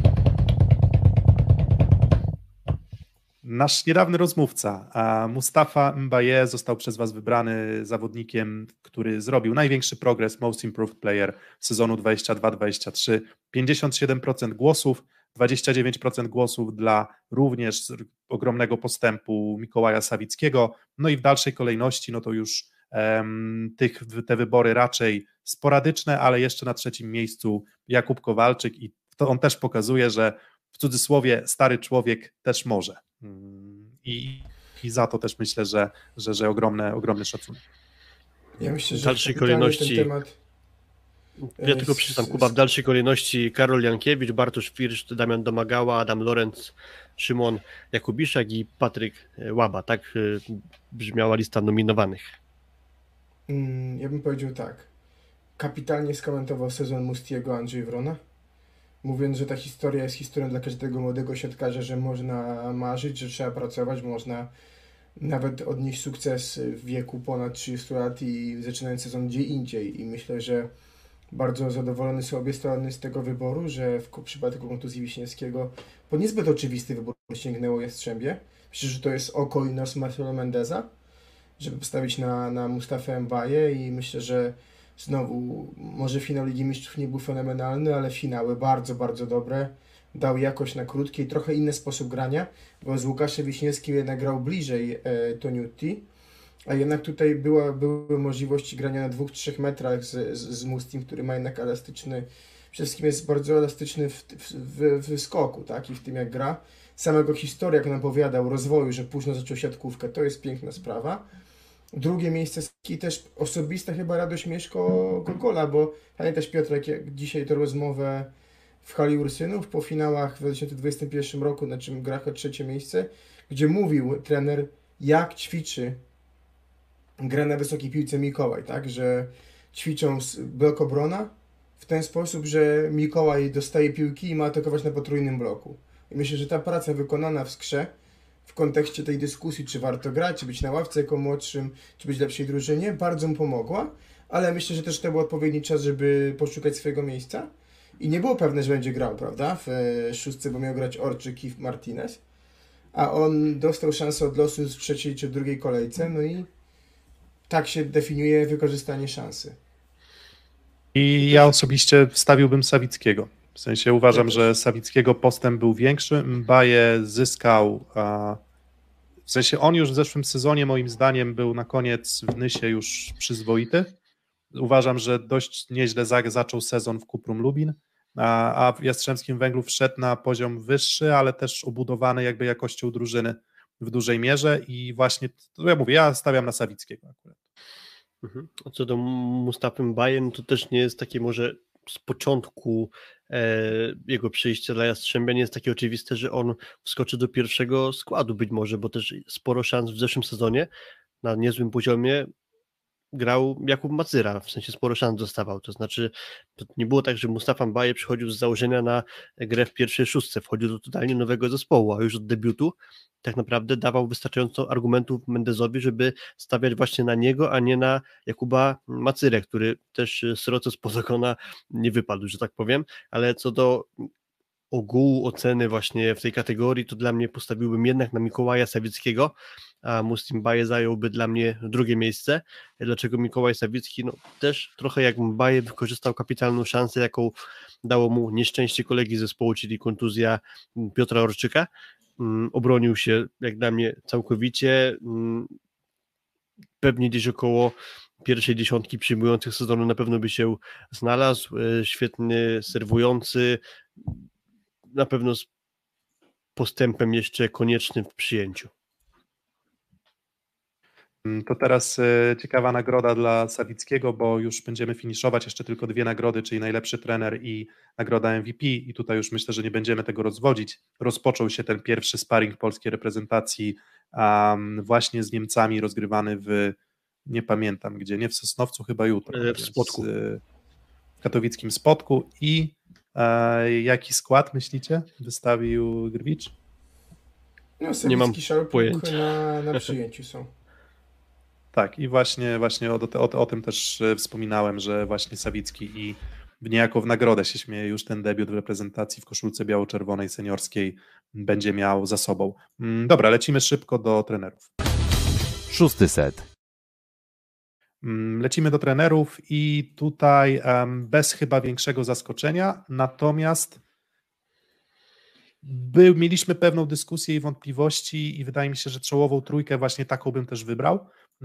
S3: Nasz niedawny rozmówca, a Mustafa Mbaye, został przez Was wybrany zawodnikiem, który zrobił największy progres, Most Improved Player sezonu dwadzieścia dwa dwadzieścia trzy, pięćdziesiąt siedem procent głosów, dwadzieścia dziewięć procent głosów dla również ogromnego postępu Mikołaja Sawickiego, no i w dalszej kolejności, no to już um, tych, te wybory raczej sporadyczne, ale jeszcze na trzecim miejscu Jakub Kowalczyk i to on też pokazuje, że w cudzysłowie stary człowiek też może i, i za to też myślę, że, że, że ogromny, ogromny szacunek.
S5: Ja myślę, że
S4: w dalszej kolejności
S5: ten temat...
S4: Ja tylko przeczytam, Kuba, w dalszej kolejności Karol Jankiewicz, Bartosz Firsz, Damian Domagała, Adam Lorenz, Szymon Jakubiszak i Patryk Łaba. Tak brzmiała lista nominowanych.
S5: Ja bym powiedział tak. Kapitalnie skomentował sezon Mustiego Andrzej Wrona, mówiąc, że ta historia jest historią dla każdego młodego siatkarza, że można marzyć, że trzeba pracować, można nawet odnieść sukces w wieku ponad trzydziestu lat i zaczynając sezon gdzie indziej. I myślę, że bardzo zadowolone są obie strony z tego wyboru, że w przypadku kontuzji Wiśniewskiego po niezbyt oczywisty wybór sięgnęło Jastrzębie. Myślę, że to jest oko i nos Marcelo Mendeza, żeby postawić na, na Mustafę Mbaye i myślę, że znowu, może finał Ligi Mistrzów nie był fenomenalny, ale finały bardzo, bardzo dobre. Dał jakość na krótki, trochę inny sposób grania, bo z Łukaszem Wiśniewskim jednak grał bliżej e, Toniutti, a jednak tutaj była, były możliwości grania na dwóch, trzech metrach z, z, z Mustim, który ma jednak elastyczny, przede wszystkim jest bardzo elastyczny w, w, w, w skoku, tak, i w tym jak gra. Samego historia, jak nam opowiadał, rozwoju, że późno zaczął siatkówkę, to jest piękna sprawa. Drugie miejsce i też osobista chyba radość Mieszko Gogola, bo pamiętasz, Piotrek, jak dzisiaj tę rozmowę w hali Ursynów po finałach w dwa tysiące dwudziestym pierwszym roku, na czym gra o trzecie miejsce, gdzie mówił trener, jak ćwiczy grę na wysokiej piłce Mikołaj, tak, że ćwiczą blok obrona w ten sposób, że Mikołaj dostaje piłki i ma atakować na potrójnym bloku. I myślę, że ta praca wykonana w Skrze w kontekście tej dyskusji, czy warto grać, czy być na ławce jako młodszym, czy być w lepszej drużynie, bardzo mu pomogła, ale myślę, że też to był odpowiedni czas, żeby poszukać swojego miejsca i nie było pewne, że będzie grał, prawda, w szóstce, bo miał grać Orczyk i Martinez, a on dostał szansę od losu w trzeciej czy drugiej kolejce, no i tak się definiuje wykorzystanie szansy.
S3: I ja osobiście wstawiłbym Sawickiego. W sensie uważam,
S5: Ja
S3: że Sawickiego postęp był większy. Mbaye zyskał, a w sensie on już w zeszłym sezonie moim zdaniem był na koniec w Nysie już przyzwoity. Uważam, że dość nieźle za, zaczął sezon w Kuprum Lubin, a, a w Jastrzębskim Węglu wszedł na poziom wyższy, ale też obudowany jakby jakością drużyny w dużej mierze i właśnie, to ja mówię, ja stawiam na Sawickiego akurat.
S4: Mhm. A co do Mustafy Mbaye, no to też nie jest takie może z początku e, jego przyjścia dla Jastrzębia nie jest takie oczywiste, że on wskoczy do pierwszego składu być może, bo też sporo szans w zeszłym sezonie na niezłym poziomie grał Jakub Macyra, w sensie sporo szans dostawał, to znaczy to nie było tak, że Mustafa Mbaje przychodził z założenia na grę w pierwszej szóstce, wchodził do totalnie nowego zespołu, a już od debiutu tak naprawdę dawał wystarczająco argumentów Mendezowi, żeby stawiać właśnie na niego, a nie na Jakuba Macyrę, który też sroco z pozokona nie wypadł, że tak powiem, ale co do ogółu oceny właśnie w tej kategorii, to dla mnie postawiłbym jednak na Mikołaja Sawickiego, a Muslim Mbaje zająłby dla mnie drugie miejsce. Dlaczego Mikołaj Sawicki? No też trochę jak Mbaje wykorzystał kapitalną szansę, jaką dało mu nieszczęście kolegi zespołu, czyli kontuzja Piotra Orczyka. Um, obronił się jak dla mnie całkowicie. Um, pewnie gdzieś około pierwszej dziesiątki przyjmujących sezonu na pewno by się znalazł. Świetny serwujący, na pewno z postępem jeszcze koniecznym w przyjęciu.
S3: To teraz ciekawa nagroda dla Sawickiego, bo już będziemy finiszować, jeszcze tylko dwie nagrody, czyli najlepszy trener i nagroda M V P i tutaj już myślę, że nie będziemy tego rozwodzić. Rozpoczął się ten pierwszy sparring polskiej reprezentacji um, właśnie z Niemcami rozgrywany w, nie pamiętam gdzie, nie w Sosnowcu, chyba jutro.
S4: W Spodku.
S3: W katowickim Spodku i e, jaki skład myślicie wystawił Grwicz?
S5: No,
S4: nie mam
S5: pojęcia. Na, na przyjęciu są.
S3: Tak, i właśnie, właśnie o, o, o tym też wspominałem, że właśnie Sawicki i niejako w nagrodę się śmieje, już ten debiut w reprezentacji w koszulce biało-czerwonej seniorskiej będzie miał za sobą. Dobra, lecimy szybko do trenerów.
S2: Szósty set.
S3: Lecimy do trenerów i tutaj um, bez chyba większego zaskoczenia, natomiast był, mieliśmy pewną dyskusję i wątpliwości i wydaje mi się, że czołową trójkę właśnie taką bym też wybrał,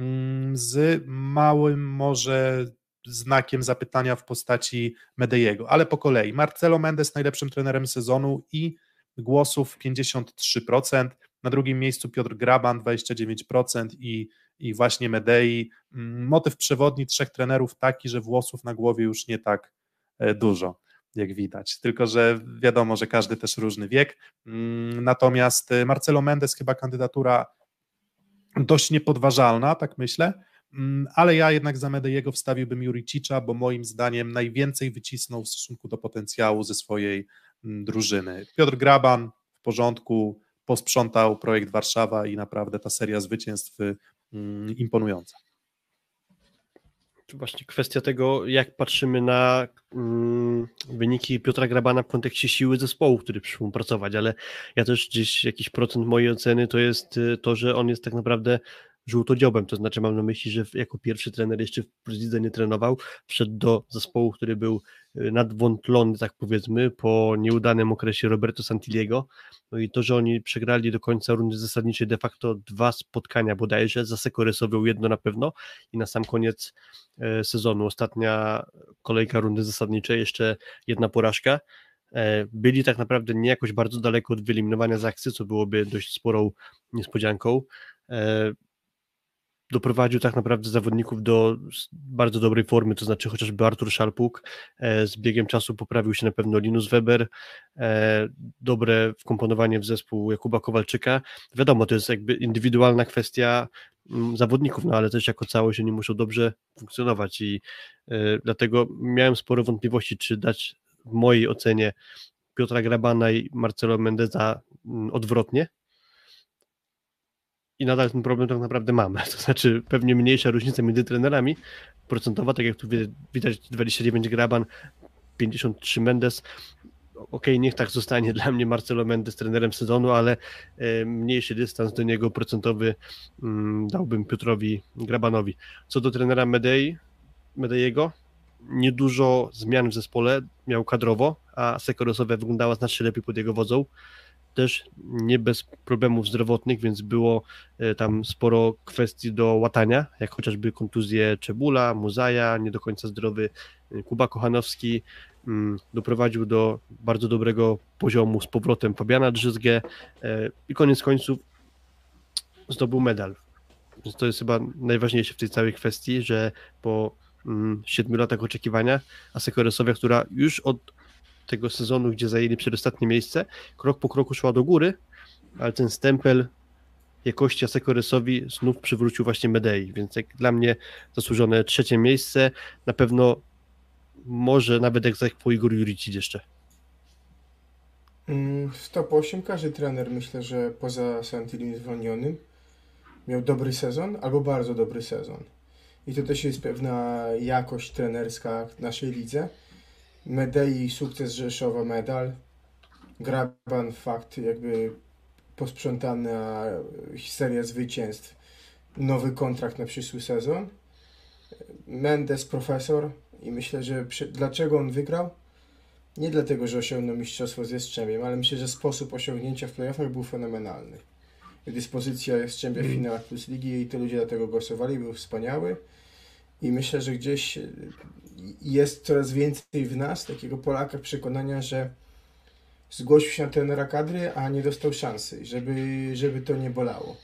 S3: z małym może znakiem zapytania w postaci Medeiego, ale po kolei. Marcelo Mendes najlepszym trenerem sezonu i głosów pięćdziesiąt trzy procent, na drugim miejscu Piotr Graban dwadzieścia dziewięć procent i, i właśnie Medei. Motyw przewodni trzech trenerów taki, że włosów na głowie już nie tak dużo, jak widać, tylko że wiadomo, że każdy też różny wiek, natomiast Marcelo Mendes chyba kandydatura dość niepodważalna, tak myślę, ale ja jednak za Medeiego wstawiłbym Juricicza, bo moim zdaniem najwięcej wycisnął w stosunku do potencjału ze swojej drużyny. Piotr Graban w porządku, posprzątał projekt Warszawa i naprawdę ta seria zwycięstw imponująca.
S4: Właśnie kwestia tego, jak patrzymy na mm, wyniki Piotra Grabana w kontekście siły zespołu, który przyszło mu pracować, ale ja też gdzieś jakiś procent mojej oceny to jest to, że on jest tak naprawdę żółtodziobem, to znaczy mam na myśli, że jako pierwszy trener jeszcze w Prezidze nie trenował, wszedł do zespołu, który był nadwątlony, tak powiedzmy, po nieudanym okresie Roberto Santilliego, no i to, że oni przegrali do końca rundy zasadniczej de facto dwa spotkania bodajże, za Sekoresowią jedno na pewno i na sam koniec sezonu, ostatnia kolejka rundy zasadniczej, jeszcze jedna porażka, byli tak naprawdę nie jakoś bardzo daleko od wyeliminowania z akcji, co byłoby dość sporą niespodzianką. Doprowadził tak naprawdę zawodników do bardzo dobrej formy, to znaczy chociażby Artur Szalpuk, z biegiem czasu poprawił się na pewno Linus Weber, dobre wkomponowanie w zespół Jakuba Kowalczyka. Wiadomo, to jest jakby indywidualna kwestia zawodników, no ale też jako całość oni muszą dobrze funkcjonować i dlatego miałem sporo wątpliwości, czy dać w mojej ocenie Piotra Grabana i Marcelo Mendeza odwrotnie. I nadal ten problem tak naprawdę mamy, to znaczy pewnie mniejsza różnica między trenerami procentowa, tak jak tu widać dwadzieścia dziewięć Graban, pięćdziesiąt trzy Mendes, okej, okay, niech tak zostanie dla mnie Marcelo Mendes trenerem sezonu, ale e, mniejszy dystans do niego procentowy mm, dałbym Piotrowi Grabanowi. Co do trenera Medei, Medeiego, niedużo zmian w zespole miał kadrowo, a Sekoresowa wyglądała znacznie lepiej pod jego wodzą. Też nie bez problemów zdrowotnych, więc było tam sporo kwestii do łatania, jak chociażby kontuzje Czebula, Muzaja, nie do końca zdrowy Kuba Kochanowski, doprowadził do bardzo dobrego poziomu z powrotem Fabiana Drzyzgę i koniec końców zdobył medal. Więc to jest chyba najważniejsze w tej całej kwestii, że po siedmiu latach oczekiwania, a Sekoresowia, która już od tego sezonu, gdzie zajęli przedostatnie miejsce, krok po kroku szła do góry, ale ten stempel jakości Asekoresowi znów przywrócił właśnie Medei, więc jak dla mnie zasłużone trzecie miejsce, na pewno może nawet jak po Igor Juricic jeszcze.
S5: W top osiem każdy trener, myślę, że poza Santilim zwolnionym miał dobry sezon albo bardzo dobry sezon. I to też jest pewna jakość trenerska w naszej lidze. Medei sukces Rzeszowa medal, Graban fakt jakby posprzątana seria zwycięstw, nowy kontrakt na przyszły sezon. Mendes profesor i myślę, że przy... dlaczego on wygrał? Nie dlatego, że osiągnął mistrzostwo z Jastrzębiem, ale myślę, że sposób osiągnięcia w playoffach był fenomenalny. Dyspozycja Jastrzębia w finałach plus ligi i to ludzie dlatego głosowali, był wspaniały. I myślę, że gdzieś jest coraz więcej w nas takiego Polaka przekonania, że zgłosił się na trenera kadry, a nie dostał szansy, żeby, żeby to nie bolało.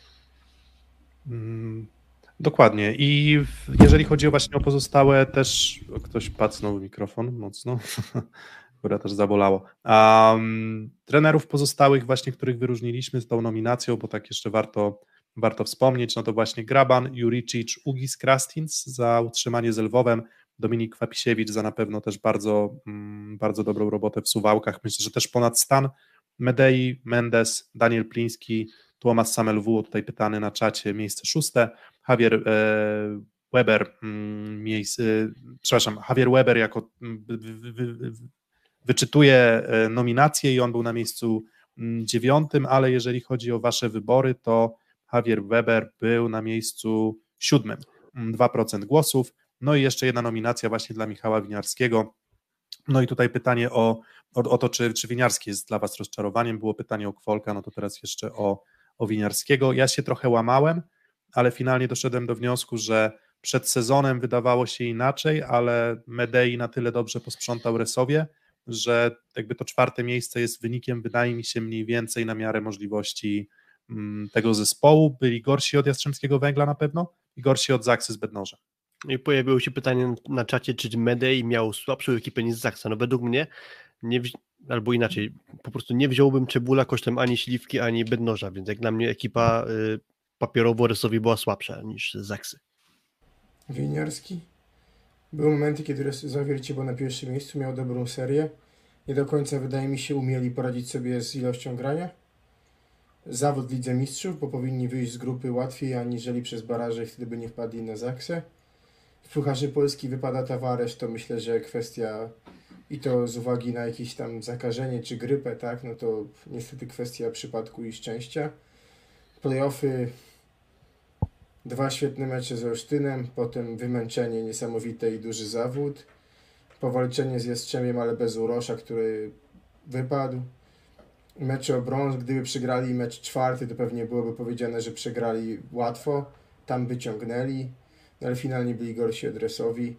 S3: Mm, dokładnie. I jeżeli chodzi o właśnie o pozostałe, też ktoś pacnął mikrofon mocno, która też zabolało. Um, trenerów pozostałych właśnie, których wyróżniliśmy z tą nominacją, bo tak jeszcze warto warto wspomnieć, no to właśnie Graban, Juricic, Ugis Krastins za utrzymanie z Lwowem, Dominik Kwapisiewicz za na pewno też bardzo, mm, bardzo dobrą robotę w Suwałkach. Myślę, że też ponad stan. Medei, Mendes, Daniel Pliński, Tłomas Samel-W, tutaj pytany na czacie, miejsce szóste, Javier e, Weber, mm, miejsce, e, przepraszam, Javier Weber jako wy, wy, wy, wyczytuje nominacje i on był na miejscu mm, dziewiątym, ale jeżeli chodzi o wasze wybory, to Javier Weber był na miejscu siódmym, dwa procent głosów, no i jeszcze jedna nominacja właśnie dla Michała Winiarskiego. No i tutaj pytanie o, o, o to, czy, czy Winiarski jest dla was rozczarowaniem, było pytanie o Kwolka, no to teraz jeszcze o, o Winiarskiego. Ja się trochę łamałem, ale finalnie doszedłem do wniosku, że przed sezonem wydawało się inaczej, ale Medei na tyle dobrze posprzątał Resowie, że jakby to czwarte miejsce jest wynikiem, wydaje mi się, mniej więcej na miarę możliwości tego zespołu. Byli gorsi od Jastrzębskiego Węgla na pewno i gorsi od Zaksy z Bednorza.
S4: I pojawiło się pytanie na czacie, czy Medei miał słabszą ekipę niż Zaksa. No według mnie, nie wzi- albo inaczej, po prostu nie wziąłbym Czebula kosztem ani Śliwki, ani Bednorza, więc jak dla mnie ekipa y, papierowo Resowi była słabsza niż Zaksy.
S5: Winiarski? Były momenty, kiedy Zawiercie był na pierwszym miejscu, miał dobrą serię. Nie do końca, wydaje mi się, umieli poradzić sobie z ilością grania. Zawód w Lidze Mistrzów, bo powinni wyjść z grupy łatwiej, aniżeli przez baraże i wtedy by nie wpadli na Zaksę. W Pucharze Polski wypada Tavares, to myślę, że kwestia i to z uwagi na jakieś tam zakażenie czy grypę, tak, no to niestety kwestia przypadku i szczęścia. Playoffy, dwa świetne mecze z Olsztynem, potem wymęczenie niesamowite i duży zawód. Powalczenie z Jastrzębiem, ale bez Urosza, który wypadł. Mecze o brąz, gdyby przegrali mecz czwarty, to pewnie byłoby powiedziane, że przegrali łatwo, tam by ciągnęli, no ale finalnie byli gorsi od Resowi.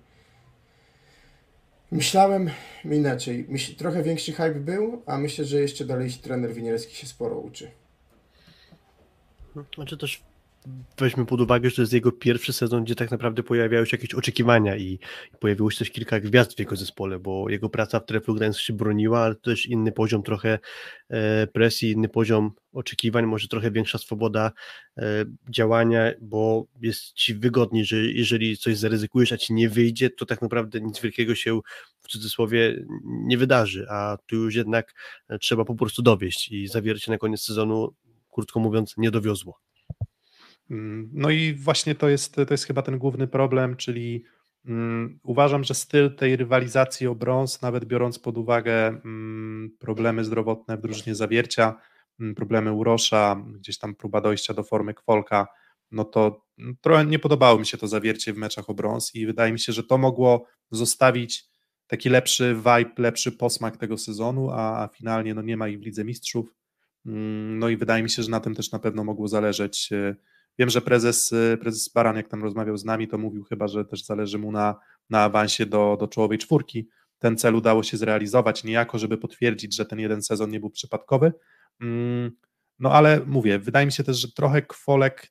S5: Myślałem inaczej, Myśl, trochę większy hype był, a myślę, że jeszcze dalej trener Winiarski się sporo uczy.
S4: Znaczy też weźmy pod uwagę, że to jest jego pierwszy sezon, gdzie tak naprawdę pojawiały się jakieś oczekiwania i, i pojawiło się też kilka gwiazd w jego zespole, bo jego praca w Treflu Gdańsk się broniła, ale to też inny poziom trochę e, presji, inny poziom oczekiwań, może trochę większa swoboda e, działania, bo jest ci wygodniej, że jeżeli coś zaryzykujesz, a ci nie wyjdzie, to tak naprawdę nic wielkiego się w cudzysłowie nie wydarzy, a tu już jednak trzeba po prostu dowieść i Zawiercie na koniec sezonu, krótko mówiąc, nie dowiozło.
S3: No i właśnie to jest, to jest chyba ten główny problem, czyli um, uważam, że styl tej rywalizacji o brąz, nawet biorąc pod uwagę um, problemy zdrowotne w drużynie Zawiercia, um, problemy Urosza, gdzieś tam próba dojścia do formy Kwolka, no to um, trochę nie podobało mi się to Zawiercie w meczach o brąz i wydaje mi się, że to mogło zostawić taki lepszy vibe, lepszy posmak tego sezonu, a, a finalnie no nie ma ich w Lidze Mistrzów, um, no i wydaje mi się, że na tym też na pewno mogło zależeć. Wiem, że prezes, prezes Baran, jak tam rozmawiał z nami, to mówił chyba, że też zależy mu na, na awansie do, do czołowej czwórki. Ten cel udało się zrealizować niejako, żeby potwierdzić, że ten jeden sezon nie był przypadkowy. No ale mówię, wydaje mi się też, że trochę Kwolek,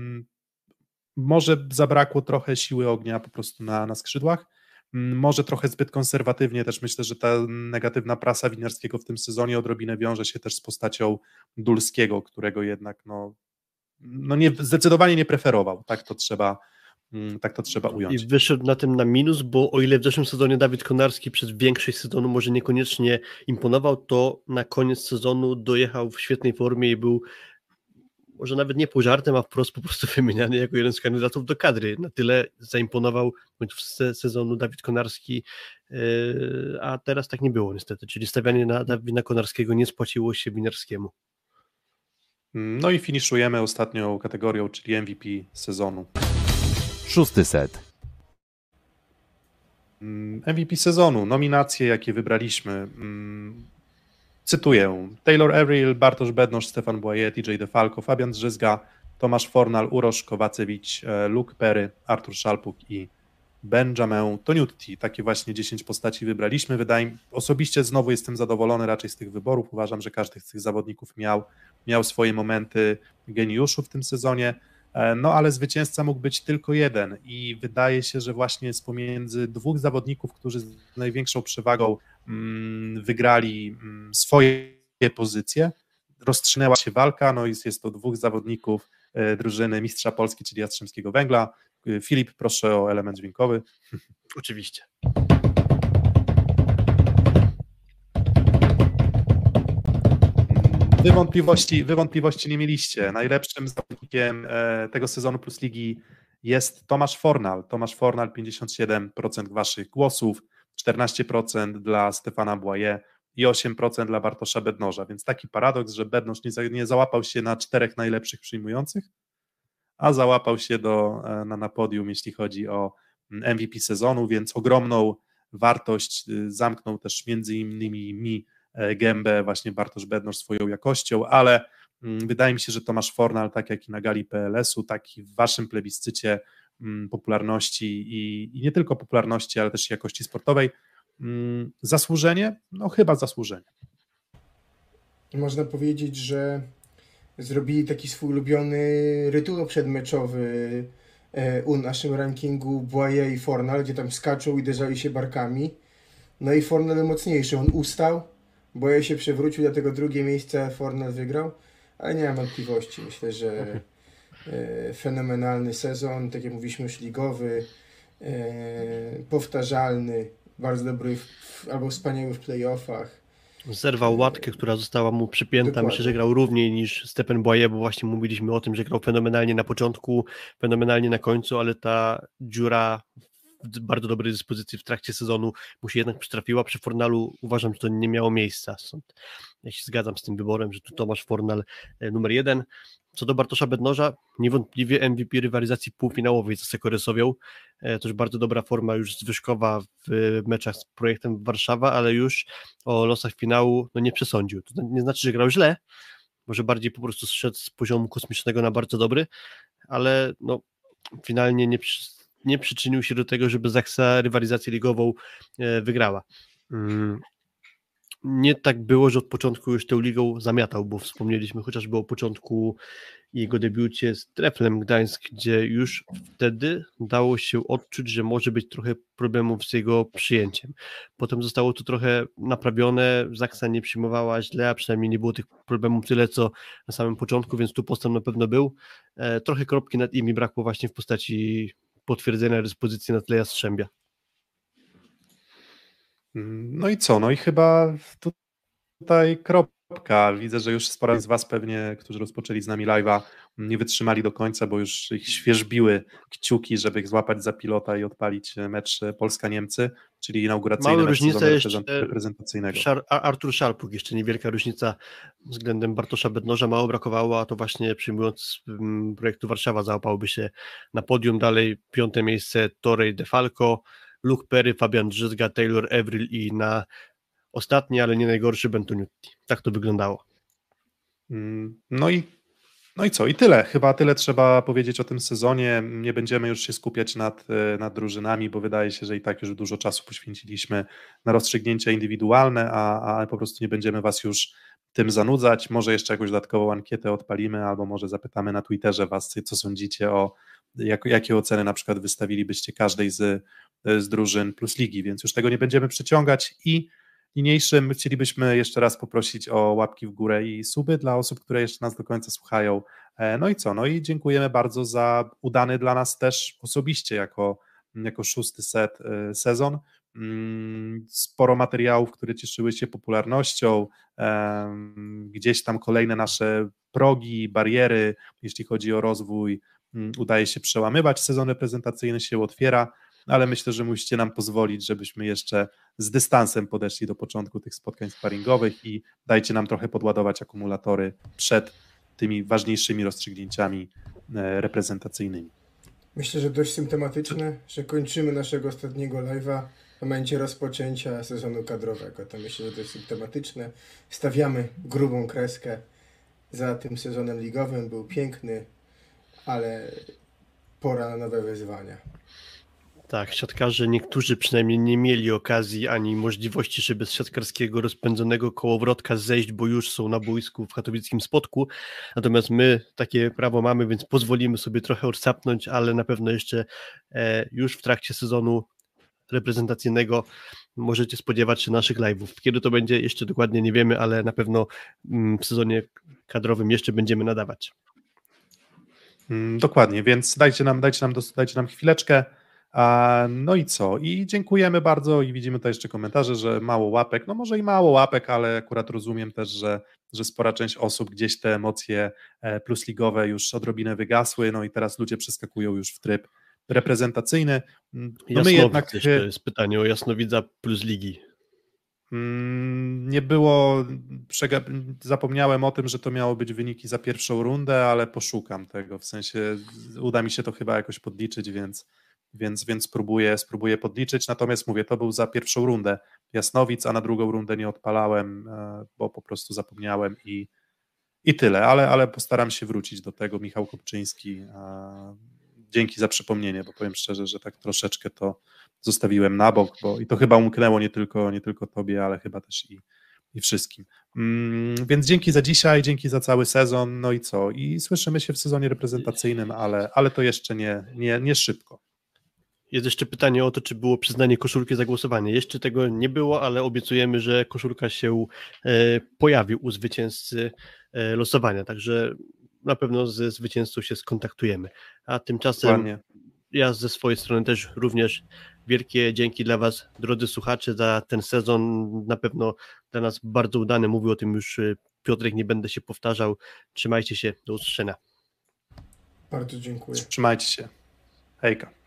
S3: może zabrakło trochę siły ognia po prostu na, na skrzydłach. Może trochę zbyt konserwatywnie też myślę, że ta negatywna prasa Winiarskiego w tym sezonie odrobinę wiąże się też z postacią Dulskiego, którego jednak no no nie, zdecydowanie nie preferował, tak to trzeba, tak to trzeba ująć.
S4: I wyszedł na tym na minus, bo o ile w zeszłym sezonie Dawid Konarski przez większość sezonu może niekoniecznie imponował, to na koniec sezonu dojechał w świetnej formie i był może nawet nie pół żartem, a wprost po prostu wymieniany jako jeden z kandydatów do kadry. Na tyle zaimponował w sezonu Dawid Konarski, a teraz tak nie było niestety, czyli stawianie na Dawida Konarskiego nie spłaciło się Winiarskiemu.
S3: No i finiszujemy ostatnią kategorią, czyli M V P sezonu.
S2: Szósty set.
S3: M V P sezonu, nominacje jakie wybraliśmy. Cytuję: Taylor Averill, Bartosz Bednosz, Stefan Boyer, T J DeFalco, Fabian Drzyzga, Tomasz Fornal, Uroš Kowacewicz, Luke Perry, Artur Szalpuk i Benjamin Toniutti. Takie właśnie dziesięć postaci wybraliśmy. Wydaje mi, osobiście znowu jestem zadowolony raczej z tych wyborów. Uważam, że każdy z tych zawodników miał, miał swoje momenty geniuszu w tym sezonie, no ale zwycięzca mógł być tylko jeden i wydaje się, że właśnie z pomiędzy dwóch zawodników, którzy z największą przewagą mm, wygrali mm, swoje pozycje, rozstrzygnęła się walka, no i jest to dwóch zawodników e, drużyny mistrza Polski, czyli Jastrzębskiego Węgla. Filip, proszę o element dźwiękowy.
S4: Oczywiście.
S3: Wy wątpliwości, wy wątpliwości nie mieliście. Najlepszym zawodnikiem tego sezonu Plus Ligi jest Tomasz Fornal. Tomasz Fornal, pięćdziesiąt siedem procent waszych głosów, czternaście procent dla Stefana Boyer i osiem procent dla Bartosza Bednoża. Więc taki paradoks, że Bednoż nie, za, nie załapał się na czterech najlepszych przyjmujących, a załapał się do, na, na podium, jeśli chodzi o M V P sezonu, więc ogromną wartość zamknął też między innymi mi gębę właśnie Bartosz Bednosz swoją jakością, ale wydaje mi się, że Tomasz Fornal, tak jak i na gali P L S-u, tak i w waszym plebiscycie popularności i, i nie tylko popularności, ale też jakości sportowej, zasłużenie? No chyba zasłużenie.
S5: Można powiedzieć, że zrobili taki swój ulubiony rytuał przedmeczowy u naszym rankingu Boyer i Fornal, gdzie tam skaczą i uderzali się barkami. No i Fornal mocniejszy, on ustał, Boyer się przewrócił, dlatego drugie miejsce Fornal wygrał, ale nie mam wątpliwości. Myślę, że e, fenomenalny sezon, tak jak mówiliśmy już ligowy, e, powtarzalny, bardzo dobry w, albo wspaniały w playoffach.
S4: Zerwał łatkę, która została mu przypięta.
S5: Dokładnie.
S4: Myślę, że grał równiej niż Stefan Boyer, bo właśnie mówiliśmy o tym, że grał fenomenalnie na początku, fenomenalnie na końcu, ale ta dziura w bardzo dobrej dyspozycji w trakcie sezonu mu się jednak przytrafiła. Przy Fornalu uważam, że to nie miało miejsca. Stąd ja się zgadzam z tym wyborem, że tu Tomasz Fornal numer jeden. Co do Bartosza Bednoża, niewątpliwie M V P rywalizacji półfinałowej z Sekoresowią. To już bardzo dobra forma już zwyżkowa w meczach z projektem Warszawa, ale już o losach finału no nie przesądził. To nie znaczy, że grał źle, może bardziej po prostu zszedł z poziomu kosmicznego na bardzo dobry, ale no finalnie nie, przy, nie przyczynił się do tego, żeby Zaksa rywalizację ligową wygrała. Nie tak było, że od początku już tę ligą zamiatał, bo wspomnieliśmy chociażby o początku jego debiucie z Treflem Gdańsk, gdzie już wtedy dało się odczuć, że może być trochę problemów z jego przyjęciem. Potem zostało to trochę naprawione, Zaksa nie przyjmowała źle, a przynajmniej nie było tych problemów tyle, co na samym początku, więc tu postęp na pewno był. E, trochę kropki nad i mi brakło właśnie w postaci potwierdzenia dyspozycji na tle Jastrzębia.
S3: No i co? No i chyba tutaj kropka. Widzę, że już sporo z was pewnie, którzy rozpoczęli z nami live'a, nie wytrzymali do końca, bo już ich świerzbiły kciuki, żeby ich złapać za pilota i odpalić mecz Polska-Niemcy, czyli inauguracyjny
S4: Mała
S3: mecz
S4: różnica
S3: sezonu
S4: jeszcze
S3: reprezentacyjnego.
S4: Szar- Artur Szalpuk, jeszcze niewielka różnica względem Bartosza Bednoża, mało brakowało, a to właśnie przyjmując um, projektu Warszawa załapałby się na podium. Dalej piąte miejsce Torej DeFalco, Luke Perry, Fabian Drzyzga, Taylor Averill i na ostatni, ale nie najgorszy Bentoniutti. Tak to wyglądało.
S3: No i, no i co? I tyle. Chyba tyle trzeba powiedzieć o tym sezonie. Nie będziemy już się skupiać nad, nad drużynami, bo wydaje się, że i tak już dużo czasu poświęciliśmy na rozstrzygnięcia indywidualne, a, a po prostu nie będziemy was już tym zanudzać. Może jeszcze jakąś dodatkową ankietę odpalimy, albo może zapytamy na Twitterze was, co sądzicie o, jak, jakie oceny na przykład wystawilibyście każdej z, z drużyn Plus Ligi, więc już tego nie będziemy przeciągać i niniejszym chcielibyśmy jeszcze raz poprosić o łapki w górę i suby dla osób, które jeszcze nas do końca słuchają. No i co? No i dziękujemy bardzo za udany dla nas też osobiście jako, jako szósty set sezon. Sporo materiałów, które cieszyły się popularnością, gdzieś tam kolejne nasze progi, bariery, jeśli chodzi o rozwój, udaje się przełamywać, sezon reprezentacyjny się otwiera, ale myślę, że musicie nam pozwolić, żebyśmy jeszcze z dystansem podeszli do początku tych spotkań sparingowych i dajcie nam trochę podładować akumulatory przed tymi ważniejszymi rozstrzygnięciami reprezentacyjnymi.
S5: Myślę, że dość symptomatyczne, że kończymy naszego ostatniego live'a w momencie rozpoczęcia sezonu kadrowego. To myślę, że dość symptomatyczne. Stawiamy grubą kreskę za tym sezonem ligowym. Był piękny, ale pora na nowe wyzwania.
S4: Tak, siatkarze niektórzy przynajmniej nie mieli okazji ani możliwości, żeby z siatkarskiego rozpędzonego kołowrotka zejść, bo już są na boisku w katowickim Spodku, natomiast my takie prawo mamy, więc pozwolimy sobie trochę odsapnąć, ale na pewno jeszcze e, już w trakcie sezonu reprezentacyjnego możecie spodziewać się naszych live'ów. Kiedy to będzie, jeszcze dokładnie nie wiemy, ale na pewno mm, w sezonie kadrowym jeszcze będziemy nadawać.
S3: Mm, dokładnie, więc dajcie nam, dajcie nam, dajcie nam chwileczkę. No i co? I dziękujemy bardzo i widzimy tutaj jeszcze komentarze, że mało łapek, no może i mało łapek, ale akurat rozumiem też, że, że spora część osób gdzieś te emocje plusligowe już odrobinę wygasły, no i teraz ludzie przeskakują już w tryb reprezentacyjny. No
S4: Jasnowidz, my jednak jeszcze jest pytanie o Jasnowidza plus ligi.
S3: Nie było, zapomniałem o tym, że to miało być wyniki za pierwszą rundę, ale poszukam tego, w sensie uda mi się to chyba jakoś podliczyć, więc Więc, więc spróbuję, spróbuję podliczyć, natomiast mówię, to był za pierwszą rundę Jasnowic, a na drugą rundę nie odpalałem, bo po prostu zapomniałem i, i tyle, ale, ale postaram się wrócić do tego. Michał Kopczyński, dzięki za przypomnienie, bo powiem szczerze, że tak troszeczkę to zostawiłem na bok, bo i to chyba umknęło nie tylko, nie tylko tobie, ale chyba też i, i wszystkim. Mm, więc dzięki za dzisiaj, dzięki za cały sezon, no i co? I słyszymy się w sezonie reprezentacyjnym, ale, ale to jeszcze nie, nie, nie szybko.
S4: Jest jeszcze pytanie o to, czy było przyznanie koszulki za głosowanie. Jeszcze tego nie było, ale obiecujemy, że koszulka się e, pojawi u zwycięzcy e, losowania, także na pewno ze zwycięzcą się skontaktujemy. A tymczasem Dokładnie. Ja ze swojej strony też również wielkie dzięki dla Was, drodzy słuchacze, za ten sezon, na pewno dla nas bardzo udany. Mówił o tym już Piotrek, nie będę się powtarzał. Trzymajcie się, do usłyszenia.
S5: Bardzo dziękuję.
S3: Trzymajcie się. Hejka.